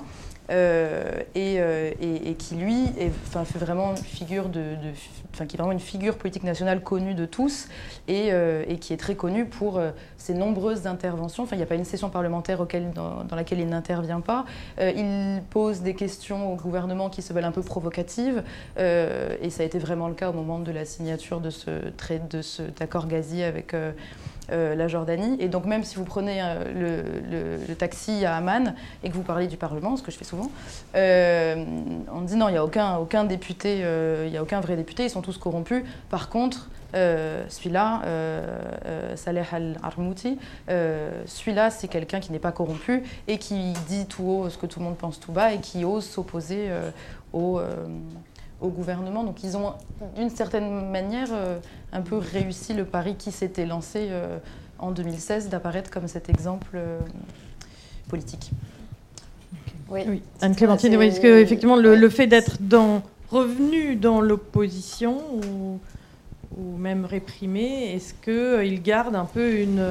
Euh, et, euh, et, et qui lui est, enfin, fait vraiment figure de, de, enfin, qui est vraiment une figure politique nationale connue de tous et, euh, et qui est très connu pour euh, ses nombreuses interventions. Enfin, il n'y a pas une session parlementaire auquel, dans, dans laquelle il n'intervient pas. Euh, il pose des questions au gouvernement qui se veulent un peu provocatives euh, et ça a été vraiment le cas au moment de la signature de, ce, de cet accord gazier avec euh, Euh, la Jordanie. Et donc même si vous prenez euh, le, le, le taxi à Amman et que vous parlez du Parlement, ce que je fais souvent, euh, on dit non, il n'y a aucun, aucun député, euh, il n'y a aucun vrai député, ils sont tous corrompus. Par contre, euh, celui-là, euh, euh, Saleh Al-Armouti, euh, celui-là, c'est quelqu'un qui n'est pas corrompu et qui dit tout haut ce que tout le monde pense tout bas et qui ose s'opposer euh, au... Euh, au gouvernement. Donc ils ont d'une certaine manière euh, un peu réussi le pari qui s'était lancé euh, en deux mille seize d'apparaître comme cet exemple euh, politique. Oui, oui. Anne-Clémentine, oui, est-ce que effectivement le, le fait d'être dans, revenu dans l'opposition ou, ou même réprimé, est-ce qu'il garde un peu une...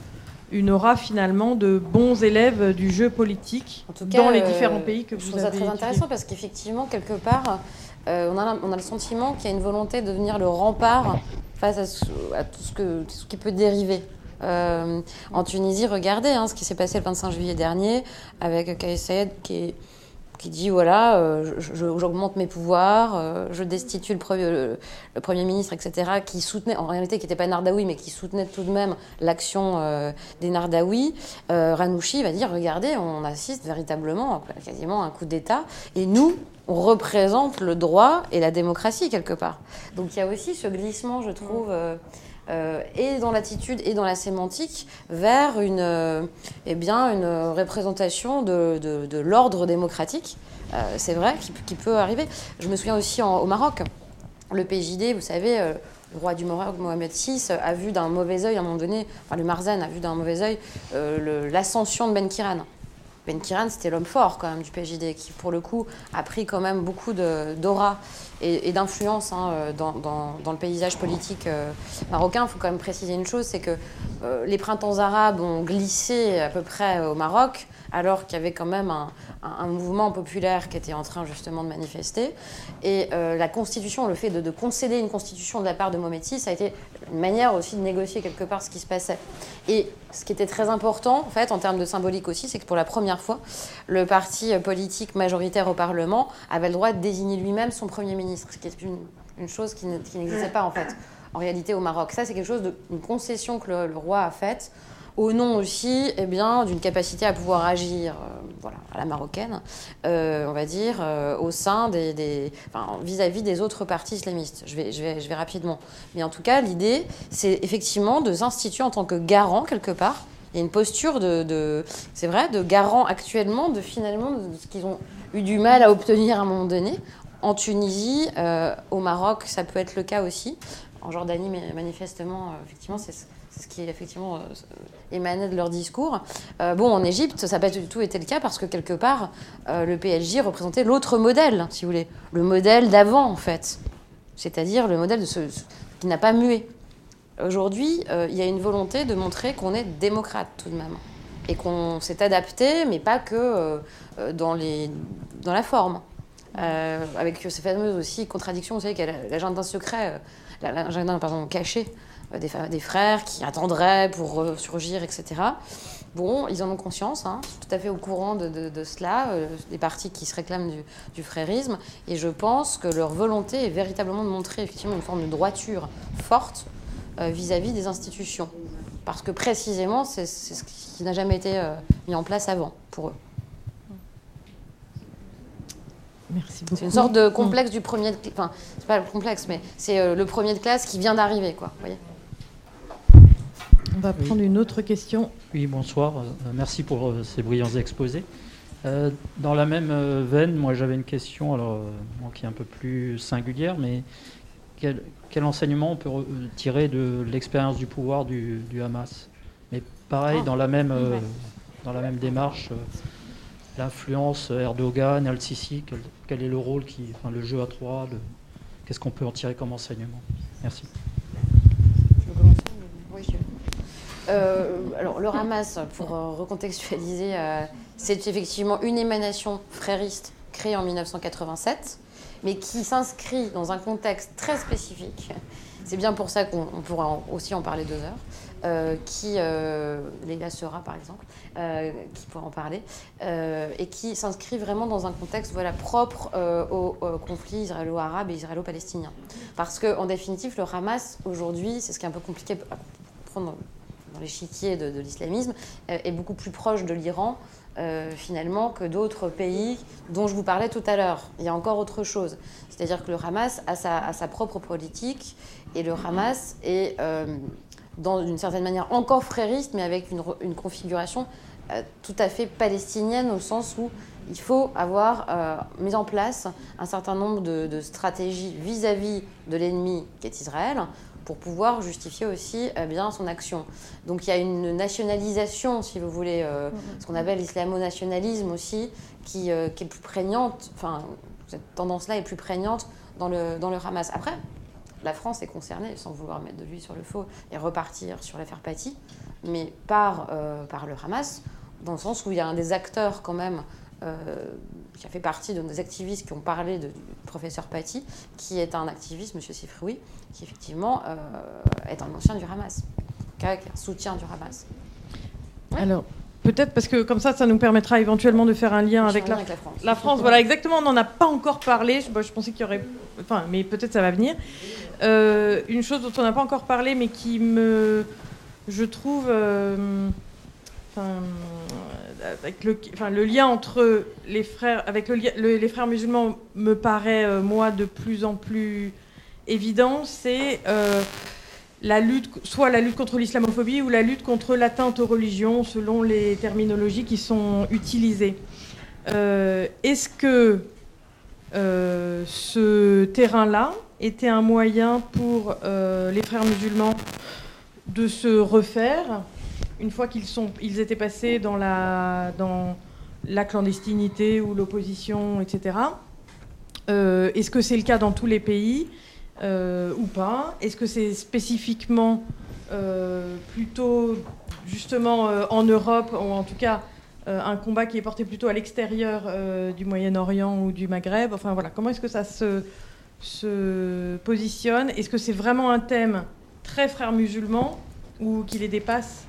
une aura finalement de bons élèves du jeu politique en tout cas, dans les différents euh, pays que vous avez. Je trouve ça très intéressant parce qu'effectivement, quelque part, euh, on, a, on a le sentiment qu'il y a une volonté de devenir le rempart face à, ce, à tout, ce que, tout ce qui peut dériver. Euh, en Tunisie, regardez hein, ce qui s'est passé le vingt-cinq juillet dernier avec Kais Saied qui est qui dit voilà, euh, je, j'augmente mes pouvoirs, euh, je destitue le premier, le, le premier ministre, et cetera, qui soutenait, en réalité qui n'était pas Nardaoui, mais qui soutenait tout de même l'action euh, des Nardaouis. Euh, Ranouchi va dire regardez, on assiste véritablement quasiment à un coup d'État, et nous, on représente le droit et la démocratie quelque part. Donc il y a aussi ce glissement, je trouve. Euh, Euh, et dans l'attitude et dans la sémantique vers une, euh, eh bien, une représentation de, de, de l'ordre démocratique. Euh, c'est vrai qui, qui peut arriver. Je me souviens aussi en, au Maroc, le P J D, vous savez, euh, le roi du Maroc, Mohamed six, a vu d'un mauvais œil à un moment donné, enfin le Marzan a vu d'un mauvais œil euh, le, l'ascension de Ben Kiran. Ben Kiran, c'était l'homme fort quand même du P J D, qui pour le coup a pris quand même beaucoup de, d'aura et, et d'influence hein, dans, dans, dans le paysage politique euh, marocain. Il faut quand même préciser une chose, c'est que euh, les printemps arabes ont glissé à peu près au Maroc, alors qu'il y avait quand même un, un, un mouvement populaire qui était en train justement de manifester. Et euh, la constitution, le fait de, de concéder une constitution de la part de Mohamed six, ça a été une manière aussi de négocier quelque part ce qui se passait. Et ce qui était très important, en fait, en termes de symbolique aussi, c'est que pour la première fois, le parti politique majoritaire au Parlement avait le droit de désigner lui-même son Premier ministre, ce qui est une, une chose qui, ne, qui n'existait pas, en fait, en réalité, au Maroc. Ça, c'est quelque chose de, une concession que le, le roi a faite, au nom aussi eh bien, d'une capacité à pouvoir agir euh, voilà, à la marocaine, euh, on va dire, euh, au sein des, des, enfin, vis-à-vis des autres partis islamistes. Je vais, je, vais, je vais rapidement. Mais en tout cas, l'idée, c'est effectivement de s'instituer en tant que garant, quelque part. Il y a une posture de, de c'est vrai, de garant actuellement, de finalement, de ce qu'ils ont eu du mal à obtenir à un moment donné. En Tunisie, euh, au Maroc, ça peut être le cas aussi. En Jordanie, mais manifestement, euh, effectivement, c'est C'est ce qui effectivement euh, émanait de leur discours. Euh, bon, en Égypte, ça n'a pas du tout été le cas parce que quelque part, euh, le P L J représentait l'autre modèle, si vous voulez, le modèle d'avant en fait, c'est-à-dire le modèle de ce, qui n'a pas mué. Aujourd'hui, euh, il y a une volonté de montrer qu'on est démocrate tout de même et qu'on s'est adapté, mais pas que euh, dans, les, dans la forme. Euh, avec ces fameuses aussi contradictions, vous savez qu'il y a l'agenda secret, euh, l'agenda pardon, caché euh, des, des frères qui attendraient pour euh, surgir, et cetera. Bon, ils en ont conscience, hein, tout à fait au courant de, de, de cela, euh, des partis qui se réclament du, du frérisme, et je pense que leur volonté est véritablement de montrer effectivement une forme de droiture forte euh, vis-à-vis des institutions. Parce que précisément, c'est ce qui n'a jamais été euh, mis en place avant pour eux. Merci beaucoup. C'est une sorte de complexe du premier de... Enfin, c'est pas le complexe, mais c'est euh, le premier de classe qui vient d'arriver, quoi. Vous voyez ? On va prendre une autre question. Oui, bonsoir. Euh, merci pour euh, ces brillants exposés. Euh, dans la même euh, veine, moi j'avais une question alors, euh, bon, qui est un peu plus singulière, mais quel, quel enseignement on peut re- tirer de l'expérience du pouvoir du, du Hamas ? Mais pareil, Ah. dans, la même, euh, Ouais. dans la même démarche, euh, l'influence Erdogan, Al-Sisi, quel, quel est le rôle, qui, enfin, le jeu à trois, le, qu'est-ce qu'on peut en tirer comme enseignement ? Merci. Je veux commencer ? Oui, je... Euh, alors, le Hamas, pour euh, recontextualiser, euh, c'est effectivement une émanation frériste créée en mille neuf cent quatre-vingt-sept, mais qui s'inscrit dans un contexte très spécifique. C'est bien pour ça qu'on on pourra en- aussi en parler deux heures. Euh, qui, euh, Leila Sera par exemple, euh, qui pourra en parler, euh, et qui s'inscrit vraiment dans un contexte voilà, propre euh, au, au conflit israélo-arabe et israélo-palestinien. Parce qu'en définitive, le Hamas, aujourd'hui, c'est ce qui est un peu compliqué à prendre dans l'échiquier de, de l'islamisme, euh, est beaucoup plus proche de l'Iran, euh, finalement, que d'autres pays dont je vous parlais tout à l'heure. Il y a encore autre chose. C'est-à-dire que le Hamas a sa, a sa propre politique, et le Hamas est... Euh, dans d'une certaine manière encore frériste, mais avec une, une configuration euh, tout à fait palestinienne, au sens où il faut avoir euh, mis en place un certain nombre de, de stratégies vis-à-vis de l'ennemi qui est Israël, pour pouvoir justifier aussi eh bien, son action. Donc il y a une nationalisation, si vous voulez, euh, mm-hmm. ce qu'on appelle l'islamo-nationalisme aussi, qui, euh, qui est plus prégnante, enfin, cette tendance-là est plus prégnante dans le, dans le Hamas. Après, la France est concernée, sans vouloir mettre de l'huile sur le feu et repartir sur l'affaire Paty, mais par, euh, par le Hamas, dans le sens où il y a un des acteurs quand même, euh, qui a fait partie de nos activistes qui ont parlé de, du professeur Paty, qui est un activiste, M. Sifrioui, qui effectivement euh, est un ancien du Hamas, qui a un soutien du Hamas. Ouais. Alors, peut-être parce que comme ça, ça nous permettra éventuellement de faire un lien avec la, avec la France. La France, voilà, exactement, on n'en a pas encore parlé. Je, bon, je pensais qu'il y aurait... Enfin, mais peut-être ça va venir. Euh, une chose dont on n'a pas encore parlé, mais qui me... Je trouve... Euh, enfin, avec le, enfin, le lien entre les frères... Avec le, le, les frères musulmans me paraît, euh, moi, de plus en plus évident. C'est... Euh, la lutte, soit la lutte contre l'islamophobie ou la lutte contre l'atteinte aux religions, selon les terminologies qui sont utilisées. Euh, est-ce que euh, ce terrain-là était un moyen pour euh, les frères musulmans de se refaire, une fois qu'ils sont, ils étaient passés dans la, dans la clandestinité ou l'opposition, et cetera. Euh, est-ce que c'est le cas dans tous les pays ? Euh, ou pas? Est-ce que c'est spécifiquement euh, plutôt justement euh, en Europe, ou en tout cas euh, un combat qui est porté plutôt à l'extérieur euh, du Moyen-Orient ou du Maghreb? Enfin voilà, comment est-ce que ça se, se positionne? Est-ce que c'est vraiment un thème très frères musulmans ou qui les dépasse?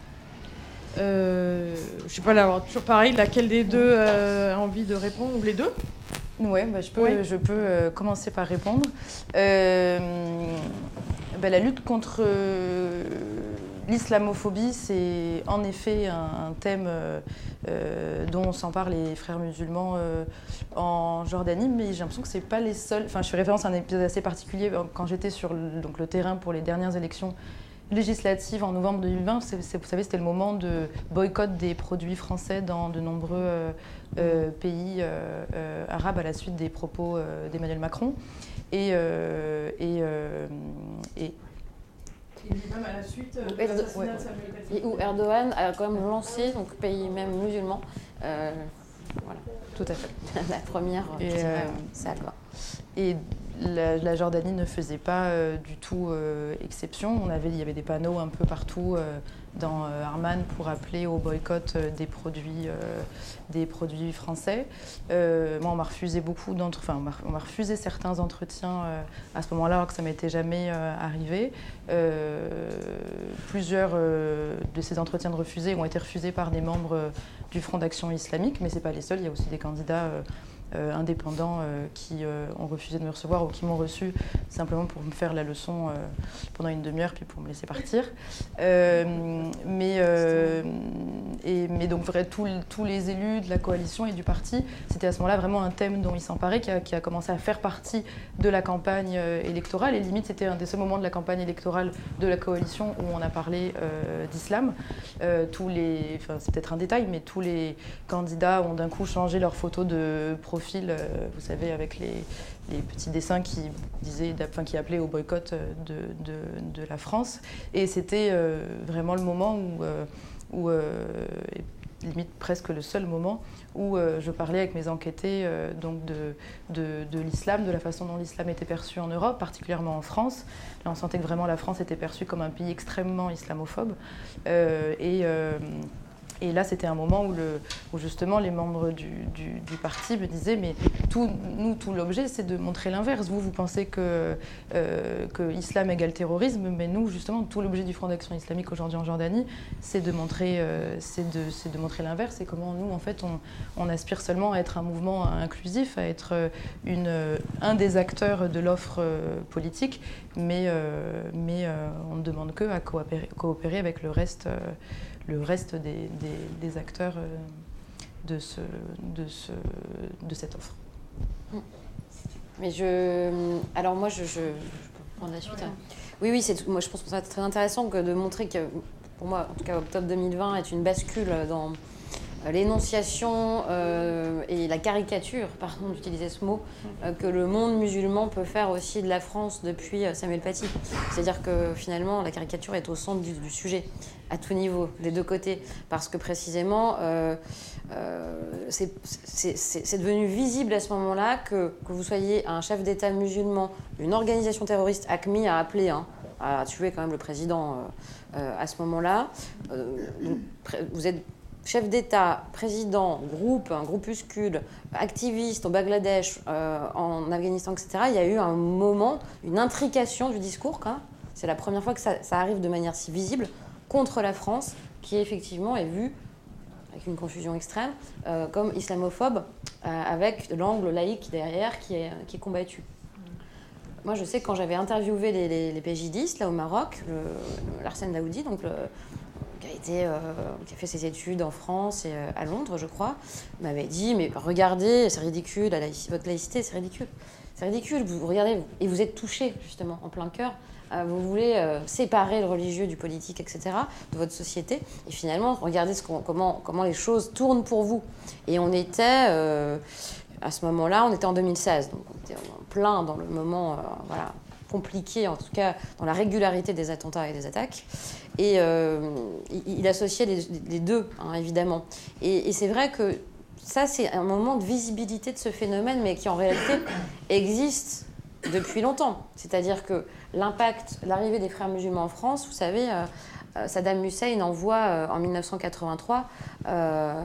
euh, Je sais pas, là, toujours pareil, laquelle des deux euh, a envie de répondre? Ou les deux? Oui, bah, je peux, ouais. je peux euh, commencer par répondre. Euh, bah, la lutte contre euh, l'islamophobie, c'est en effet un, un thème euh, dont s'emparent les frères musulmans euh, en Jordanie, mais j'ai l'impression que ce n'est pas les seuls. Enfin, je fais référence à un épisode assez particulier quand j'étais sur le, donc, le terrain pour les dernières élections législatives en novembre deux mille vingt. C'est, c'est, vous savez, c'était le moment de boycott des produits français dans de nombreux euh, euh, pays euh, euh, arabes à la suite des propos euh, d'Emmanuel Macron. Et, euh, et, euh, et, et même à la suite euh, de et, l'assassinat ouais, de Samuel Paty. et où Erdogan a quand même lancé, donc pays même musulman, euh, voilà, tout à fait. la première et, euh, salve. Et la, la Jordanie ne faisait pas euh, du tout euh, exception. On avait, il y avait des panneaux un peu partout euh, dans euh, Amman pour appeler au boycott euh, des, produits, euh, des produits français. Euh, moi, on m'a refusé beaucoup d'entre, enfin, on m'a refusé certains entretiens euh, à ce moment-là, alors que ça m'était jamais euh, arrivé. Euh, plusieurs euh, de ces entretiens de refusés ont été refusés par des membres euh, du Front d'Action Islamique, mais c'est pas les seuls. Il y a aussi des candidats euh, Euh, indépendants euh, qui euh, ont refusé de me recevoir ou qui m'ont reçu simplement pour me faire la leçon euh, pendant une demi-heure puis pour me laisser partir. Euh, mais, euh, et, mais donc vrai, tous, tous les élus de la coalition et du parti, c'était à ce moment-là vraiment un thème dont ils s'emparaient, qui a, qui a commencé à faire partie de la campagne euh, électorale. Et limite, c'était un des seuls moments de la campagne électorale de la coalition où on a parlé euh, d'islam. Euh, tous les, enfin, c'est peut-être un détail, mais tous les candidats ont d'un coup changé leur photo de profil. Profil, euh, vous savez, avec les, les petits dessins qui, disaient, enfin, qui appelaient au boycott de, de, de la France. Et c'était euh, vraiment le moment où, euh, où euh, limite presque le seul moment, où euh, je parlais avec mes enquêtés euh, donc de, de, de l'islam, de la façon dont l'islam était perçu en Europe, particulièrement en France. Là, on sentait que vraiment la France était perçue comme un pays extrêmement islamophobe. Euh, et... Euh, Et là, c'était un moment où, le, où justement les membres du, du, du parti me disaient « mais tout, nous, tout l'objet, c'est de montrer l'inverse. Vous, vous pensez que, euh, que islam égale terrorisme, mais nous, justement, tout l'objet du Front d'Action Islamique aujourd'hui en Jordanie, c'est de montrer, euh, c'est de, c'est de montrer l'inverse. Et comment nous, en fait, on, on aspire seulement à être un mouvement inclusif, à être une, un des acteurs de l'offre politique, mais, euh, mais euh, on ne demande que à coopérer, coopérer avec le reste euh, le reste des, des, des acteurs de, ce, de, ce, de cette offre. Mais je... Alors moi, je, je, je peux prendre la suite. Hein. Oui, oui, c'est, moi je pense que c'est très intéressant que de montrer que, pour moi, en tout cas, octobre deux mille vingt est une bascule dans l'énonciation euh, et la caricature, pardon d'utiliser ce mot, euh, que le monde musulman peut faire aussi de la France depuis euh, Samuel Paty. C'est-à-dire que finalement, la caricature est au centre du, du sujet, à tout niveau, des deux côtés, parce que précisément, euh, euh, c'est, c'est, c'est, c'est devenu visible à ce moment-là que, que vous soyez un chef d'État musulman, une organisation terroriste, A C M I a appelé, hein, a tué quand même le président euh, euh, à ce moment-là. Euh, vous êtes chef d'État, président, groupe, un groupuscule, activiste au Bangladesh, euh, en Afghanistan, et cetera. Il y a eu un moment, une intrication du discours, quoi. C'est la première fois que ça, ça arrive de manière si visible contre la France, qui effectivement est vue, avec une confusion extrême, euh, comme islamophobe, euh, avec l'angle laïque derrière qui est, qui est combattu. Moi, je sais que quand j'avais interviewé les, les, les péjidistes, là au Maroc, le, le Larsen Daoudi, donc le, qui a, été, euh, qui a fait ses études en France et euh, à Londres, je crois, m'avait dit, mais regardez, c'est ridicule, la laïc- votre laïcité, c'est ridicule. C'est ridicule, vous regardez, et vous êtes touché, justement, en plein cœur. Euh, vous voulez euh, séparer le religieux du politique, et cetera, de votre société. Et finalement, regardez ce qu'on, comment, comment les choses tournent pour vous. Et on était, euh, à ce moment-là, on était en deux mille seize, donc on était en plein dans le moment, euh, voilà, compliqué, en tout cas dans la régularité des attentats et des attaques. Et euh, il, il associait les, les deux, hein, évidemment. Et, et c'est vrai que ça, c'est un moment de visibilité de ce phénomène, mais qui en réalité existe depuis longtemps. C'est-à-dire que l'impact, l'arrivée des frères musulmans en France, vous savez, euh, Saddam Hussein envoie euh, en mille neuf cent quatre-vingt-trois euh,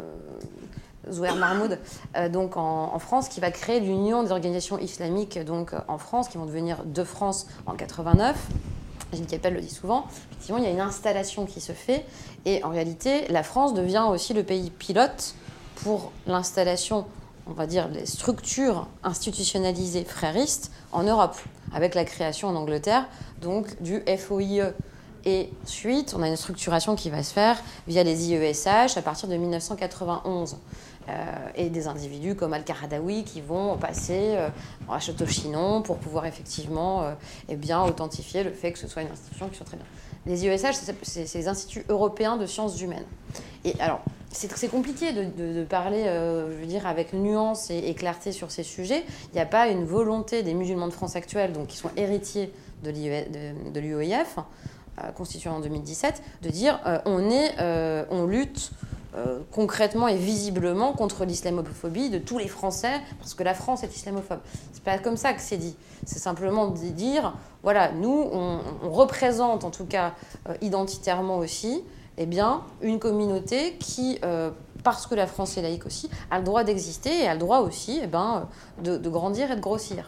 Zouhair Mahmoud euh, donc en, en France, qui va créer l'Union des organisations islamiques donc, en France, qui vont devenir deux France en quatre-vingt-neuf. Gilles Kepel le dit souvent. Effectivement, il y a une installation qui se fait. Et en réalité, la France devient aussi le pays pilote pour l'installation, on va dire, des structures institutionnalisées fréristes en Europe, avec la création en Angleterre donc du F O I E. Et ensuite, on a une structuration qui va se faire via les I E S H à partir de mille neuf cent quatre-vingt-onze. Euh, et des individus comme Al-Qaradawi qui vont passer euh, à Château-Chinon pour pouvoir effectivement euh, eh bien, authentifier le fait que ce soit une institution qui soit très bien. Les I E S H, c'est, c'est, c'est les instituts européens de sciences humaines. Et alors, c'est, c'est compliqué de, de, de parler, euh, je veux dire, avec nuance et, et clarté sur ces sujets. Il n'y a pas une volonté des musulmans de France actuels, donc qui sont héritiers de, l'I E, de, de l'U O I F, euh, constitué en deux mille dix-sept, de dire euh, on, est, euh, on lutte euh, concrètement et visiblement contre l'islamophobie de tous les Français, parce que la France est islamophobe. C'est pas comme ça que c'est dit. C'est simplement de dire, voilà, nous, on, on représente, en tout cas euh, identitairement aussi, eh bien, une communauté qui, euh, parce que la France est laïque aussi, a le droit d'exister et a le droit aussi eh ben, de, de grandir et de grossir.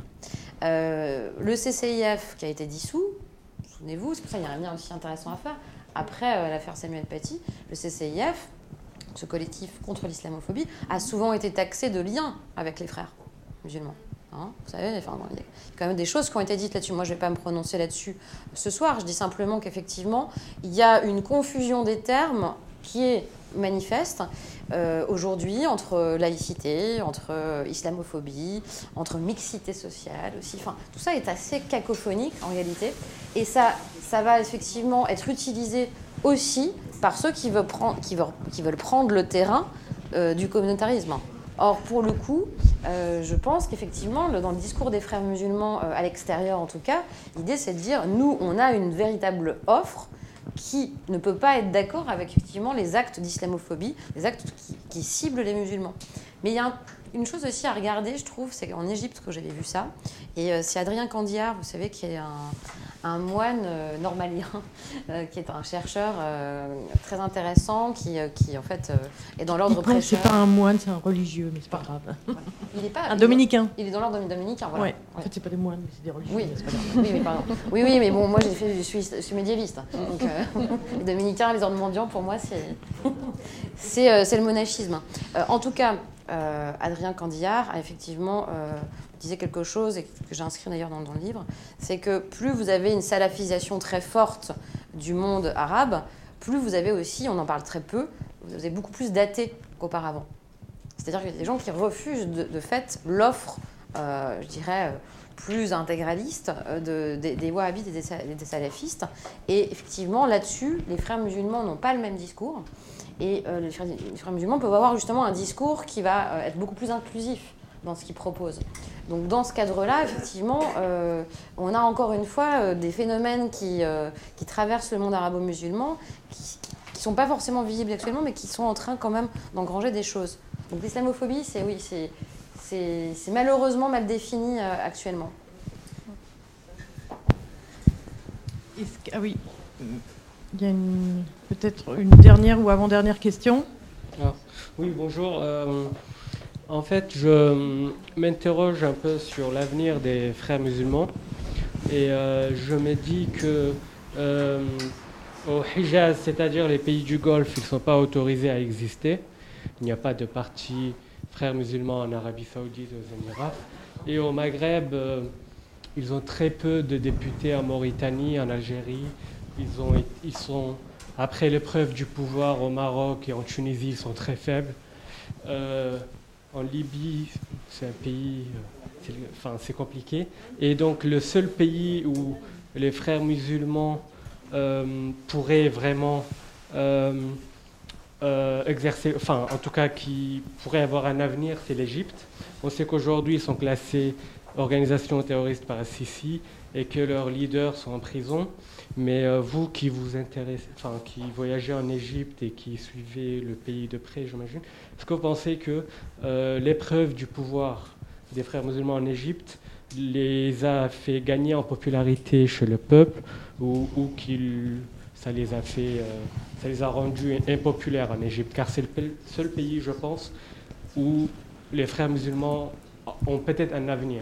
Euh, le C C I F qui a été dissous, souvenez-vous, c'est pour ça qu'il y a un lien aussi intéressant à faire, après euh, l'affaire Samuel Paty, le C C I F, ce collectif contre l'islamophobie, a souvent été taxé de lien avec les frères musulmans. Hein, vous savez, enfin, il y a quand même des choses qui ont été dites là-dessus. Moi, je ne vais pas me prononcer là-dessus ce soir. Je dis simplement qu'effectivement, il y a une confusion des termes qui est manifeste euh, aujourd'hui entre laïcité, entre euh, islamophobie, entre mixité sociale aussi. Enfin, tout ça est assez cacophonique en réalité. Et ça, ça va effectivement être utilisé aussi par ceux qui veulent prendre, qui veulent, qui veulent prendre le terrain euh, du communautarisme. Or, pour le coup, euh, je pense qu'effectivement, dans le discours des frères musulmans, euh, à l'extérieur en tout cas, l'idée c'est de dire, nous, on a une véritable offre qui ne peut pas être d'accord avec effectivement les actes d'islamophobie, les actes qui, qui ciblent les musulmans. Mais il y a un, une chose aussi à regarder, je trouve, c'est qu'en Égypte que j'avais vu ça, et euh, c'est Adrien Candiar, vous savez, qui est un, un moine euh, normalien, euh, qui est un chercheur euh, très intéressant, qui, euh, qui en fait euh, est dans l'ordre prêcheur. C'est pas un moine, c'est un religieux, mais c'est pas grave. Voilà. Il est pas un dominicain. Il est dans l'ordre dominicain, voilà. Ouais. En fait, c'est pas des moines, mais c'est des religieux. Oui, mais c'est pas grave. oui, oui, pardon. Oui, oui, mais bon, moi, j'ai fait, je suis, je suis médiéviste, donc euh, les dominicains, les ordres mendiants, pour moi, c'est, c'est, euh, c'est le monachisme. Euh, en tout cas. Euh, Adrien Candiar a effectivement euh, disait quelque chose, et que j'ai inscrit d'ailleurs dans, dans le livre, c'est que plus vous avez une salafisation très forte du monde arabe, plus vous avez aussi, on en parle très peu, vous avez beaucoup plus d'athées qu'auparavant. C'est-à-dire qu'il y a des gens qui refusent de, de fait l'offre, euh, je dirais, plus intégraliste de, de, des wahhabites et des, des salafistes. Et effectivement, là-dessus, les frères musulmans n'ont pas le même discours. Et euh, les, frères, les frères musulmans peuvent avoir justement un discours qui va euh, être beaucoup plus inclusif dans ce qu'ils proposent. Donc dans ce cadre-là, effectivement, euh, on a encore une fois euh, des phénomènes qui, euh, qui traversent le monde arabo-musulman, qui ne sont pas forcément visibles actuellement, mais qui sont en train quand même d'engranger des choses. Donc l'islamophobie, c'est, oui, c'est, c'est, c'est malheureusement mal défini euh, actuellement. Est-ce que, ah oui. Il y a une, peut-être une dernière ou avant-dernière question. Ah, oui, bonjour. Euh, en fait, je m'interroge un peu sur l'avenir des frères musulmans et euh, je me dis que euh, au Hijaz, c'est-à-dire les pays du Golfe, ils ne sont pas autorisés à exister. Il n'y a pas de parti frères musulmans en Arabie Saoudite, aux Émirats. Et au Maghreb, euh, ils ont très peu de députés en Mauritanie, en Algérie. Ils, ont, ils sont, après l'épreuve du pouvoir au Maroc et en Tunisie, ils sont très faibles. Euh, en Libye, c'est un pays, c'est, enfin, c'est compliqué. Et donc, le seul pays où les frères musulmans euh, pourraient vraiment euh, euh, exercer, enfin, en tout cas, qui pourraient avoir un avenir, c'est l'Égypte. On sait qu'aujourd'hui, ils sont classés organisation terroriste par Sisi et que leurs leaders sont en prison. Mais euh, vous qui vous intéressez, enfin qui voyagez en Égypte et qui suivez le pays de près, j'imagine, est-ce que vous pensez que euh, l'épreuve du pouvoir des frères musulmans en Égypte les a fait gagner en popularité chez le peuple ou, ou qu'il, ça les a fait, euh, ça les a rendus impopulaires en Égypte? Car c'est le seul pays, je pense, où les frères musulmans ont peut-être un avenir.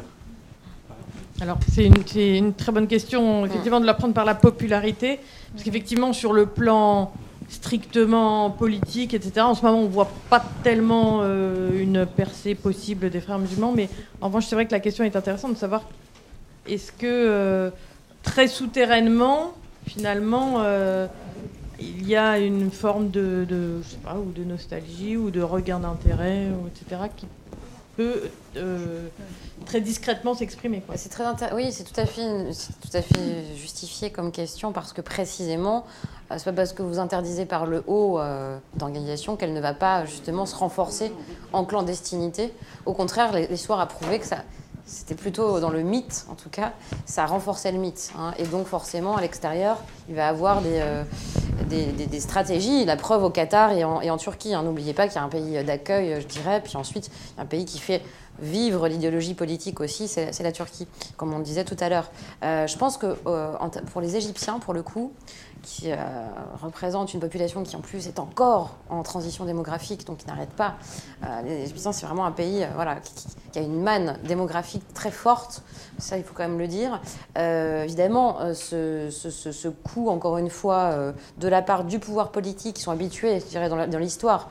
Alors, c'est une, c'est une très bonne question, effectivement, de la prendre par la popularité, parce qu'effectivement, sur le plan strictement politique, et cetera, en ce moment, on ne voit pas tellement euh, une percée possible des frères musulmans, mais en revanche, c'est vrai que la question est intéressante de savoir est-ce que, euh, très souterrainement, finalement, euh, il y a une forme de, de, je sais pas, ou de nostalgie, ou de regain d'intérêt, ou et cetera, qui peut euh, très discrètement s'exprimer, quoi. C'est très intér- oui, c'est tout à fait, c'est tout à fait justifié comme question parce que précisément, euh, c'est pas parce que vous interdisez par le haut euh, d'organisation qu'elle ne va pas justement se renforcer en clandestinité. Au contraire, l'histoire a prouvé que ça, C'était plutôt dans le mythe, en tout cas, ça renforçait le mythe. Hein, et donc, forcément, à l'extérieur, il va avoir des, euh, des, des, des stratégies. La preuve au Qatar et en, et en Turquie. Hein. N'oubliez pas qu'il y a un pays d'accueil, je dirais. Puis ensuite, il y a un pays qui fait vivre l'idéologie politique aussi, c'est, c'est la Turquie, comme on le disait tout à l'heure. Euh, je pense que euh, pour les Égyptiens, pour le coup, qui euh, représentent une population qui en plus est encore en transition démographique, donc qui n'arrête pas. Euh, les Égyptiens, c'est vraiment un pays euh, voilà, qui, qui a une manne démographique très forte, ça il faut quand même le dire. Euh, évidemment, euh, ce, ce, ce, ce coup, encore une fois, euh, de la part du pouvoir politique, qui sont habitués, je dirais, dans, la, dans l'histoire,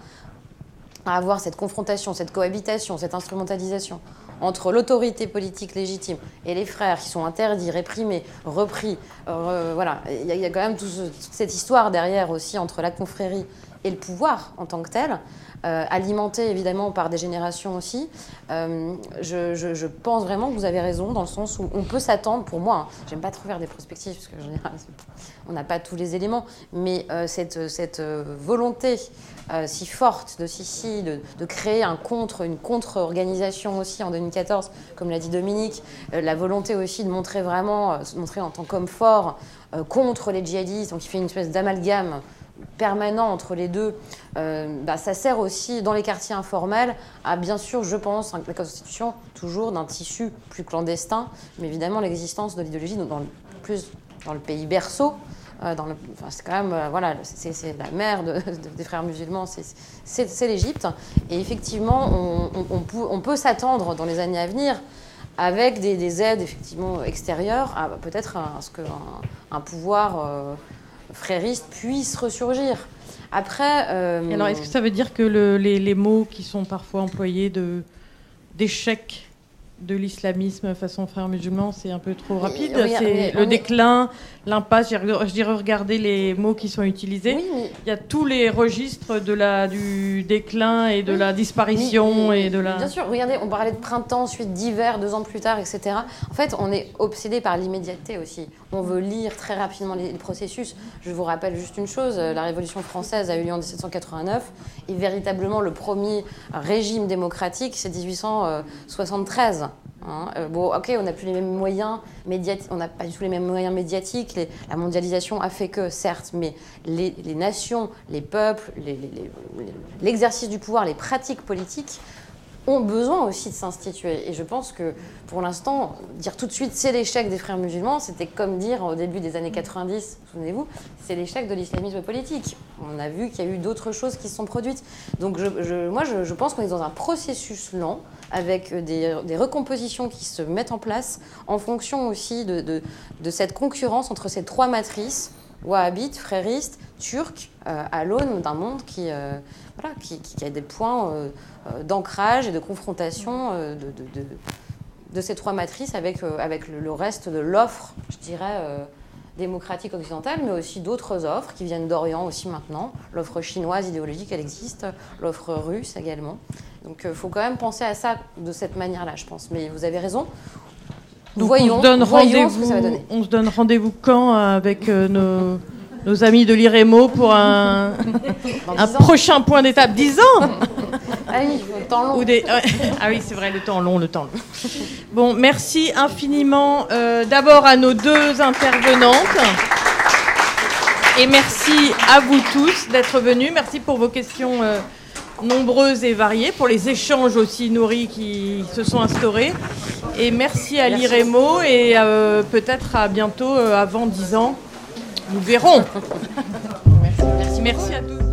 à avoir cette confrontation, cette cohabitation, cette instrumentalisation entre l'autorité politique légitime et les frères qui sont interdits, réprimés, repris. Euh, voilà, il y, y a quand même tout ce, toute cette histoire derrière aussi entre la confrérie et le pouvoir en tant que tel, euh, alimentée évidemment par des générations aussi. Euh, je, je, je pense vraiment que vous avez raison dans le sens où on peut s'attendre, pour moi, hein, j'aime pas trop faire des prospectives parce que en général, on n'a pas tous les éléments, mais euh, cette, cette euh, volonté euh, si forte de Sisi de, de créer un contre, une contre-organisation aussi en deux mille quatorze, comme l'a dit Dominique, euh, la volonté aussi de montrer vraiment, euh, se montrer en tant qu'homme fort euh, contre les djihadistes, donc il fait une espèce d'amalgame permanent entre les deux, euh, bah, ça sert aussi dans les quartiers informels à, bien sûr, je pense, la constitution toujours d'un tissu plus clandestin, mais évidemment l'existence de l'idéologie dans le, plus dans le pays berceau. Euh, dans le, enfin, c'est quand même, euh, voilà, c'est, c'est la mère de, de, des frères musulmans, c'est, c'est, c'est l'Égypte. Et effectivement, on, on, on, peut, on peut s'attendre dans les années à venir, avec des, des aides effectivement extérieures, à peut-être à ce qu'un un pouvoir euh, frériste puisse ressurgir. Après, euh, alors, est-ce que ça veut dire que le, les, les mots qui sont parfois employés de, d'échec de l'islamisme façon frères musulmans, c'est un peu trop rapide? Oui, c'est oui, le oui. déclin, l'impasse, je dirais regarder les mots qui sont utilisés. Oui, oui. Il y a tous les registres de la, du déclin et de oui. la disparition. Oui, oui, et de la... Bien sûr, regardez, on parlait de printemps, ensuite d'hiver, deux ans plus tard, et cetera. En fait, on est obsédé par l'immédiateté aussi. On veut lire très rapidement les, les processus. Je vous rappelle juste une chose, la Révolution française a eu lieu en dix-sept cent quatre-vingt-neuf, et véritablement le premier régime démocratique, c'est dix-huit cent soixante-treize. Hein. Euh, bon, ok, on n'a plus les mêmes moyens médiatiques, on n'a pas du tout les mêmes moyens médiatiques. Les, la mondialisation a fait que, certes, mais les, les nations, les peuples, les, les, les, l'exercice du pouvoir, les pratiques politiques ont besoin aussi de s'instituer. Et je pense que, pour l'instant, dire tout de suite c'est l'échec des frères musulmans, c'était comme dire au début des années quatre-vingt-dix, souvenez-vous, c'est l'échec de l'islamisme politique. On a vu qu'il y a eu d'autres choses qui se sont produites. Donc je, je, moi, je, je pense qu'on est dans un processus lent, avec des, des recompositions qui se mettent en place en fonction aussi de, de, de cette concurrence entre ces trois matrices, wahhabites, fréristes, turcs, euh, à l'aune d'un monde qui, euh, voilà, qui, qui a des points euh, d'ancrage et de confrontation euh, de, de, de, de ces trois matrices avec, euh, avec le, le reste de l'offre, je dirais, euh, démocratique occidentale, mais aussi d'autres offres qui viennent d'Orient aussi maintenant. L'offre chinoise idéologique, elle existe, l'offre russe également. Donc il euh, faut quand même penser à ça de cette manière-là, je pense. Mais vous avez raison. Donc voyons, on se donne voyons ce que rendez-vous, ça va donner. on se donne rendez-vous quand avec euh, nos, nos amis de l'IREMO pour un, un prochain point d'étape? dix ans Ah oui, le temps long. Ou des... Ah oui, c'est vrai, le temps long, le temps long. Bon, merci infiniment euh, d'abord à nos deux intervenantes. Et merci à vous tous d'être venus. Merci pour vos questions euh, nombreuses et variées, pour les échanges aussi nourris qui se sont instaurés. Et merci à l'IREMO et euh, peut-être à bientôt, euh, avant dix ans. Nous verrons. Merci, merci. Merci à tous.